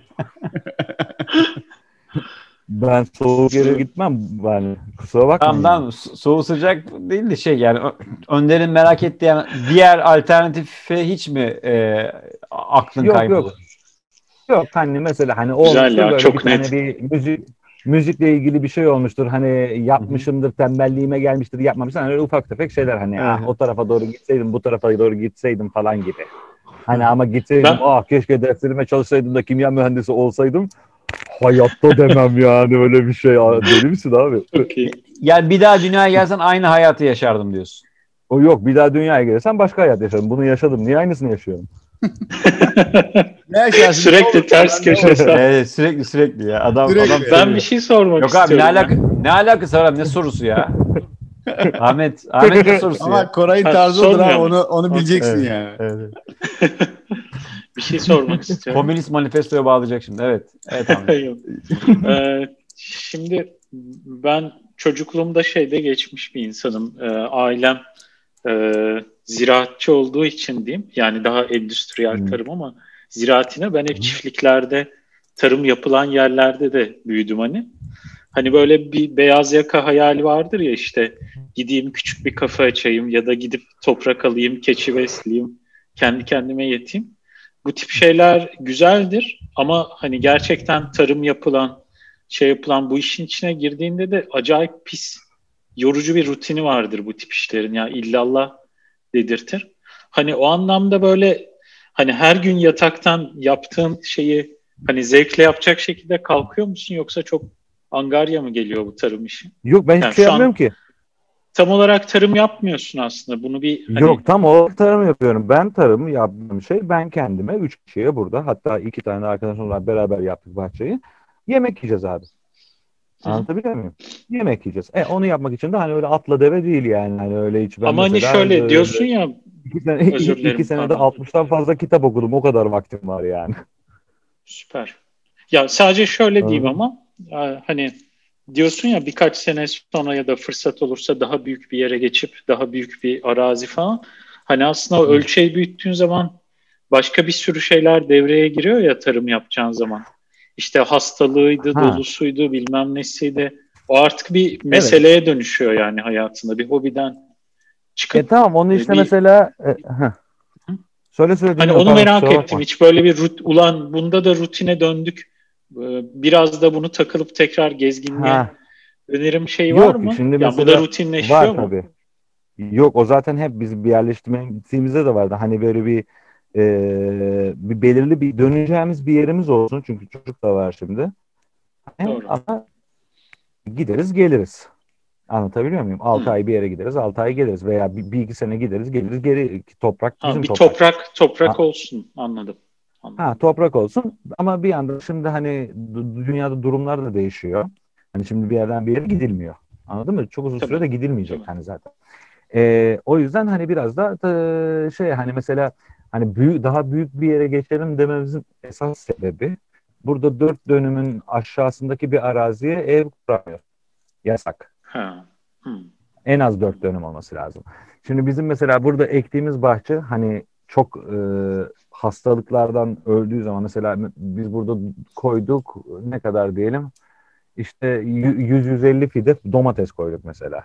Ben soğuk yere gitmem. Yani kusura bakmayın. Tamam tamam, so- soğuk sıcak değil de şey, yani Ö- Önder'in merak ettiği yani diğer alternatife hiç mi e, aklın Yok, kaybolur? yok. Yok hani mesela hani Güzel olmuştur ya, böyle çok bir net. tane bir müzik müzikle ilgili bir şey olmuştur. Hani yapmışımdır, tembelliğime gelmiştir, yapmamışsın. Hani öyle ufak tefek şeyler hani Evet. ah, o tarafa doğru gitseydim, bu tarafa doğru gitseydim falan gibi. Hani ama gitseydim Ben- ah keşke derslerime çalışsaydım da kimya mühendisi olsaydım. Hayatta demem yani öyle bir şey. Aa, deli misin abi? Çok iyi. Yani bir daha dünyaya gelsen aynı hayatı yaşardım diyorsun. O yok, bir daha dünyaya gelirsen başka hayat yaşarım. Bunu yaşadım. Niye aynısını yaşıyorum? Ne yaşarsın? Sürekli ters köşe. Evet, sürekli sürekli ya. Adam, Sürekli. adam Ben bir şey sormak Yok abi, ne istiyorum. ya. alaka, ne alakası var abi, ne sorusu ya? Ahmet, Ahmet ne sorusu Ama ya? Koray'ın Ha, tarzı odur ha, sormuyor onu onu bileceksin Evet. yani. Evet. Bir şey sormak istiyorum. Komünist manifestoya bağlayacak şimdi. Evet. Evet Ahmet. Yok. Ee, şimdi ben çocukluğumda şeyde geçmiş bir insanım. Ee, ailem e, ziraatçı olduğu için diyeyim. Yani daha endüstriyel Hmm. tarım ama ziraatine ben hep çiftliklerde, tarım yapılan yerlerde de büyüdüm hani. Hani böyle bir beyaz yaka hayali vardır ya, işte gideyim küçük bir kafe açayım ya da gidip toprak alayım, keçi besleyeyim, kendi kendime yeteyim. Bu tip şeyler güzeldir ama hani gerçekten tarım yapılan, şey yapılan bu işin içine girdiğinde de acayip pis, yorucu bir rutini vardır bu tip işlerin. Ya illallah dedirtir. Hani o anlamda böyle hani her gün yataktan yaptığın şeyi hani zevkle yapacak şekilde kalkıyor musun, yoksa çok angarya mı geliyor bu tarım işi? Yok, ben hiçbir Yani şey şu an- yapmıyorum ki. Tam olarak tarım yapmıyorsun aslında. Bunu bir hani, Yok, tam o tarım yapıyorum. Ben tarım yaptığım şey, ben kendime üç kişiye burada, hatta iki tane arkadaşımla beraber yaptık bahçeyi. Yemek yiyeceğiz abi. Hı. Anlatabiliyor muyum? Yemek yiyeceğiz. E onu yapmak için de hani öyle atla deve değil yani. Hani öyle hiç ben ama hani mesela şöyle öyle- diyorsun ya, iki, sene, Özür dilerim, iki senede pardon. altmıştan fazla kitap okudum. O kadar vaktim var yani. süper. Ya sadece şöyle diyeyim Anladım. ama e, hani diyorsun ya, birkaç sene sonra ya da fırsat olursa daha büyük bir yere geçip daha büyük bir arazi falan. Hani aslında o ölçeği büyüttüğün zaman başka bir sürü şeyler devreye giriyor ya tarım yapacağın zaman. İşte hastalığıydı, Ha. dolusuydu, bilmem nesiydi. O artık bir meseleye dönüşüyor yani hayatında. Bir hobiden çıkıp E tamam onu işte bir- mesela e, heh. söyle söyle hani dinliyorum, onu pardon, merak kusura ettim. bakma. Hiç böyle bir rut, ulan bunda da rutine döndük. Ee, Biraz da bunu takılıp tekrar gezginliğe Ha. önerim şey var Yok mı? şimdi Ya bu da mesela rutinleşiyor var mu? tabii. Yok o zaten hep biz bir yerleştirmeye gittiğimizde de vardı. Hani böyle bir e, bir belirli bir döneceğimiz bir yerimiz olsun. Çünkü çocuk da var şimdi. Hani Doğru. ama gideriz geliriz. Anlatabiliyor muyum? altı Hı. ay bir yere gideriz, altı ay geliriz veya bir, bir iki sene gideriz, geliriz geri toprak Ha, bizim bir toprak. toprak toprak Ha. olsun. Anladım. Anladım. Ha toprak olsun ama bir yandan şimdi hani d- dünyada durumlar da değişiyor. Hani şimdi bir yerden bir yere gidilmiyor. Anladın mı? Çok uzun Tabii, sürede gidilmeyecek tabii. hani zaten. Ee, o yüzden hani biraz da e, şey hani mesela hani büyük daha büyük bir yere geçelim dememizin esas sebebi burada dört dönümün aşağısındaki bir araziye ev kuramıyor. Yasak. Ha. Hı. En az dört dönüm olması lazım. Şimdi bizim mesela burada ektiğimiz bahçe hani çok e, hastalıklardan öldüğü zaman mesela biz burada koyduk ne kadar diyelim işte yüz yüz elli fide domates koyduk mesela.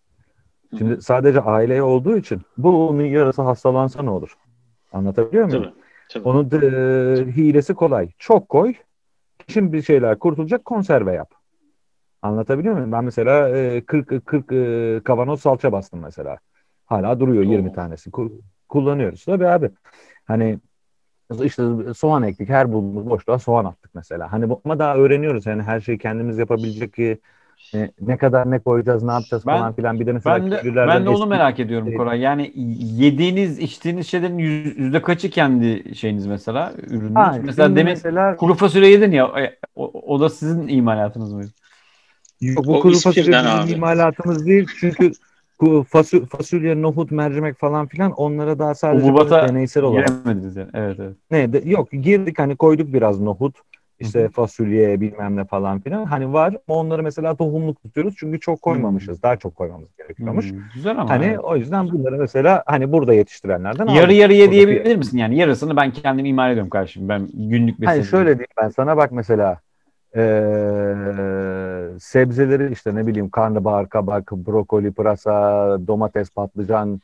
Şimdi sadece aileye olduğu için bu onun yarısı hastalansa ne olur? Anlatabiliyor muyum? Tabii. Tabii. Onun da, e, hilesi kolay. Çok koy. Şimdi bir şeyler kurtulacak konserve yap. Anlatabiliyor muyum? Ben mesela e, kırk kırk e, kavanoz salça bastım mesela. Hala duruyor yirmi Oo. tanesi. Ku- kullanıyoruz. Tabii abi. Hani işte soğan ektik. Her bulduğumuz boşluğa soğan attık mesela. Hani bu, ama daha öğreniyoruz. Yani her şeyi kendimiz yapabilecek ki e, ne kadar ne koyacağız, ne yapacağız Ben falan filan. Bir de mesela ben de köylülerden ben de onu eski merak ediyorum Koray. Yani yediğiniz, içtiğiniz şeylerin yüz- yüzde kaçı kendi şeyiniz mesela, ürününüz? Ha, Mesela şimdi demin mesela kuru fasulye yedin ya, e, o, o da sizin imalatınız mıydı? yok bu O kuru fasulye İspir'den bizim abi. imalatımız değil. Çünkü bu fasulye, fasulye, nohut, mercimek falan filan onlara daha sadece böyle Ububata deneysel olarak. giremediniz yani. Evet, evet. Ne de, yok girdik hani koyduk biraz nohut, Hı işte hı. fasulye bilmem ne falan filan. Hani var ama onları mesela tohumluk tutuyoruz çünkü çok koymamışız. Daha çok koymamız gerekiyormuş. Hmm, güzel ama Hani evet. o yüzden bunları mesela hani burada yetiştirenlerden Yarı aldık. yarıya Buradaki diyebilir misin? Yani yarısını ben kendim imal ediyorum kardeşim. Ben günlük Hani besin. şöyle diyeyim ben sana bak mesela eee, sebzeleri işte ne bileyim karnabahar, kabak, brokoli, pırasa, domates, patlıcan,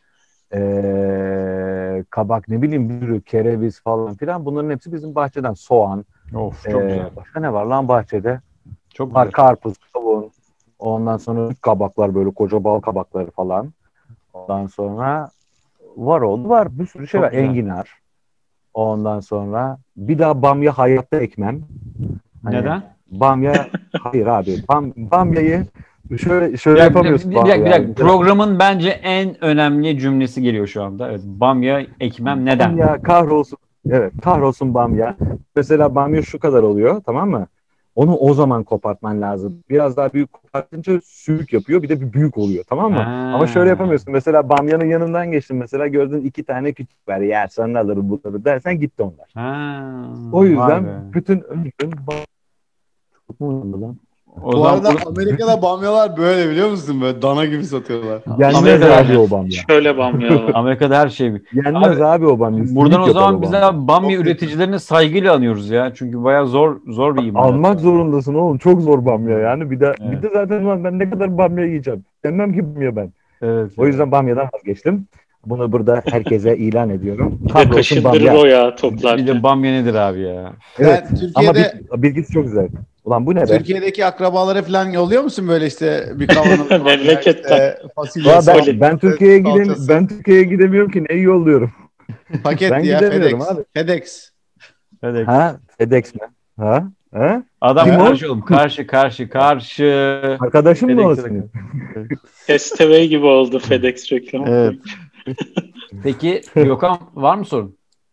eee, kabak ne bileyim bir sürü kereviz falan filan bunların hepsi bizim bahçeden soğan. Of, çok Eee, güzel. başka ne var lan bahçede? Çok Var güzel. karpuz, kavun. Ondan sonra kabaklar böyle koca bal kabakları falan. Ondan sonra var oldu var bir sürü şey Çok var. güzel. Enginar. Ondan sonra bir daha bamya hayatta ekmem. Hani Neden? bamya hayır abi. Bam, bamyayı şöyle şöyle Bir dakika, bir yapamıyorsun dakika, bir dakika, bir bamyayı. dakika. Programın bence en önemli cümlesi geliyor şu anda. Evet, bamya ekmem neden? Bamya kahrolsun. Evet, kahrolsun bamya. Mesela bamya şu kadar oluyor, tamam mı? Onu o zaman kopartman lazım. Biraz daha büyük kopartınca sülük yapıyor. Bir de bir büyük oluyor, tamam mı? Ha. Ama şöyle yapamıyorsun. Mesela bamyanın yanından geçtin. Mesela gördün iki tane küçük var. Ya sana alırım bunları dersen gitti onlar. Ha, O vay yüzden be. bütün ömrüm bam- Çok mu uyudu lan? O Bu zaman arada burada- Amerika'da bamyalar böyle biliyor musun? Böyle dana gibi satıyorlar. Yenmez Amerika'da- abi o bamya. Şöyle bamya var. Amerika'da her şey. Yenmez Abi, abi, o bamya. Buradan Sülük o yapar zaman biz bamya. de bamya Çok kötü. üreticilerini saygıyla anıyoruz ya. Çünkü bayağı zor zor bir imalat. Almak zorundasın oğlum. Çok zor bamya yani. Bir de Evet. bir de zaten ulan ben ne kadar bamya yiyeceğim. Yemem ki bamya ben. Evet. O yüzden bamyadan vazgeçtim. Bunu burada herkese ilan ediyorum. Bir de Kahrolsun kaşındırır bamya. o ya Bir toplarken. de bamya nedir abi ya? Evet. Sen Ama Türkiye'de bil- bilgisi çok güzel. Ulan bu ne be? Türkiye'deki akrabalara falan yolluyor musun böyle işte bir kavanoz bamya, Memleketten. işte fasulye, Ulan ben, soğan, ben Türkiye'ye salçası, gidem ben Türkiye'ye gidemiyorum ki neyi yolluyorum? paket ben ya gidemiyorum FedEx. abi. FedEx. Evet. Ha? FedEx mi? Ha? Ha? Adam Kim o? karşı oğlum. Karşı karşı karşı. Arkadaşım mı o FedEx'e senin? Testaway gibi oldu FedEx reklamı. Evet. Peki Gökhan var mı sorun?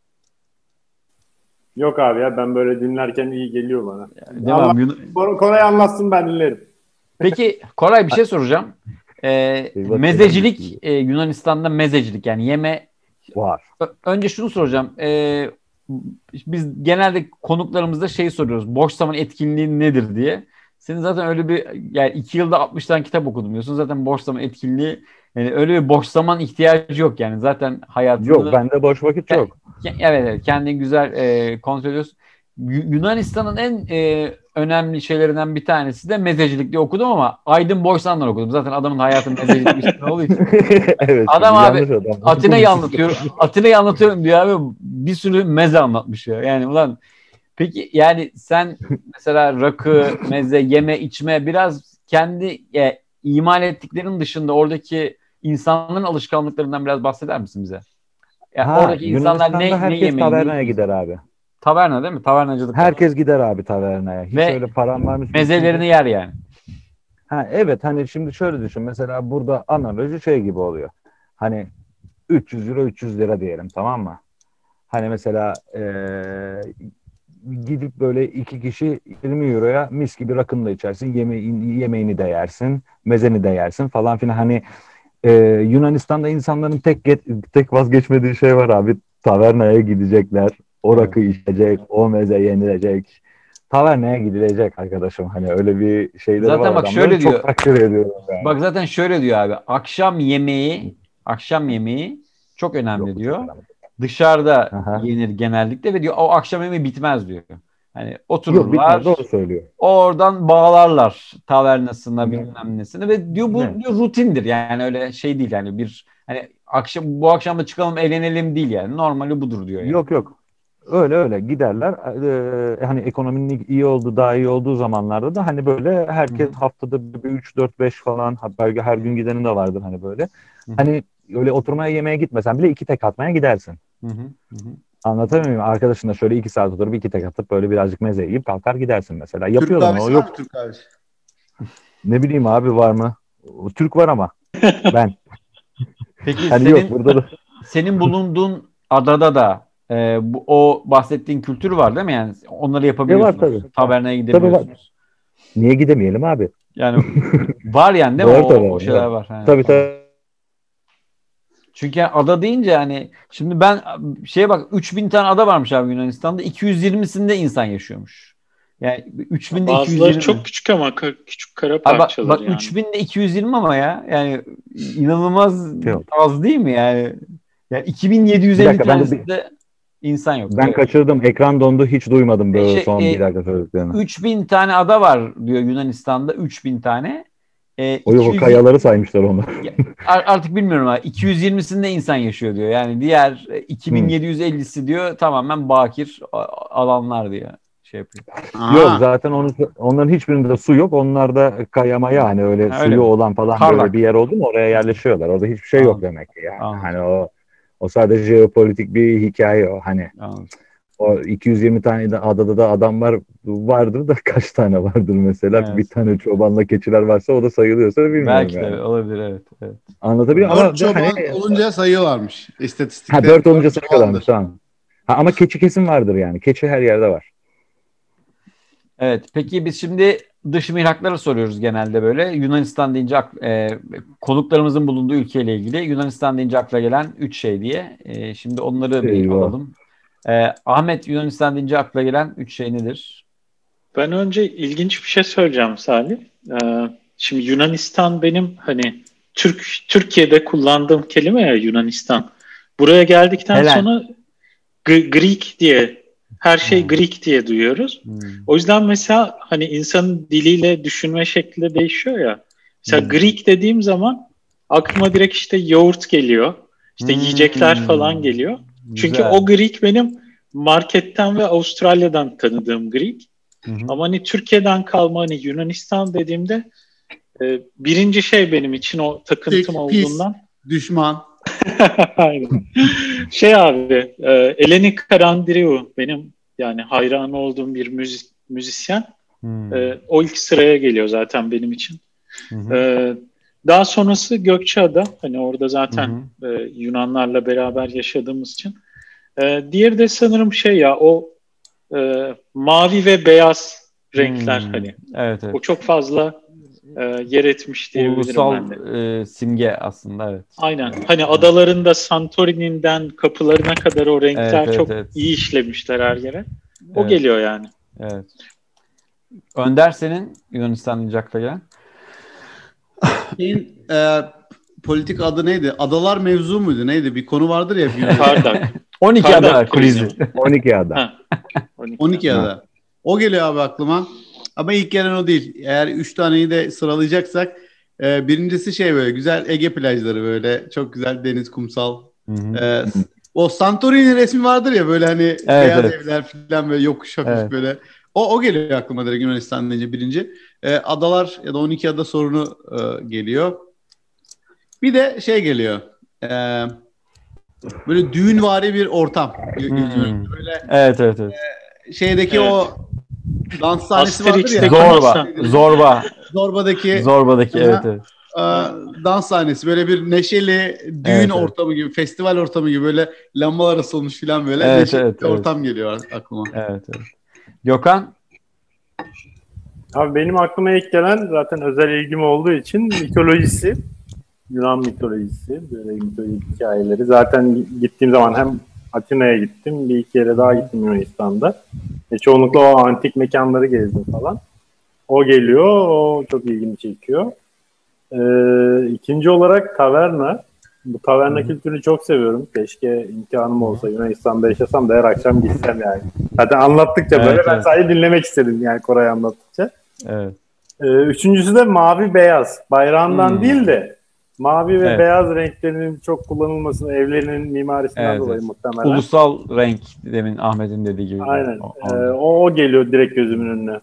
Yok abi ya, ben böyle dinlerken iyi geliyor bana. Devam. Yun- Kor- Koray anlatsın, ben dinlerim. Peki Koray bir şey soracağım. Ee, Eyvah, mezecilik e, Yunanistan'da mezecilik yani yeme. Var. Ö- Önce şunu soracağım. Ee, biz genelde konuklarımızda şey soruyoruz. Boş zaman etkinliği nedir diye. Senin zaten öyle bir yani iki yılda altmış tane kitap okudum diyorsun. Zaten boş zaman etkinliği Yani öyle bir boş zaman ihtiyacı yok yani. Zaten hayatını... Yok, bende boş vakit yok. Evet, evet, kendin güzel e, kontrol ediyorsun. Yunanistan'ın en e, önemli şeylerinden bir tanesi de mezecilik diye okudum ama Aydın Boysan'dan okudum. Zaten adamın hayatı mezecilik üstüne olduğu için. Evet. Adam abi adam. Atina'yı anlatıyor. Atina'yı anlatıyorum diyor abi. Bir sürü meze anlatmış ya. Yani ulan peki yani sen mesela rakı, meze, yeme, içme biraz kendi e, imal ettiklerin dışında oradaki insanların alışkanlıklarından biraz bahseder misin bize? Yani Ha, oradaki insanlar Yunanistan'da ne, ne herkes yemeği, ne tavernaya içmeyi gider sever? abi. Taverna değil mi? Tavernacılık var. Herkes gider abi tavernaya. Hiç Ve öyle param varmış. mezelerini yer yani. Ha, evet, hani şimdi şöyle düşün. Mesela burada analoji şey gibi oluyor. Hani üç yüz euro üç yüz lira diyelim, tamam mı? Hani mesela eee, gidip böyle iki kişi yirmi euroya mis gibi rakını da içersin. Yemeğini, yemeğini de yersin. Mezeni de yersin falan filan. Hani eee, Yunanistan'da insanların tek get- tek vazgeçmediği şey var abi. Tavernaya gidecekler. O rakı içecek. O meze yenilecek. Tavernaya gidilecek arkadaşım. Hani öyle bir şeyleri Zaten var bak adamların. şöyle Çok diyor. takdir ediyorum yani. Bak zaten şöyle diyor abi. Akşam yemeği, akşam yemeği çok önemli Yok, bu çok diyor. önemli. Dışarıda Aha. yenir genellikle ve diyor o akşam yemeği bitmez diyor. Hani Yok, otururlar, bitmez, doğru söylüyor. oradan bağlarlar tavernasına Hı. bilmem nesine ve diyor bu Ne? diyor rutindir yani öyle şey değil yani bir hani akşam bu akşam da çıkalım eğlenelim değil yani normali budur diyor yani. Yok yok. Öyle öyle giderler. Ee, hani ekonominin iyi olduğu, daha iyi olduğu zamanlarda da hani böyle herkes Hı hı. haftada bir üç dört beş falan, belki her gün gidenin de vardır hani böyle. Hı hı. Hani öyle oturmaya yemeğe gitmesen bile iki tek atmaya gidersin. Hı hı. Hı hı. Anlatabiliyor muyum? Arkadaşınla şöyle iki saat oturup iki tek atıp böyle birazcık meze yiyip kalkar gidersin mesela. Türk Yapıyordum o kahvesi var yok. mı Türk kahvesi? Ne bileyim abi, var mı? O, Türk var ama ben. Peki Hani yok senin burada da. senin bulunduğun adada da e, bu, o bahsettiğin kültür var değil mi? Yani onları Ne var tabii. yapabiliyorsunuz. Tavernaya Tabii var. gidebiliyorsunuz. Niye gidemeyelim abi? Yani var yani değil mi? Var O, tabii. o şeyler Var. var. He, Tabii tamam. tabii. Çünkü yani ada deyince yani şimdi ben şeye bak üç bin tane ada varmış abi Yunanistan'da. iki yüz yirmisinde insan yaşıyormuş. Yani üç binde Bazıları iki yüz yirmi. çok küçük ama ka- küçük kara Abi bak, parçalar bak yani. üç binde iki yüz yirmi ama ya yani inanılmaz Yok. az değil mi yani? Yani Bir iki bin yedi yüz elli dakika, ben de bir, tanesinde insan yok. ben Evet. kaçırdım. Ekran dondu. Hiç duymadım E böyle şey, son bir e, dakika söylediklerini. üç bin tane ada var diyor Yunanistan'da. üç bin tane. E, O yok, o iki yüz kayaları saymışlar onu. Ya, ar- artık bilmiyorum ama iki yüz yirmisinde insan yaşıyor diyor. Yani diğer e, Hmm. iki bin yedi yüz ellisi diyor tamamen bakir a- alanlar diye şey yapıyor. Yok Aha. zaten onu, onların hiçbirinde su yok. Onlarda kayamaya hani öyle Ha, öyle suyu mi? olan falan böyle Karlak. bir yer oldu mu oraya yerleşiyorlar. Orada hiçbir şey yok Anladım. demek ki yani. Anladım. Hani o o sadece jeopolitik bir hikaye o. Hani Anladım. o iki yüz yirmi tane de adada da adam var vardır da kaç tane vardır mesela? Evet. Bir tane çobanla keçiler varsa o da sayılıyorsa bilmiyorum Belki de yani. olabilir evet. evet. Anlatabiliyor muyum? Dört Ama de hani çoban olunca sayıyorlarmış. ha İstatistikte dört olunca dört sayıyorlarmış, çobandır. tamam. Ha, ama keçi kesin vardır yani. Keçi her yerde var. Evet. Peki biz şimdi dış mihrakları soruyoruz genelde böyle. Yunanistan deyince ak- e, konuklarımızın bulunduğu ülkeyle ilgili Yunanistan deyince akla gelen üç şey diye. E, şimdi onları bir Eyvah. alalım. E, Ahmet Yunanistan deyince akla gelen üç şey nedir? Ben önce ilginç bir şey söyleyeceğim Salih. Ee, şimdi Yunanistan benim hani Türk Türkiye'de kullandığım kelime ya Yunanistan. Buraya geldikten Helen. sonra G- Greek diye her şey Hmm. Greek diye duyuyoruz. Hmm. O yüzden mesela hani insanın diliyle düşünme şekli de değişiyor ya. Mesela Hmm. Greek dediğim zaman aklıma direkt işte yoğurt geliyor. İşte Hmm. yiyecekler falan geliyor. Çünkü Güzel. o Greek benim marketten ve Avustralya'dan tanıdığım Greek. Hı hı. Ama hani Türkiye'den kalma hani Yunanistan dediğimde e, birinci şey benim için o takıntım Pis, pis, olduğundan. düşman. Aynen. Şey abi, e, Eleni Karandiriou benim yani hayran olduğum bir müzi- müzisyen. Hmm. E, o ilk sıraya geliyor zaten benim için. Hı hı. E, daha sonrası Gökçeada. Hani orada Hı zaten hı. e, Yunanlarla beraber yaşadığımız için. E, diğeri de sanırım şey ya o e, mavi ve beyaz renkler Hmm. hani. Evet evet. O çok fazla e, yer etmiş diyebilirim ben de. Ulusal e, simge aslında evet. Aynen. Hani adalarında Santorini'den kapılarına kadar o renkler Evet evet çok evet. iyi işlemişler her yere. O Evet. geliyor yani. Evet. Önder senin Yunanistan deyince akla gelen. Şeyin, e, politik adı neydi? Adalar mevzu muydu? Neydi? Bir konu vardır ya. Kardak. on iki Kardak ada krizi. on iki ada. Ha. on iki. on iki ada. O geliyor abi aklıma. Ama ilk gelen o değil. Eğer üç taneyi de sıralayacaksak e, birincisi şey böyle güzel Ege plajları böyle çok güzel deniz, kumsal. E, o Santorini resmi vardır ya böyle hani evet, beyaz evet. evler falan böyle yokuş hafif Evet. böyle. O, o geliyor aklıma direkt Yunanistan deyince birinci. E, adalar ya da on iki ada sorunu e, geliyor. Bir de şey geliyor. E, böyle düğünvari bir ortam. Hmm. Böyle Evet evet evet. şeydeki Evet. o dans sahnesi vardır ya. Asterix'teki Zorba. masa. Zorba. Zorba'daki Zorba'daki evet evet. e, dans sahnesi böyle bir neşeli düğün Evet, evet. ortamı gibi, festival ortamı gibi böyle lambalar asılmış falan böyle Evet, neşeli evet, bir evet. ortam geliyor aklıma. Evet evet. Gökhan? Abi benim aklıma ilk gelen zaten özel ilgim olduğu için mitolojisi. Yunan mitolojisi. Böyle mitolojik hikayeleri. Zaten gittiğim zaman hem Atina'ya gittim. Bir iki yere daha gittim Yunanistan'da. E, çoğunlukla o antik mekanları gezdim falan. O geliyor. O çok ilgimi çekiyor. Ee, ikinci olarak taverna. Bu taverna Hı-hı. kültürünü çok seviyorum. Keşke imkanım olsa Yunanistan'da yaşasam da her akşam gitsem yani. Zaten anlattıkça böyle Evet, ben evet. sadece dinlemek istedim yani Koray anlattıkça. Evet. Ee, üçüncüsü de mavi beyaz. Bayrağından Hmm. değil de mavi ve Evet. beyaz renklerinin çok kullanılmasının evlerinin mimarisinden Evet, dolayı evet. muhtemelen. Ulusal renk demin Ahmet'in dediği gibi. Aynen. O- Ee, o, o geliyor direkt gözümün önüne.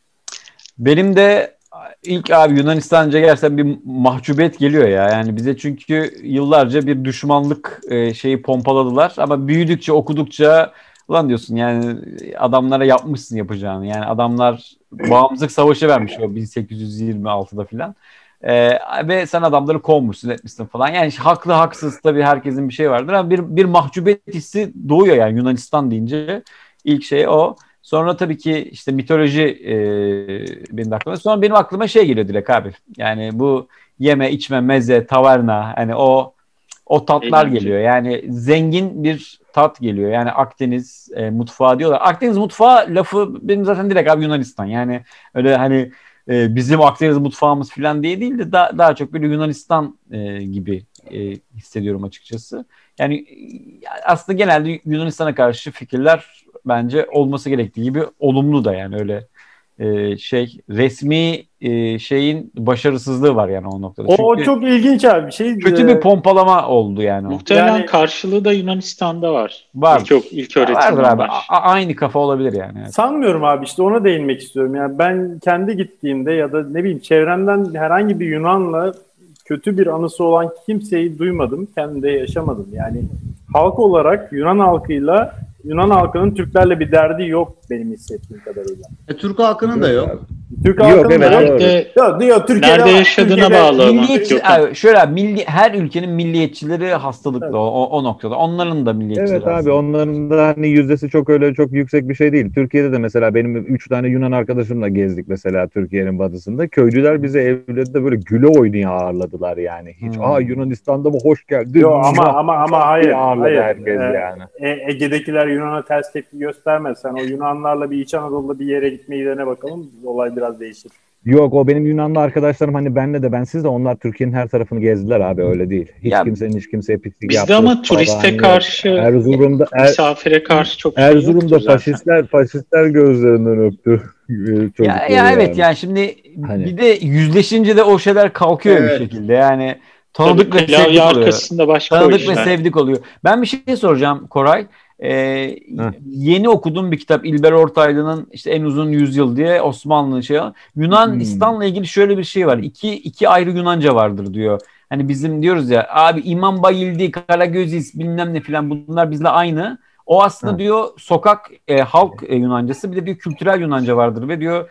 Benim de ilk abi Yunanistanca gerçekten bir mahcubiyet geliyor ya. Yani bize çünkü yıllarca bir düşmanlık e, şeyi pompaladılar ama büyüdükçe okudukça ulan diyorsun yani adamlara yapmışsın yapacağını. Yani adamlar bağımsızlık savaşı vermiş o bin sekiz yüz yirmi altıda filan. E, ve sen adamları kovmuşsun etmişsin falan. Yani haklı haksız tabii herkesin bir şey vardır ama bir, bir mahcubiyet hissi doğuyor yani Yunanistan deyince ilk şey o. Sonra tabii ki işte mitoloji e, benim de aklıma. Sonra benim aklıma şey geliyor direkt abi. Yani bu yeme, içme, meze, taverna hani o o tatlar Eğlence. geliyor. Yani zengin bir tat geliyor. Yani Akdeniz e, mutfağı diyorlar. Akdeniz mutfağı lafı benim zaten direkt abi Yunanistan. Yani öyle hani e, bizim Akdeniz mutfağımız falan diye değil de daha, daha çok böyle Yunanistan e, gibi e, hissediyorum açıkçası. Yani e, aslında genelde Yunanistan'a karşı fikirler bence olması gerektiği gibi olumlu da yani öyle e, şey resmi e, şeyin başarısızlığı var yani o noktada. O, Çünkü o çok ilginç abi. Şey, kötü bir pompalama oldu yani o. Muhtemelen Yani- karşılığı da Yunanistan'da var. Var. İlk, ilk öğretim Vardır abi. var. A- aynı kafa olabilir yani. Evet. Sanmıyorum abi işte ona değinmek istiyorum. Yani ben kendi gittiğimde ya da ne bileyim çevremden herhangi bir Yunan'la kötü bir anısı olan kimseyi duymadım. Kendim de yaşamadım. Yani halk olarak Yunan halkıyla Yunan halkının Türklerle bir derdi yok benim hissettiğim kadarıyla. E, Türk halkının da yok. Türk Yok, halkının evet, da doğru. yok. Nerede, Yok, diyor Türkiye'de nerede var, yaşadığına Türkiye'de- bağlı ama. Milliyetçi, Gökhan. abi şöyle abi, milli, her ülkenin milliyetçileri hastalıklı Evet. o, o, o noktada. Onların da milliyetçileri Evet abi hastalıklı. onların da hani yüzdesi çok öyle çok yüksek bir şey değil. Türkiye'de de mesela benim üç tane Yunan arkadaşımla gezdik mesela Türkiye'nin batısında. Köylüler bize evlerinde böyle güle oynaya ağırladılar yani. Hiç Hmm. aa Yunanistan'da mı hoş geldin? Yok ama ama ama hayır. ağırladı hayır. herkes Ee, yani. E- Ege'dekiler Yunan'a ters tepki göstermez. Sen o Yunanlarla bir İç Anadolu'da bir yere gitmeyi dene bakalım. Olay biraz değişir. Yok o benim Yunanlı arkadaşlarım hani benle de bensiz de onlar Türkiye'nin her tarafını gezdiler abi öyle değil. Hiç Ya- kimsenin hiç kimseye pislik Bizde yaptığı ama turiste falan yok. karşı, Erzurum'da Er- misafire karşı çok şey Erzurum'da yoktur zaten. faşistler faşistler gözlerinden öptü çocukları Ya, ya evet yani. yani şimdi Hani- bir de yüzleşince de o şeyler kalkıyor Evet. bir şekilde. Yani Tabii tanıdık ve sevdik klavye oluyor. arkasında başka o Tanıdık ve işler. sevdik oluyor. Ben bir şey soracağım Koray. Ee, Hı. yeni okuduğum bir kitap İlber Ortaylı'nın işte En Uzun Yüzyıl diye Osmanlı şey. Yunanistan'la ilgili şöyle bir şey var. İki, iki ayrı Yunanca vardır diyor. Hani bizim diyoruz ya abi İmam Bayildi, Karagözis bilmem ne filan bunlar bizle aynı. O aslında Hı. diyor sokak e, halk e, Yunancası bir de bir kültürel Yunanca vardır ve diyor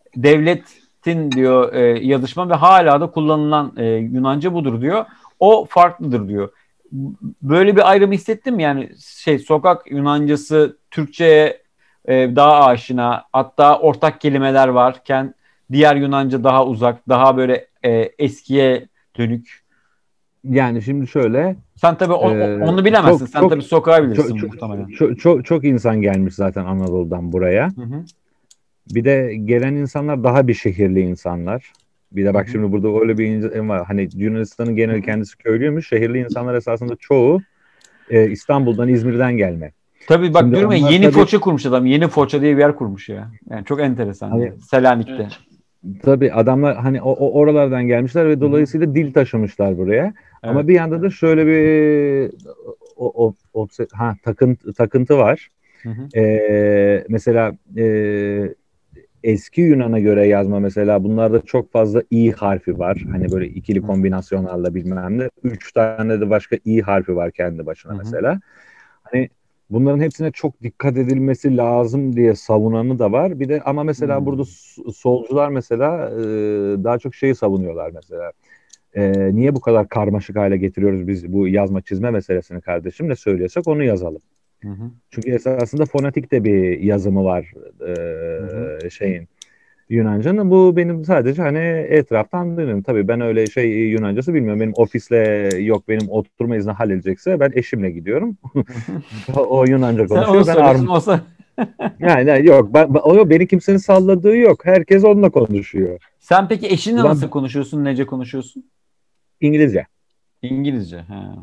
devletin diyor e, yazışma ve hala da kullanılan e, Yunanca budur diyor. O farklıdır diyor. Böyle bir ayrım hissettim yani şey sokak Yunancası Türkçe'ye e, daha aşina hatta ortak kelimeler varken diğer Yunanca daha uzak daha böyle e, eskiye dönük. Yani şimdi şöyle Sen tabii o- Ee, onu bilemezsin. çok- Sen çok- tabii sokağı bilirsin çok, çok, muhtemelen. çok, çok, çok insan gelmiş zaten Anadolu'dan buraya. Hı hı. Bir de gelen insanlar daha bir şehirli insanlar. Bir de bak şimdi burada öyle bir ince var. Hani Yunanistan'ın genel kendisi köylüymüş. Şehirli insanlar esasında çoğu e, İstanbul'dan, İzmir'den gelme. Tabii bak Şimdi diyorum ya, onlar Yeni tabii- Foça kurmuş adam. Yeni Foça diye bir yer kurmuş ya. Yani çok enteresan. Hani- yani. Selanik'te. Evet. Tabii adamlar hani o, o oralardan gelmişler ve dolayısıyla dil taşımışlar buraya. Ama Evet. bir yanda da şöyle bir o, o, o ha takıntı takıntı var. Hı hı. Ee, mesela e, eski Yunan'a göre yazma mesela bunlarda çok fazla i harfi var. Hani böyle ikili kombinasyonlarla bilmem ne. Üç tane de başka i harfi var kendi başına Hı hı. mesela. Hani bunların hepsine çok dikkat edilmesi lazım diye savunanı da var. Bir de ama mesela Hmm. burada s- solcular mesela e, daha çok şeyi savunuyorlar mesela. E, niye bu kadar karmaşık hale getiriyoruz biz bu yazma çizme meselesini kardeşim, ne söylüyorsak onu yazalım. Hı hı. Çünkü esasında fonetik de bir yazımı var e, Hı şeyin Yunanca'nın. Bu benim sadece hani etraftan duyuyorum. Tabii ben öyle şey Yunancası bilmiyorum. Benim ofisle yok benim oturma izni halledecekse ben eşimle gidiyorum. o, o Yunanca Sen onu konuşuyor. Ben söylüyorsun, arm olsa. yani, yani yok ben, ben- o yok beni kimsenin salladığı yok. Herkes onunla konuşuyor. Sen peki eşinle Ulan- nasıl konuşuyorsun? Nece konuşuyorsun? İngilizce. İngilizce. Ha.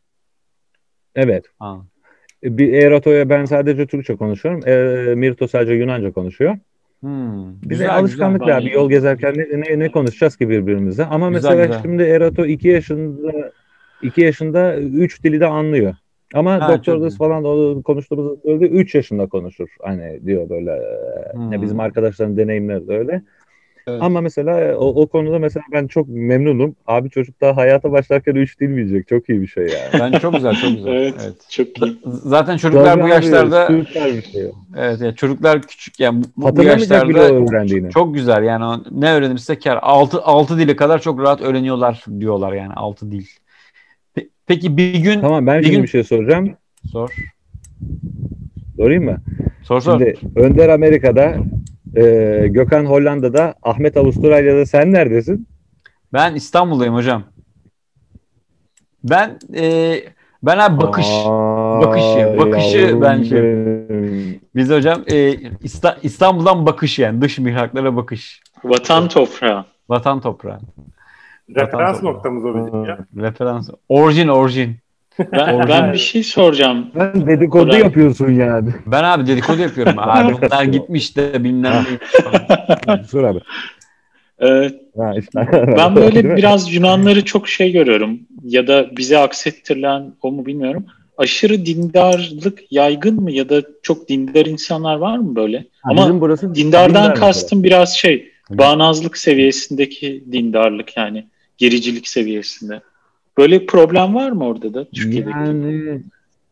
Evet. Ha. Bir Erato'ya ben sadece Türkçe konuşuyorum. E, Mirto sadece Yunanca konuşuyor. Hmm. Bize Güzel, alışkanlık güzel. ya bir yol gezerken ne, ne, ne konuşacağız ki birbirimize. Ama Güzel, mesela güzel. şimdi Erato iki yaşında iki yaşında üç dili de anlıyor. Ama Ha, doktor çok da iyi. falan o konuştuğumuzda söyledi üç yaşında konuşur. Hani diyor böyle Hmm. ne bizim arkadaşların deneyimleri de öyle. Evet. Ama mesela o, o konuda mesela ben çok memnunum. Abi çocuk daha hayata başlarken üç dil bilecek. Çok iyi bir şey yani. Ben çok güzel, çok güzel. Evet, Evet. çok iyi. Z- Zaten çocuklar Tabii bu abi, yaşlarda, süper bir şey. evet ya, çocuklar küçük yani bu, bu Hatırlamayacak bile yaşlarda o öğrendiğini. çok güzel yani, o ne öğrenirse kar. Altı altı dile kadar çok rahat öğreniyorlar diyorlar yani, altı dil. Pe- Peki bir gün Tamam ben bir şimdi gün bir şey soracağım. sor. Sorayım mı? Sor sor. Şimdi Önder Amerika'da, e, Gökhan Hollanda'da, Ahmet Avustralya'da, sen neredesin? Ben İstanbul'dayım hocam. Ben e, ben abi bakış Aa, bakışı bakışı yavrum ben şey. benim. Biz hocam e, İsta- İstanbul'dan bakış yani, dış mihraklara bakış. Vatan toprağı. Vatan toprağı. Referans Vatan- noktamız o bizim ya. Referans. Orijin orijin. Ben, ben bir şey soracağım. Ben dedikodu Koray. yapıyorsun yani. Ben abi dedikodu yapıyorum. Abi bunlar gitmiş de bilmem neymiş falan. Sor abi. Ee, Ha, işte. ben Değil böyle mi? biraz Yunanları çok şey görüyorum. Ya da bize aksettirilen o mu bilmiyorum. Aşırı dindarlık yaygın mı? Ya da çok dindar insanlar var mı böyle? Ha, Ama bizim burası dindardan dindar kastım biraz şey, bağnazlık seviyesindeki dindarlık, yani gericilik seviyesinde. Böyle bir problem var mı orada da Türkiye'deki? Yani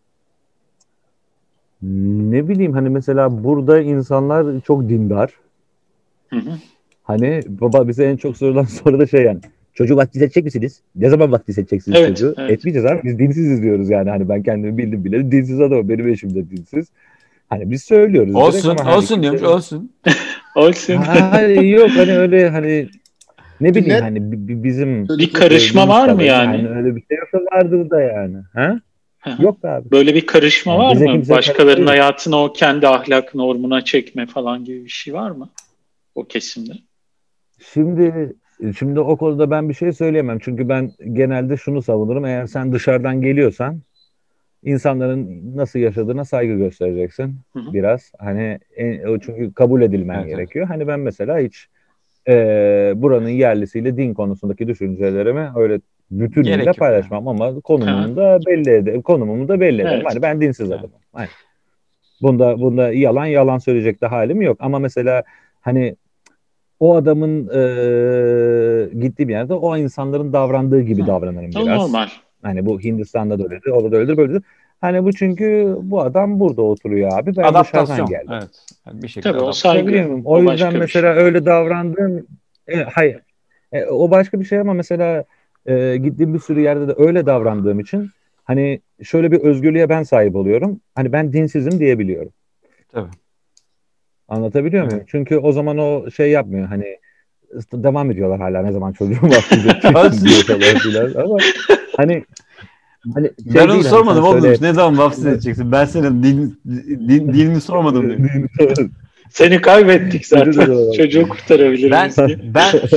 ne bileyim hani mesela burada insanlar çok dindar. Hı hı. Hani baba bize en çok sorulan soru da şey yani. Çocuğu vaftiz edecek misiniz? Ne zaman vaftiz edeceksiniz Evet, çocuğu? evet. Etmeyeceğiz abi. Biz dinsiziz diyoruz yani. Hani ben kendimi bildim bile dinsiz adamım. Benim eşim de dinsiz. Hani biz söylüyoruz. direkt Olsun ama hani olsun kimse- diyormuş, olsun. Olsun. Ha, yok hani öyle hani ne bileyim Net- hani bi- bi- bizim Bir karışma gördüğümüz var mı kadarıyla yani? hani öyle bir şey yoksa vardır da yani. Ha? Hı hı. Yok abi. Böyle bir karışma Yani var bize mı? kimse Başkalarının karışmıyor. hayatını o kendi ahlak normuna çekme falan gibi bir şey var mı? O kesimde. Şimdi şimdi o konuda ben bir şey söyleyemem. Çünkü ben genelde şunu savunurum. Eğer sen dışarıdan geliyorsan insanların nasıl yaşadığına saygı göstereceksin Hı hı. biraz. Hani en- o çünkü kabul edilmen Evet, evet. gerekiyor. Hani ben mesela hiç e, buranın yerlisiyle din konusundaki düşüncelerimi öyle Gerek bütünüyle yok paylaşmam ama konumumu da belli ederim. Konumumu da belli ederim. Evet. Hani ben dinsiz Evet. adamım. Hani bunda bunda yalan yalan söyleyecek de halim yok. Ama mesela hani o adamın e, gittiği bir yerde o insanların davrandığı gibi Hı. davranırım O biraz. normal. Hani bu Hindistan'da da öyledir, orada da öyledir, böyledir. Hani bu çünkü bu adam burada oturuyor abi. Ben dışarıdan Adaptasyon. geldim. Evet. Yani bir şekilde Tabii o adaptasyon. saygı. Biliyor musun? O O başka yüzden bir mesela şey. öyle davrandığım e, hayır. E, o başka bir şey ama mesela e, gittiğim bir sürü yerde de öyle davrandığım için hani şöyle bir özgürlüğe ben sahip oluyorum. Hani ben dinsizim diyebiliyorum. Tabii. Anlatabiliyor Evet. muyum? Çünkü o zaman o şey yapmıyor. Hani devam ediyorlar hala ne zaman çocuğum vaftiz edeceksin Olsun. diye falan filan ama hani hani şey Ben onu değil, hani sormadım sen oğlum. söyle- Ne zaman vaftiz edeceksin? Ben senin din, din, dinini sormadım diyor. Seni kaybettik Çocuğu da zaten. doğru. Çocuğu kurtarabilir Ben miyiz diye. ben şu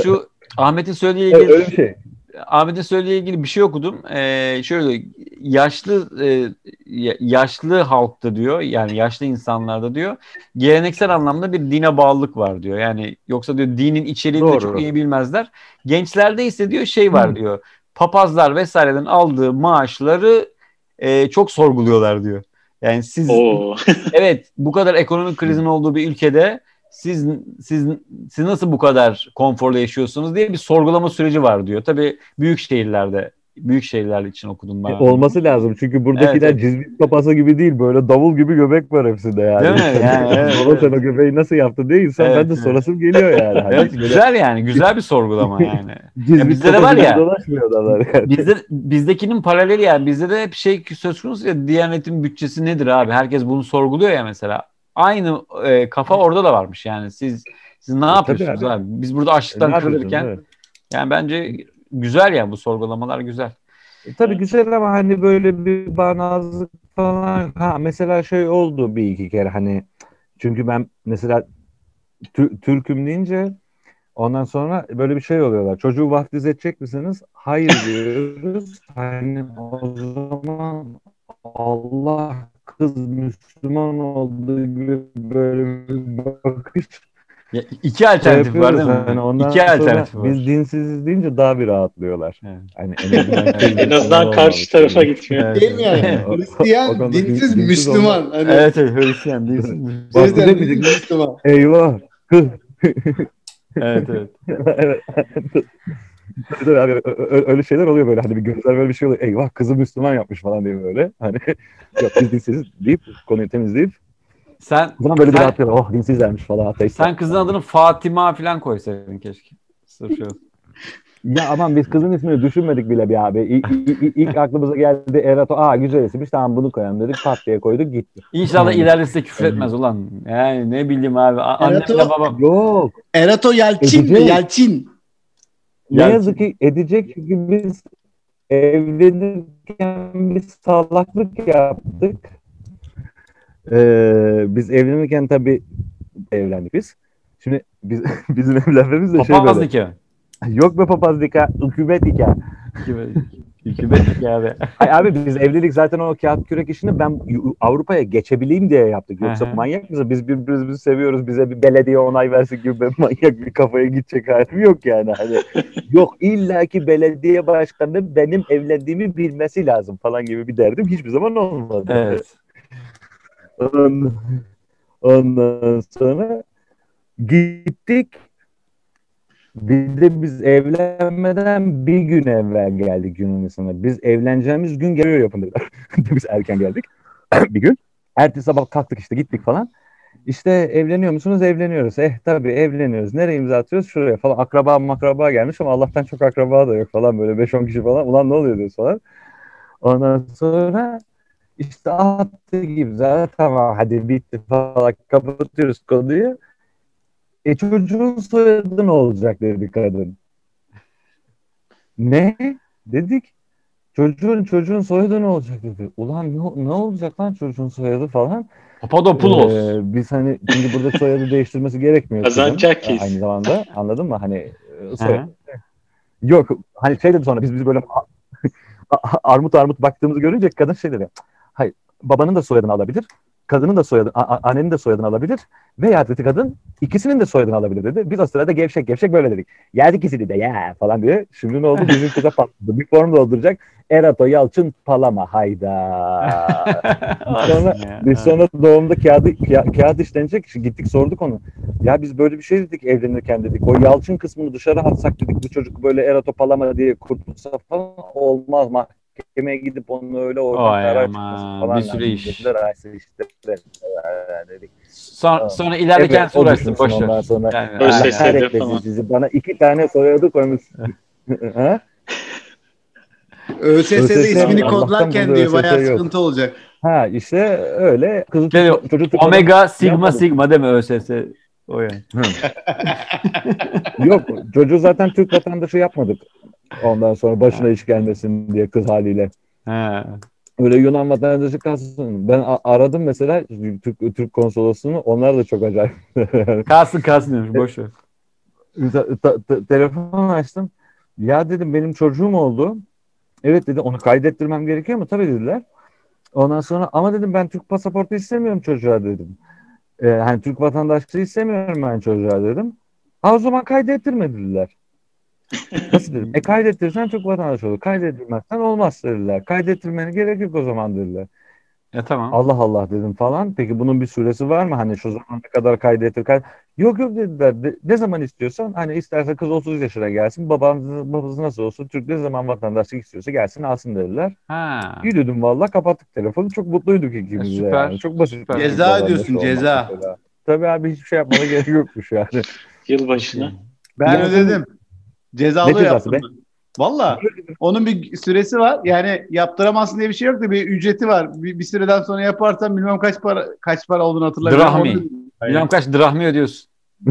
Ahmet'in söylediği Evet, ilgili öyle bir şey. Ahmet'in söylediği ilgili bir şey okudum. Ee, şöyle yaşlı e, yaşlı halkta diyor, yani yaşlı insanlarda diyor, geleneksel anlamda bir dine bağlılık var diyor. Yani yoksa diyor dinin içeriğini de Doğru. çok iyi bilmezler. Gençlerde ise diyor şey var Hı. diyor. Papazlar vesaireden aldığı maaşları e, çok sorguluyorlar diyor. Yani siz Oo. evet, bu kadar ekonomik krizin olduğu bir ülkede siz siz siz nasıl bu kadar konforlu yaşıyorsunuz diye bir sorgulama süreci var diyor. Tabii büyük şehirlerde, büyük şehirler için okudum ben. E, olması lazım. Çünkü buradakiler Evet, evet. cizvit papası gibi değil. Böyle davul gibi göbek var hepsinde yani. Değil mi? Yani, evet, Baba evet. sen o göbeği nasıl yaptın diye insan Evet, ben de evet. sorasım geliyor yani. Hani Evet, böyle güzel yani. Güzel bir sorgulama yani. Ya cizvit bizde de var papası gibi ya. dolaşmıyor adamlar yani. Bizde bizdekinin paraleli yani. Bizde de hep şey söz konusu ya, Diyanet'in bütçesi nedir abi? Herkes bunu sorguluyor ya mesela. Aynı e, kafa orada da varmış yani. Siz siz ne E, tabii yapıyorsunuz abi. abi? Biz burada E, ne açlıktan yapıyorsun? kırılırken Evet. yani bence güzel yani, bu sorgulamalar güzel. E, tabii güzel ama hani böyle bir bağnazlık falan. Ha mesela şey oldu bir iki kere hani. Çünkü ben mesela Tü- Türk'üm deyince ondan sonra böyle bir şey oluyorlar. Çocuğu vaftiz edecek misiniz? Hayır diyoruz. Hani o zaman Allah kız Müslüman olduğu gibi böyle bir bakış Ya, iki şey alternatif var yapıyoruz. değil Hani mi? ondan İki sonra alternatif var. biz dinsiziz deyince daha bir rahatlıyorlar. Evet. Hani en azından kız En Müslüman azından karşı olmamış tarafa gibi. gitmiyor. Evet, Değil mi yani? evet. O- o Hristiyan, konuda din- dinsiz, dinsiz Müslüman. Hani Evet, evet, Hristiyan değilsin. Vaftiz Hristiyan, etmeyecek dinsiz, miyiz? Müslüman. Eyvah kız. Evet, evet. Evet. Tabii tabii abi, ö- ö- öyle şeyler oluyor böyle hani bir gözler böyle bir şey oluyor. Eyvah kızı Müslüman yapmış falan diye böyle. Hani yok biz dinsiziz deyip konuyu temizleyip Sen o zaman böyle bir sen, rahatlıyorlar. Oh dinsizlermiş falan ateistler. sen kızın adını Fatima falan koysaydın keşke. Sırf şu. Ya aman biz kızın ismini düşünmedik bile bir abi. İ- i- i- İlk aklımıza geldi Erato. Aa güzel isimmiş tamam bunu koyalım dedik. Pat diye koyduk gitti. İnşallah Yani, ileride size küfür etmez ulan. Yani ne bileyim abi. A- Annemle Erato- babam. yok. Erato Yelçin mi? Edecek. Yelçin. Ne Yelçin. yazık ki edecek çünkü biz evlenirken bir salaklık yaptık. Ee, biz evlenirken tabii evlendik biz. Şimdi biz bizim evlenmemiz de şey Papaz böyle. nikahı. Yok be papaz nikah, hükümet nikah. Hükümet nikahı abi. Ay abi biz evlilik zaten o kağıt kürek işini ben Avrupa'ya geçebileyim diye yaptık. Yoksa Hı hı. manyak mısın? Biz birbirimizi seviyoruz. Bize bir belediye onay versin gibi ben manyak bir kafaya gidecek halim yok yani. Hani yok illaki belediye başkanı benim evlendiğimi bilmesi lazım falan gibi bir derdim hiçbir zaman olmadı. Evet. Ondan, ondan sonra gittik. Bir de biz evlenmeden bir gün evvel geldik Yunanistan'a. Biz evleneceğimiz gün geliyor yapın dediler. Biz erken geldik bir gün. Ertesi sabah kalktık işte gittik falan. İşte evleniyor musunuz? Evleniyoruz. Eh tabii evleniyoruz. Nereye imza atıyoruz? Şuraya falan. Akraba makraba gelmiş ama Allah'tan çok akraba da yok falan. Böyle beş on kişi falan. Ulan ne oluyor diyoruz falan. Ondan sonra işte attı gibi zaten tamam hadi bitti falan kapatıyoruz konuyu. E çocuğun soyadı ne olacak dedi kadın. Ne? Dedik. Çocuğun çocuğun soyadı ne olacak dedi. Ulan ne, ne olacak lan çocuğun soyadı falan. Papadopoulos. Ee, biz hani çünkü burada soyadı değiştirmesi gerekmiyor. kızın. Kazançakis. Aynı zamanda anladın mı? Hani e, Hı soyadı. hı. Yok hani şey dedi sonra biz biz böyle a- a- armut armut baktığımızı görünce kadın şey dedi. Hayır babanın da soyadını alabilir. Kadının da soyadını, a- a- annenin de soyadını alabilir. Veya dedi kadın ikisinin de soyadını alabilir dedi. Biz o sırada gevşek gevşek böyle dedik. Geldik ikisini de ya falan diye. Şimdi ne oldu? Bizim kıza patladı. Bir form dolduracak. Erato Yalçın Palama hayda. Sonra biz sonra doğumda kağıdı ka- kağıt işlenecek. Şimdi gittik sorduk onu. Ya biz böyle bir şey dedik evlenirken dedik. O Yalçın kısmını dışarı atsak dedik. Bu çocuk böyle Erato Palama diye kurtulsa falan olmaz. Mahkemeye gidip onu öyle oradan Oy karar aman, çıkması falan. bir sürü iş. Dediler, "Ay, işte, dedik. Sonra, sonra ileride Evet, kendisi o uğraşsın. düşünsün Boş ver. ondan sonra. Yani, Ö Allah S aynen. S. Sesede kahretmesin falan. sizi. Bana iki tane soyadı koymuş. Ha? ÖSS'de ÖSS ismini Allah'tan kodlarken burada diyor ÖSS bayağı yok. sıkıntı olacak. Ha işte öyle. Kızı Şey, tutma- çocuğu tutmadan Omega Sigma yapmadım. Sigma değil mi ÖSS? O yani. Yok çocuğu zaten Türk vatandaşı yapmadık. Ondan sonra başına iş gelmesin diye kız haliyle. Ha. Öyle Yunan vatandaşı kalsın. Ben a- aradım mesela Türk, Türk konsolosluğunu. Onlar da çok acayip. Kalsın kalsın demiş. Boş ver. ta- ta- ta- telefon açtım. Ya dedim benim çocuğum oldu. Evet dedi, onu kaydettirmem gerekiyor mu? Tabii dediler. Ondan sonra ama dedim ben Türk pasaportu istemiyorum çocuğa dedim. Ee, hani Türk vatandaşlığı istemiyorum ben çocuğa dedim. Ha o zaman kaydettirme dediler. Nasıl dedim? E kaydettirirsen Türk vatandaşı olur. Kaydettirmezsen olmaz dediler. Kaydettirmene gerek yok o zaman dediler. Ya tamam. Allah Allah dedim falan. Peki bunun bir süresi var mı? Hani şu zamana kadar kaydettir. Kay yok yok dediler. De- ne zaman istiyorsan hani isterse kız otuz yaşına gelsin. Babası, babası nasıl olsun? Türk ne zaman vatandaşlık istiyorsa gelsin alsın dediler. Ha. Yürüdüm valla kapattık telefonu. Çok mutluyduk ikimiz de süper, yani. Çok basit. süper. bir Ceza vatandaş ödüyorsun, olmak ceza. mesela. Tabii abi hiçbir şey yapmana gerek yokmuş yani. Yılbaşına. Ben Ya- ödedim. Ne Cezalı cezası yaptım. be? ben. Valla. Onun bir süresi var. Yani yaptıramazsın diye bir şey yok da bir ücreti var. Bir, bir süreden sonra yaparsan bilmem kaç para kaç para olduğunu hatırlamıyorum. Drahmi. Onu- Bilmem kaç drahmi ödüyorsun.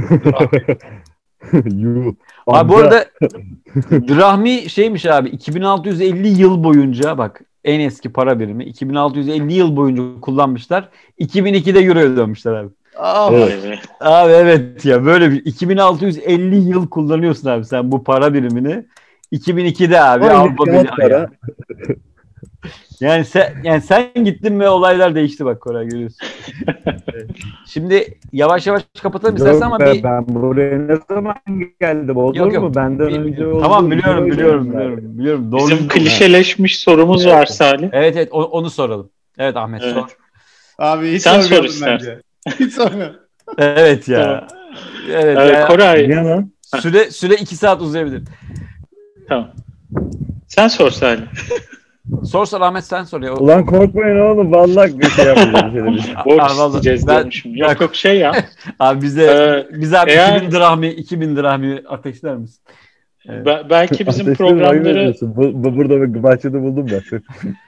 Yuh. Abi bu Amca. arada drahmi şeymiş abi, iki bin altı yüz elli yıl boyunca, bak en eski para birimi iki bin altı yüz elli yıl boyunca kullanmışlar. iki bin ikide euroya dönmüşler abi. Ah, Evet. Vay be. Abi evet ya, böyle bir iki bin altı yüz elli yıl kullanıyorsun abi sen bu para birimini. iki bin ikide abi Aynı Avrupa kağıt Birliği. para. Yani sen yani sen gittin ve olaylar değişti bak Koray, görüyorsun. Evet. Şimdi yavaş yavaş kapatalım istersen Yok ama be, bir ben buraya ne zaman geldim olur Yok, yok. mu? Benden önce oldu. tamam biliyorum biliyorum biliyorum biliyorum. Doğru. Bizim klişeleşmiş sorumuz var Salih. Evet evet o- onu soralım. Evet Ahmet Evet. sor. abi hiç Sen sor sormuyorum istersen. bence. Hiç sormuyorum. Evet ya. Tamam. Evet Ee, ya. Koray, Niye lan? Süre süre iki saat uzayabilir. tamam. Sen sor Salih. Sorsan Ahmet sen sor ya. O- Ulan korkmayın oğlum. Vallahi bir şey yapmayacağım. Bir şey demiş. Borç Aa, vallahi isteyeceğiz ben- diyormuşum. Yok yok şey ya. Abi bize Ee, bize abi eğer- iki bin drahmi iki bin drahmi ateşler misin? Evet. be- belki bizim Ateşleri ayıp programları ediyorsun. Bu, bu, burada bir bahçede buldum ben.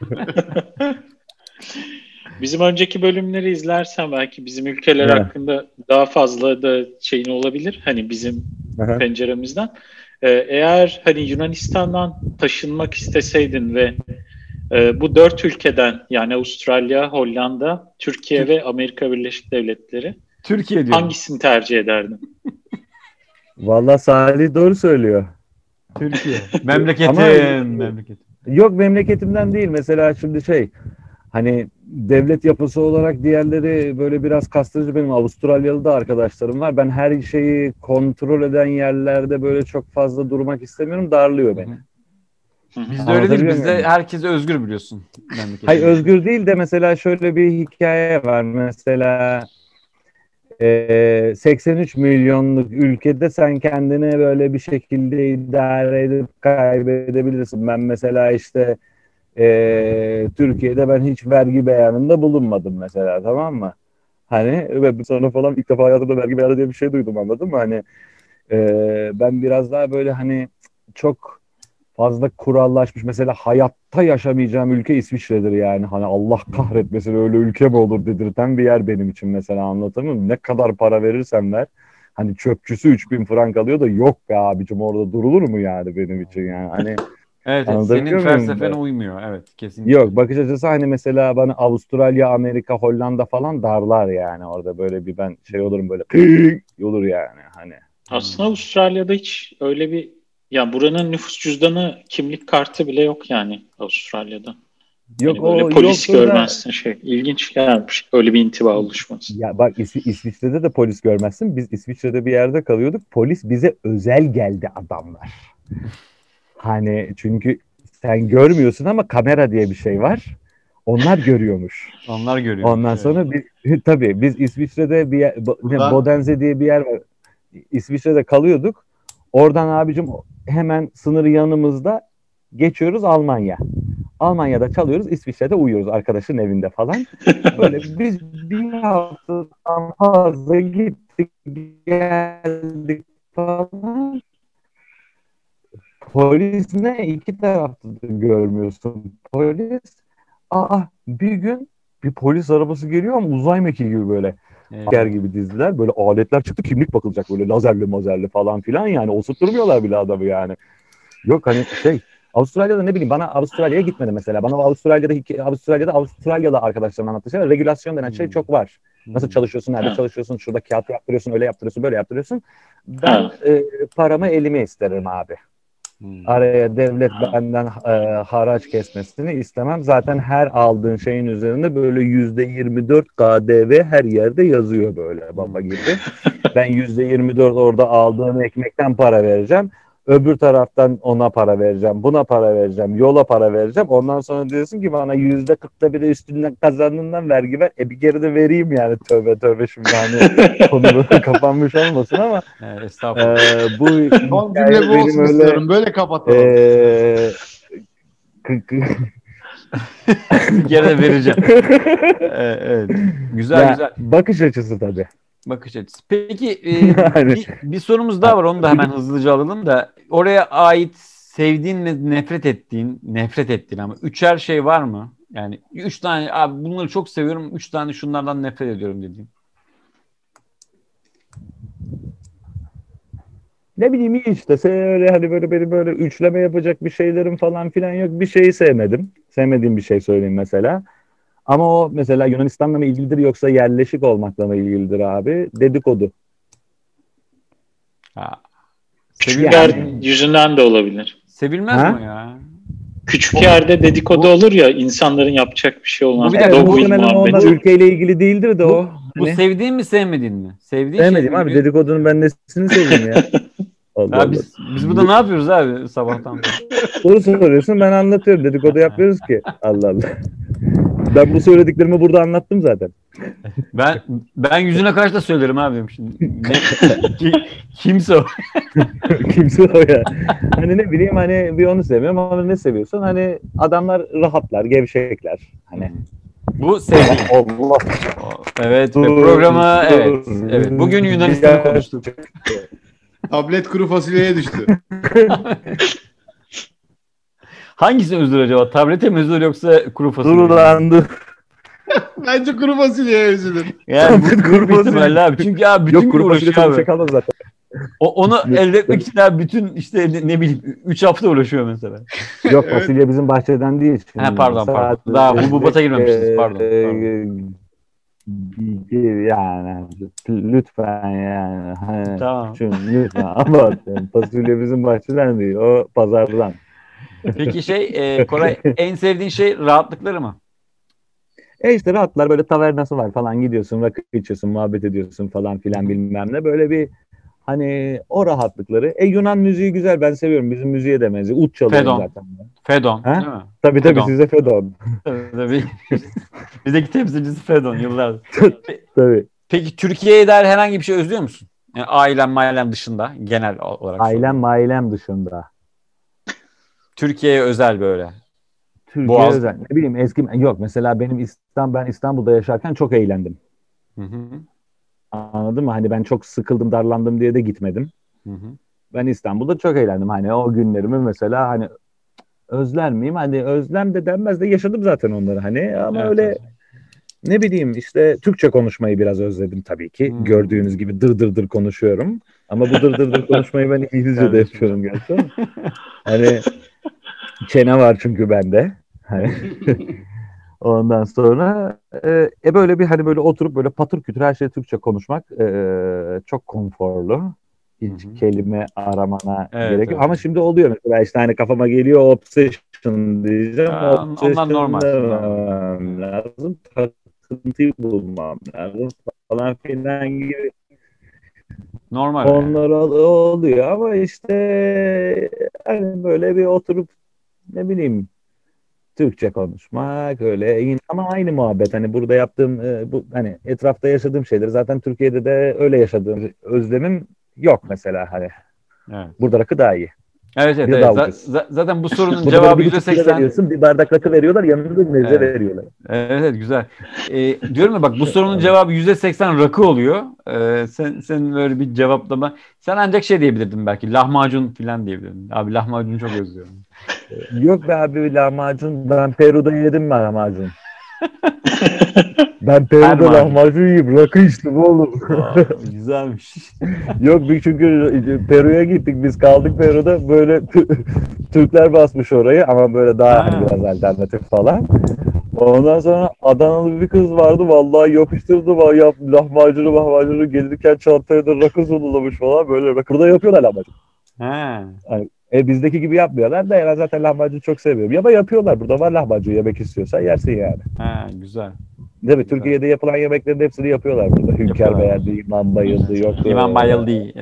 bizim önceki bölümleri izlersen belki bizim ülkeler Evet. hakkında daha fazla da şeyin olabilir. Hani bizim Aha. penceremizden. Ee, eğer hani Yunanistan'dan taşınmak isteseydin ve e, bu dört ülkeden yani Avustralya, Hollanda, Türkiye ve Amerika Birleşik Devletleri Türkiye diyor. hangisini tercih ederdin? Vallahi Salih doğru söylüyor. Türkiye. Memleketin Ama- memleketin. Yok memleketimden değil. Mesela şimdi şey hani devlet yapısı olarak diğerleri böyle biraz kastırıcı. Benim Avustralyalı da arkadaşlarım var. Ben her şeyi kontrol eden yerlerde böyle çok fazla durmak istemiyorum. Darlıyor beni. Bizde öyle değil. Anlatabiliyor Bizde muyum? herkes özgür biliyorsun. Memleketin. Hayır özgür değil de mesela şöyle bir hikaye var. Mesela e, seksen üç milyonluk ülkede sen kendine böyle bir şekilde idare edip kaybedebilirsin. Ben mesela işte e, Türkiye'de ben hiç vergi beyanında bulunmadım mesela, tamam mı? Hani ve sonra falan ilk defa hayatımda vergi beyanı diye bir şey duydum, anladın mı? Hani e, ben biraz daha böyle hani çok fazla kurallaşmış. Mesela hayatta yaşamayacağım ülke İsviçre'dir yani. Hani Allah kahretmesin öyle ülke mi olur dedirten bir yer benim için mesela, anlatamıyor muyum? Ne kadar para verirsen ver. Hani çöpçüsü üç bin frank alıyor da yok be abicim orada durulur mu yani benim için yani. Hani Evet, evet. Anlatabiliyor Senin muyum? felsefene uymuyor. Evet, kesinlikle. yok bakış açısı hani mesela bana Avustralya, Amerika, Hollanda falan darlar yani. Orada böyle bir ben şey olurum böyle olur yani hani. Aslında Avustralya'da hiç öyle bir ya buranın nüfus cüzdanı kimlik kartı bile yok yani Avustralya'da. Yok Hani böyle o polis yoktur da- görmezsin şey. İlginç gelmiş. Öyle bir intiba oluşması. Ya bak İs- İsviçre'de de polis görmezsin. Biz İsviçre'de bir yerde kalıyorduk. Polis bize özel geldi adamlar. Hani çünkü sen görmüyorsun ama kamera diye bir şey var. Onlar görüyormuş. Onlar görüyor. Ondan Evet. sonra biz tabii biz İsviçre'de bir yer, Bo- ne, Ulan. Bodense diye bir yer var. İsviçre'de kalıyorduk. Oradan abicim hemen sınır yanımızda geçiyoruz Almanya. Almanya'da çalıyoruz, İsviçre'de uyuyoruz arkadaşın evinde falan. Böyle biz bir haftadan fazla gittik geldik falan. Polis ne? İki tarafta da görmüyorsun. Polis aa bir gün bir polis arabası geliyor ama uzay mekiği gibi böyle. Evet. Asker gibi dizdiler. Böyle aletler çıktı. Kimlik bakılacak böyle lazerli mazerli falan filan yani. Osurtturmuyorlar bile adamı yani. Yok hani şey Avustralya'da ne bileyim bana Avustralya'ya gitmedim mesela. Bana Avustralya'da Avustralya'da Avustralyalı arkadaşlarım anlattığı şeyler regülasyon denen şey çok var. Nasıl çalışıyorsun, nerede Ha. çalışıyorsun, şurada kağıt yaptırıyorsun, öyle yaptırıyorsun, böyle yaptırıyorsun. Ben e, paramı elime isterim abi. Araya devlet benden e, haraç kesmesini istemem. Zaten her aldığın şeyin üzerinde böyle yüzde yirmi dört K D V her yerde yazıyor böyle baba gibi. Ben yüzde yirmi dört orada aldığım ekmekten para vereceğim. Öbür taraftan ona para vereceğim, buna para vereceğim, yola para vereceğim. Ondan sonra diyorsun ki bana yüzde kırkta bir de üstünden kazandığından vergi ver. E bir kere de vereyim yani tövbe tövbe şimdi hani konu böyle kapanmış olmasın ama Evet, estağfurullah. e, bu Son cümle bu olsun öyle, istiyorum. Böyle kapatalım. e, k- k- Bir kere de vereceğim. Evet, evet. Güzel ya, güzel. bakış açısı tabii. Bakış açısı. Peki e, Yani- bir, bir sorumuz daha var. Onu da hemen hızlıca alalım da. Oraya ait sevdiğin ve nefret ettiğin, nefret ettiğin ama üçer şey var mı? Yani üç tane, abi bunları çok seviyorum, üç tane şunlardan nefret ediyorum dediğin. Ne bileyim iyi işte. Sen öyle hani böyle benim böyle üçleme yapacak bir şeylerim falan filan yok. Bir şeyi sevmedim. Sevmediğim bir şey söyleyeyim mesela. Ama o mesela Yunanistan'la mı ilgilidir yoksa yerleşik olmakla mı ilgilidir abi? Dedikodu. Ha. Küçük Yani- yer yüzünden de olabilir. Sevilmez Ha? mi ya? Küçük yerde dedikodu olur ya, insanların yapacak bir şey olmaz. Bu bir de Evet, Dogville muhtemelen onlar muhabbeti. ülkeyle ilgili değildir de Bu, o. bu Hani, sevdiğin mi sevmediğin mi? Sevdiğin sevmedim şey mi? abi. Dedikodunun ben nesini seveyim ya. Allah Ya Allah. biz, biz burada ne yapıyoruz abi sabahtan beri? Soru soruyorsun ben anlatıyorum. Dedikodu yapmıyoruz ki. Allah Allah. Ben bu söylediklerimi burada anlattım zaten. Ben ben yüzüne karşı da söylerim abim şimdi. Ne, ki, kimse o. Kimse o ya. Hani ne bileyim hani bir onu sevmiyorum ama ne seviyorsun? Hani adamlar rahatlar, gevşekler. Hani Bu sevdiğin. Allah. Evet ve Dur, programı dur. evet. Evet. Bugün Yunanistan'ı konuştuk. Tablet kuru fasulyeye düştü. Hangisi üzülür acaba? Tablete mi üzülür yoksa kuru fasulye? Dur mi? lan dur. Bence kuru fasulyeye üzülür. Yani bu Tablet kuru kuru fasulye. ihtimalle abi. Çünkü abi bütün Yok kuru fasulye uğraşıyor çok bir abi. şey kalmaz zaten. O, onu elde etmek için abi bütün işte ne, ne bileyim üç hafta uğraşıyor mesela. Yok Evet. fasulye bizim bahçeden değil. Şimdi. Ha, pardon, pardon. Sadece- Daha hububata girmemişiz, pardon, Ee, Yani lütfen yani. Hani, Tamam. Çünkü lütfen abartın. Fasulye bizim bahçeden değil. O pazardan. Peki şey e, Koray en sevdiğin şey rahatlıkları mı? E işte rahatlar böyle tavernası var falan gidiyorsun rakı içiyorsun muhabbet ediyorsun falan filan bilmem ne böyle bir hani o rahatlıkları. E Yunan müziği güzel ben seviyorum bizim müziğe de benziyor. Ut çalıyorum Fedon. zaten. Fedon Ha? değil mi? Tabii tabii Fedon. size Fedon. Tabii, tabii. Bizdeki temsilcisi Fedon yıllardır. Tabii. Peki Türkiye'ye dair herhangi bir şey özlüyor musun? Yani ailem mailem dışında genel olarak. Ailem mailem dışında. Türkiye'ye özel böyle. Türkiye Boğaz- özel. Ne bileyim eski yok mesela benim İstanbul ben İstanbul'da yaşarken çok eğlendim. Hı hı. Anladın mı? Hani ben çok sıkıldım, darlandım diye de gitmedim. Hı hı. Ben İstanbul'da çok eğlendim. Hani o günlerimi mesela hani özler miyim? Hani özlem de denmez de yaşadım zaten onları hani ama Evet, öyle evet. ne bileyim işte Türkçe konuşmayı biraz özledim tabii ki. Hmm. Gördüğünüz gibi dır dır dır konuşuyorum. Ama bu dır dır dır konuşmayı ben İngilizce de Kardeşim. yapıyorum gerçi ama. Hani çene var çünkü bende. Hani ondan sonra e, e böyle bir hani böyle oturup böyle patır kütür her şeyi Türkçe konuşmak e, çok konforlu. Hiç Hı hı. kelime aramana Evet, gerek yok. evet. Ama şimdi oluyor mesela işte hani kafama geliyor obsession diyeceğim. Aa, on- Obsession onlar normal. demem lazım. Takıntıyı bulmam lazım falan filan gibi. Normal. yani. Onlar ol- oluyor ama işte hani böyle bir oturup ne bileyim Türkçe konuşmak öyle yine- ama aynı muhabbet hani burada yaptığım e, bu hani etrafta yaşadığım şeyleri zaten Türkiye'de de öyle yaşadığım özlemim yok mesela hani Evet. burada rakı daha iyi. Evet, evet, Bir evet. daha Za- ucuz. za- zaten bu sorunun Burada cevabı bir yüzde buçuk lira seksen. veriyorsun bir bardak rakı veriyorlar yanında da meze Evet. veriyorlar. Evet, evet, güzel. Ee, diyorum ya bak bu sorunun cevabı yüzde seksen rakı oluyor. Ee, sen sen böyle bir cevaplama. Sen ancak şey diyebilirdin belki lahmacun falan diyebilirdin. Abi lahmacunu çok özlüyorum. Yok be abi lahmacun ben Peru'da yedim lahmacun. Ben Peru'da Erman. lahmacun yiyip rakı içtim oğlum. Aa, güzelmiş. Yok bir çünkü Peru'ya gittik biz kaldık Peru'da böyle t- Türkler basmış orayı ama böyle daha hani Ha. biraz alternatif falan. Ondan sonra Adanalı bir kız vardı vallahi yapıştırdı va- yap, lahmacunu lahmacunu gelirken çantaya da rakı sunulamış falan böyle rakıda yapıyorlar lahmacun. Ha. Yani, e, bizdeki gibi yapmıyorlar da ben zaten lahmacunu çok seviyorum. Ama yapıyorlar burada var lahmacun yemek istiyorsan yersin yani. Ha, güzel. Değil mi? Türkiye'de yapılan yemeklerin hepsini yapıyorlar burada. Hünkar Yapıyorlar. beğendi, İmam bayıldı, yok. İvan Bayıl değil.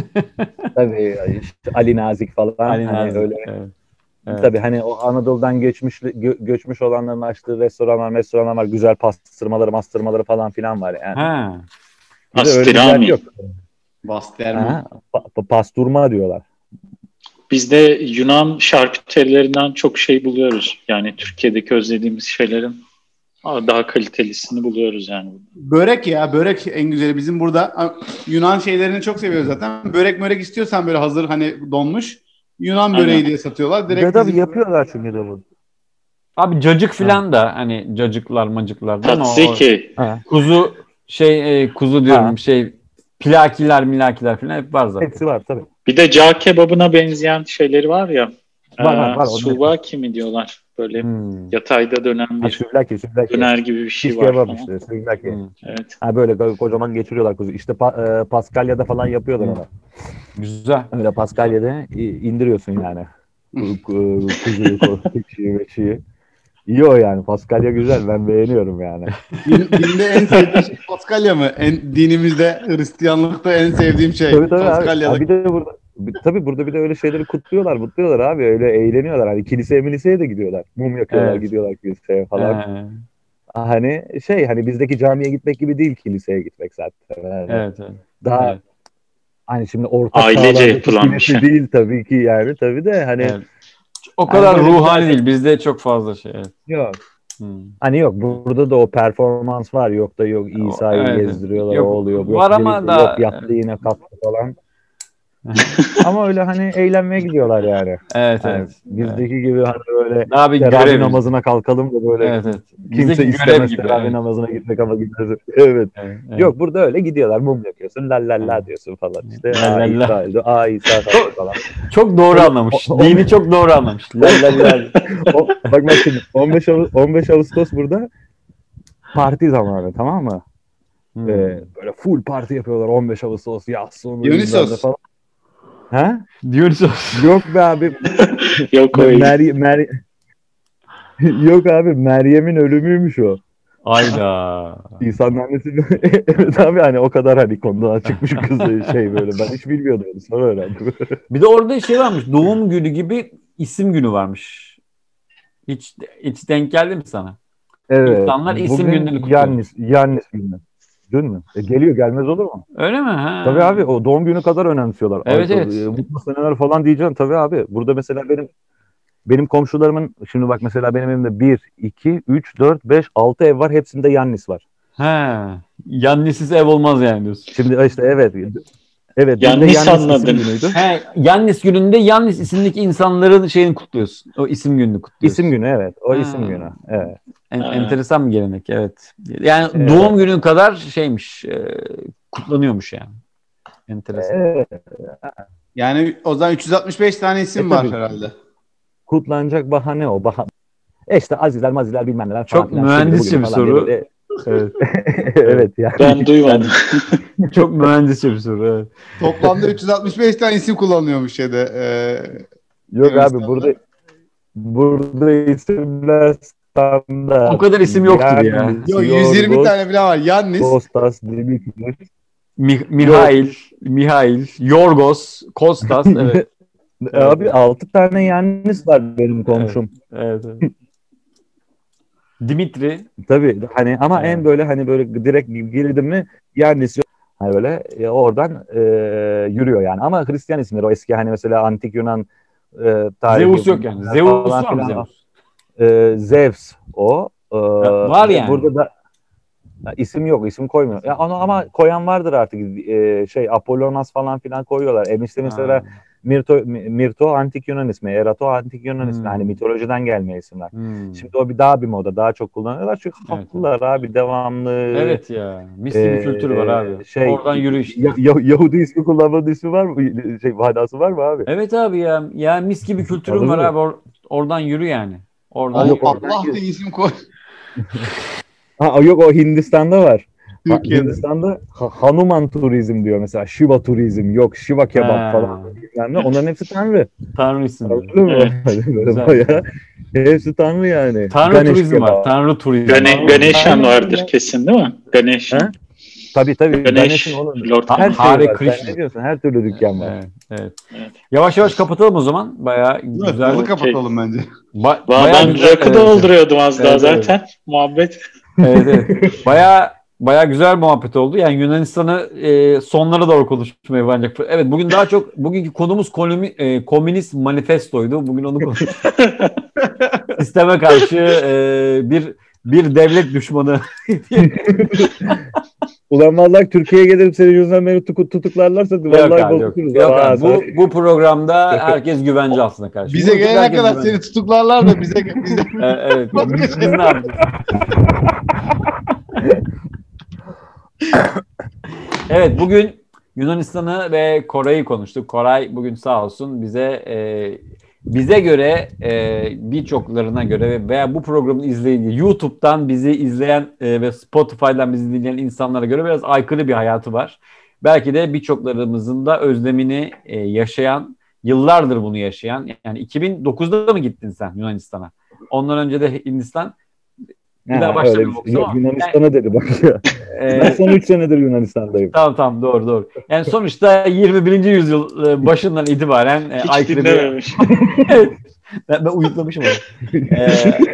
Tabii işte Ali Nazik falan. Ali hani Nazik, öyle. evet. Evet. Tabii hani o Anadolu'dan geçmiş gö- göçmüş olanların açtığı restoranlar, restoranlar var. Güzel pastırmaları, mastırmaları falan filan var yani. Ha. Bir de öyle bir yer Pastrami. yok. Basterma. Ha, pa- pasturma diyorlar. Biz de Yunan şarküterilerinden çok şey buluyoruz. Yani Türkiye'deki özlediğimiz şeylerin daha kalitelisini buluyoruz yani. Börek ya börek en güzeli bizim burada. Yunan şeylerini çok seviyoruz zaten. Börek mörek istiyorsan böyle hazır hani donmuş. Yunan böreği Aynen. diye satıyorlar. Ve Direkt tabii bizim- yapıyorlar çünkü de bunu. Abi cacık filan da hani cacıklar macıklar değil mi? O- Tatsiki. Ha. Kuzu şey e, kuzu diyorum Ha. şey plakiler milakiler filan hep var zaten. Hepsi var tabii. Bir de cağ kebabına benzeyen şeyleri var ya. Var, var, Ee, var. Suvaki mi diyorlar? Böyle Hmm. yatayda dönen Ha, bir süvlaki, süvlaki. döner gibi bir şey Şiş var kebap falan. işte, süvlaki. Hmm. Evet. Ha böyle ko- kocaman geçiriyorlar kuzu. İşte pa- e, Paskalya'da falan yapıyorlar Hı. onu. Güzel. Öyle Paskalya'da i- indiriyorsun yani. Ku- ku- Kuzuyu, ko- çiğ ve çiğ. İyi o yani. Paskalya güzel. Ben beğeniyorum yani. Din- dinde en sevdiğim şey Paskalya mı? En, dinimizde, Hristiyanlıkta en sevdiğim şey Tabii tabii abi. Paskalyalık. Ha, bir de burada bir- tabii burada bir de öyle şeyleri kutluyorlar, mutluyorlar abi. Öyle eğleniyorlar. Hani kiliseye miliseye de gidiyorlar. Mum yakıyorlar, Evet. gidiyorlar kiliseye falan. Ee, Hani şey hani bizdeki camiye gitmek gibi değil kiliseye gitmek zaten. Yani evet, evet. daha Evet. hani şimdi orta Ailece çağlardaki yapılan bir kilise şey. değil tabii ki yani tabii de hani Evet. O kadar Hani böyle ruhani güzel- değil. Bizde çok fazla şey. Evet. yok. Hmm. Hani yok burada da o performans var yok da yok İsa'yı Evet, evet. gezdiriyorlar Yok, o oluyor. Yok, var ama biri- da- yok yattı yine kalktı falan. Ama öyle hani eğlenmeye gidiyorlar yani. Evet, Hani evet. bizdeki gibi hani böyle Daha bir teravih görev. namazına kalkalım da böyle Evet, evet. kimse Bizdeki görev istemez gibi. teravih Evet. namazına gitmek ama gideriz. Evet. Evet, evet. Yok burada öyle gidiyorlar mum yakıyorsun la la la Evet. diyorsun falan işte. La Aa la la. İsa öldü. Aa İsa kalktı falan. Çok doğru Böyle- anlamış. o- o- Dini çok doğru anlamış. La la la. O, bak bak şimdi on beş Ağustos, on beş Ağustos burada parti zamanı tamam mı? Hmm. Ee, böyle full parti yapıyorlar on beş Ağustos yaz sonu Dionysos. bilmem ne falan. Ha? Diyorsunuz. Yok be abi. Yok öyle. Meryem Mer Yok abi Meryem'in ölümüymüş o. Ayda. İsa'nın annesi. Evet abi hani o kadar hani konudan çıkmış kız şey böyle. Ben hiç bilmiyordum onu. Sonra öğrendim. Bir de orada şey varmış. Doğum günü gibi isim günü varmış. Hiç hiç denk geldi mi sana? Evet. İnsanlar isim Bugün gününü kutluyor. Yannis, Yannis günü. Dün mü? E, geliyor gelmez olur mu? Öyle mi? Ha. Tabii abi o doğum günü kadar önemsiyorlar. Evet, Ay, evet. e, Mutlu seneler falan diyeceksin tabii abi. Burada mesela benim benim komşularımın şimdi bak mesela benim evimde bir, iki, üç, dört, beş, altı ev var. Hepsinde Yannis var. Ha. Yannisiz ev olmaz yani diyorsun. Şimdi işte evet. Evet. dün de Yannis Yannis isim anladın. günüydü. He, Yannis gününde Yannis isimdeki insanların şeyini kutluyorsun. O isim gününü kutluyorsun. İsim günü evet. O Ha. isim günü. Evet. En- Ha. enteresan bir gelenek evet. Yani Evet. doğum günü kadar şeymiş. E, kutlanıyormuş yani. Enteresan. Evet. Yani o zaman üç yüz altmış beş tane isim E, var tabii. herhalde. Kutlanacak bahane o. Bahane. E işte azizler maziler bilmem neler falan Çok filan. mühendisçe Şimdi bir bugün falan soru. diye böyle- Evet. Evet yani. Ben duymadım. Çok mühendisçe bir soru. Evet. Toplamda üç yüz altmış beş tane isim kullanıyormuş şeyde. Ee, Yok abi Yunanistan'da. burada burada isimler standart. O kadar isim yoktur ya. Yannis, Yok yüz yirmi Yorgos, tane falan var. Yannis. Kostas, Dimitris. Mi- Mihail, Mihail, Yorgos, Kostas. Evet. Abi altı tane Yannis var benim komşum. Evet. evet. Dimitri. Tabii hani ama Evet. en böyle hani böyle direkt girdim mi Yannis yok. Hani böyle e, oradan e, yürüyor yani. Ama Hristiyan isimleri o eski hani mesela antik Yunan e, tarihi. Zeus yok yani. Zeus var mı Zeus? E, Zeus o. E, var ve yani. Burada da ya, isim yok, isim koymuyor. Ya onu ama koyan vardır artık. E, şey Apollonas falan filan koyuyorlar. E işte mesela Ha. Mirto, Mirto antik Yunan ismi, Erato antik Yunan ismi. Hmm. Hani mitolojiden gelme isimler. Hmm. Şimdi o bir daha bir moda, daha çok kullanıyorlar çünkü Evet. haklılar abi, devamlı. Evet ya. Mis gibi Ee, kültür var abi. şey, Oradan yürü işte. Ya- Ya- Yahudi ismi kullanmanın ismi var mı? Şey, manası var mı abi? Evet abi ya. Ya mis gibi kültürüm Anladın var mı? abi. Or- oradan yürü yani. Oradan Allah, yok, yürü. oradan Allah yürü. diye isim koy. Ha, yok, o Hindistan'da var. Ha, Türkiye'de. Hindistan'da ha- Hanuman turizm diyor mesela. Shiva turizm, yok Shiva kebap Ha. falan. Yani onların hepsi tanrı. Tanrı isimleri. Anladın mı? Böyle Güzel. bayağı hepsi tanrı yani. Tanrı Ganesh turizm var. kebap. Tanrı turizm. Gane, var. Ganeshan Aynen vardır öyle. kesin değil mi? Ganeshan. Ha? Tabii tabii. Ganesh, Ganesh'in onun. Lord Her şey Hare var. Krishna. Sen ne diyorsun? Her türlü dükkan var. Evet, evet. Evet. Yavaş yavaş kapatalım o zaman. Bayağı güzel. Güzel. Kapatalım bence. Ba- Valla bayağı ben güzel- rakı evet, dolduruyordum az daha Evet, evet. zaten. Muhabbet. evet, evet. Bayağı bayağı güzel muhabbet oldu. Yani Yunanistan'ı e, sonlara doğru konuşmaya bence. Evet, bugün daha çok bugünkü konumuz konomi, e, komünist manifestoydu. Bugün onu konuştuk. Sisteme karşı e, bir bir devlet düşmanı. Ulan vallahi Türkiye'ye gelip senin yüzünden beni tutuk- tutuklarlarsa Yok vallahi abi, yok. bozuluruz. Yok Aa, abi, bu, sen- bu programda herkes güvence altında kardeşim. Bize Bu gelene herkes kadar güvence- seni tutuklarlar da bize bize E, evet. Biz, biz ne yapacağız? Evet, bugün Yunanistan'ı ve Koray'ı konuştuk. Koray bugün sağ olsun bize e, bize göre e, birçoklarına göre veya bu programı izleyen, YouTube'dan bizi izleyen e, ve Spotify'dan bizi dinleyen insanlara göre biraz aykırı bir hayatı var. Belki de birçoklarımızın da özlemini e, yaşayan, yıllardır bunu yaşayan. Yani iki bin dokuzda mı gittin sen Yunanistan'a? Ondan önce de Hindistan. Bir Ha, daha öyle başlamayalım bir- yoksa Yok, ama- Yunanistan'a dedi bak ya. E, Ben son üç senedir Yunanistan'dayım. Tamam tamam doğru doğru. Yani sonuçta yirmi birinci yüzyıl e, başından itibaren e, Hiç aykırı bir... dinlememiş. ben, ben uyutlamışım onu. E,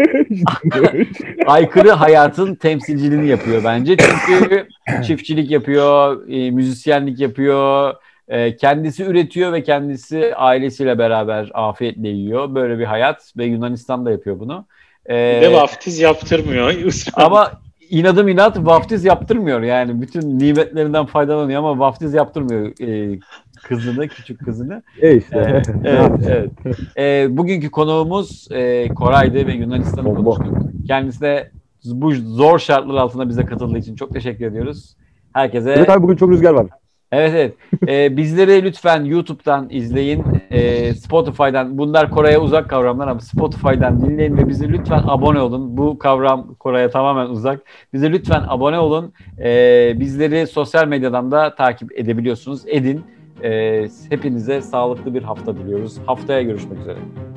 aykırı hayatın temsilciliğini yapıyor bence. Çünkü çiftçilik yapıyor, e, müzisyenlik yapıyor, e, kendisi üretiyor ve kendisi ailesiyle beraber afiyetle yiyor. Böyle bir hayat ve Yunanistan'da yapıyor bunu. E, Bir de vaftiz yaptırmıyor. ama inadım inat vaftiz yaptırmıyor. Yani bütün nimetlerinden faydalanıyor ama vaftiz yaptırmıyor e, kızını, küçük kızını. E işte. Evet, evet, evet. E, bugünkü konuğumuz e, Koray'dı ve Yunanistan'ı Allah. konuştuk. Kendisine bu zor şartlar altında bize katıldığı için çok teşekkür ediyoruz. Herkese... Evet abi, bugün çok rüzgar var. Evet evet. Ee, bizleri lütfen YouTube'dan izleyin. Ee, Spotify'dan. Bunlar Koray'a uzak kavramlar ama Spotify'dan dinleyin ve bizi lütfen abone olun. Bu kavram Koray'a tamamen uzak. Bize lütfen abone olun. Ee, bizleri sosyal medyadan da takip edebiliyorsunuz. Edin. Ee, hepinize sağlıklı bir hafta diliyoruz. Haftaya görüşmek üzere.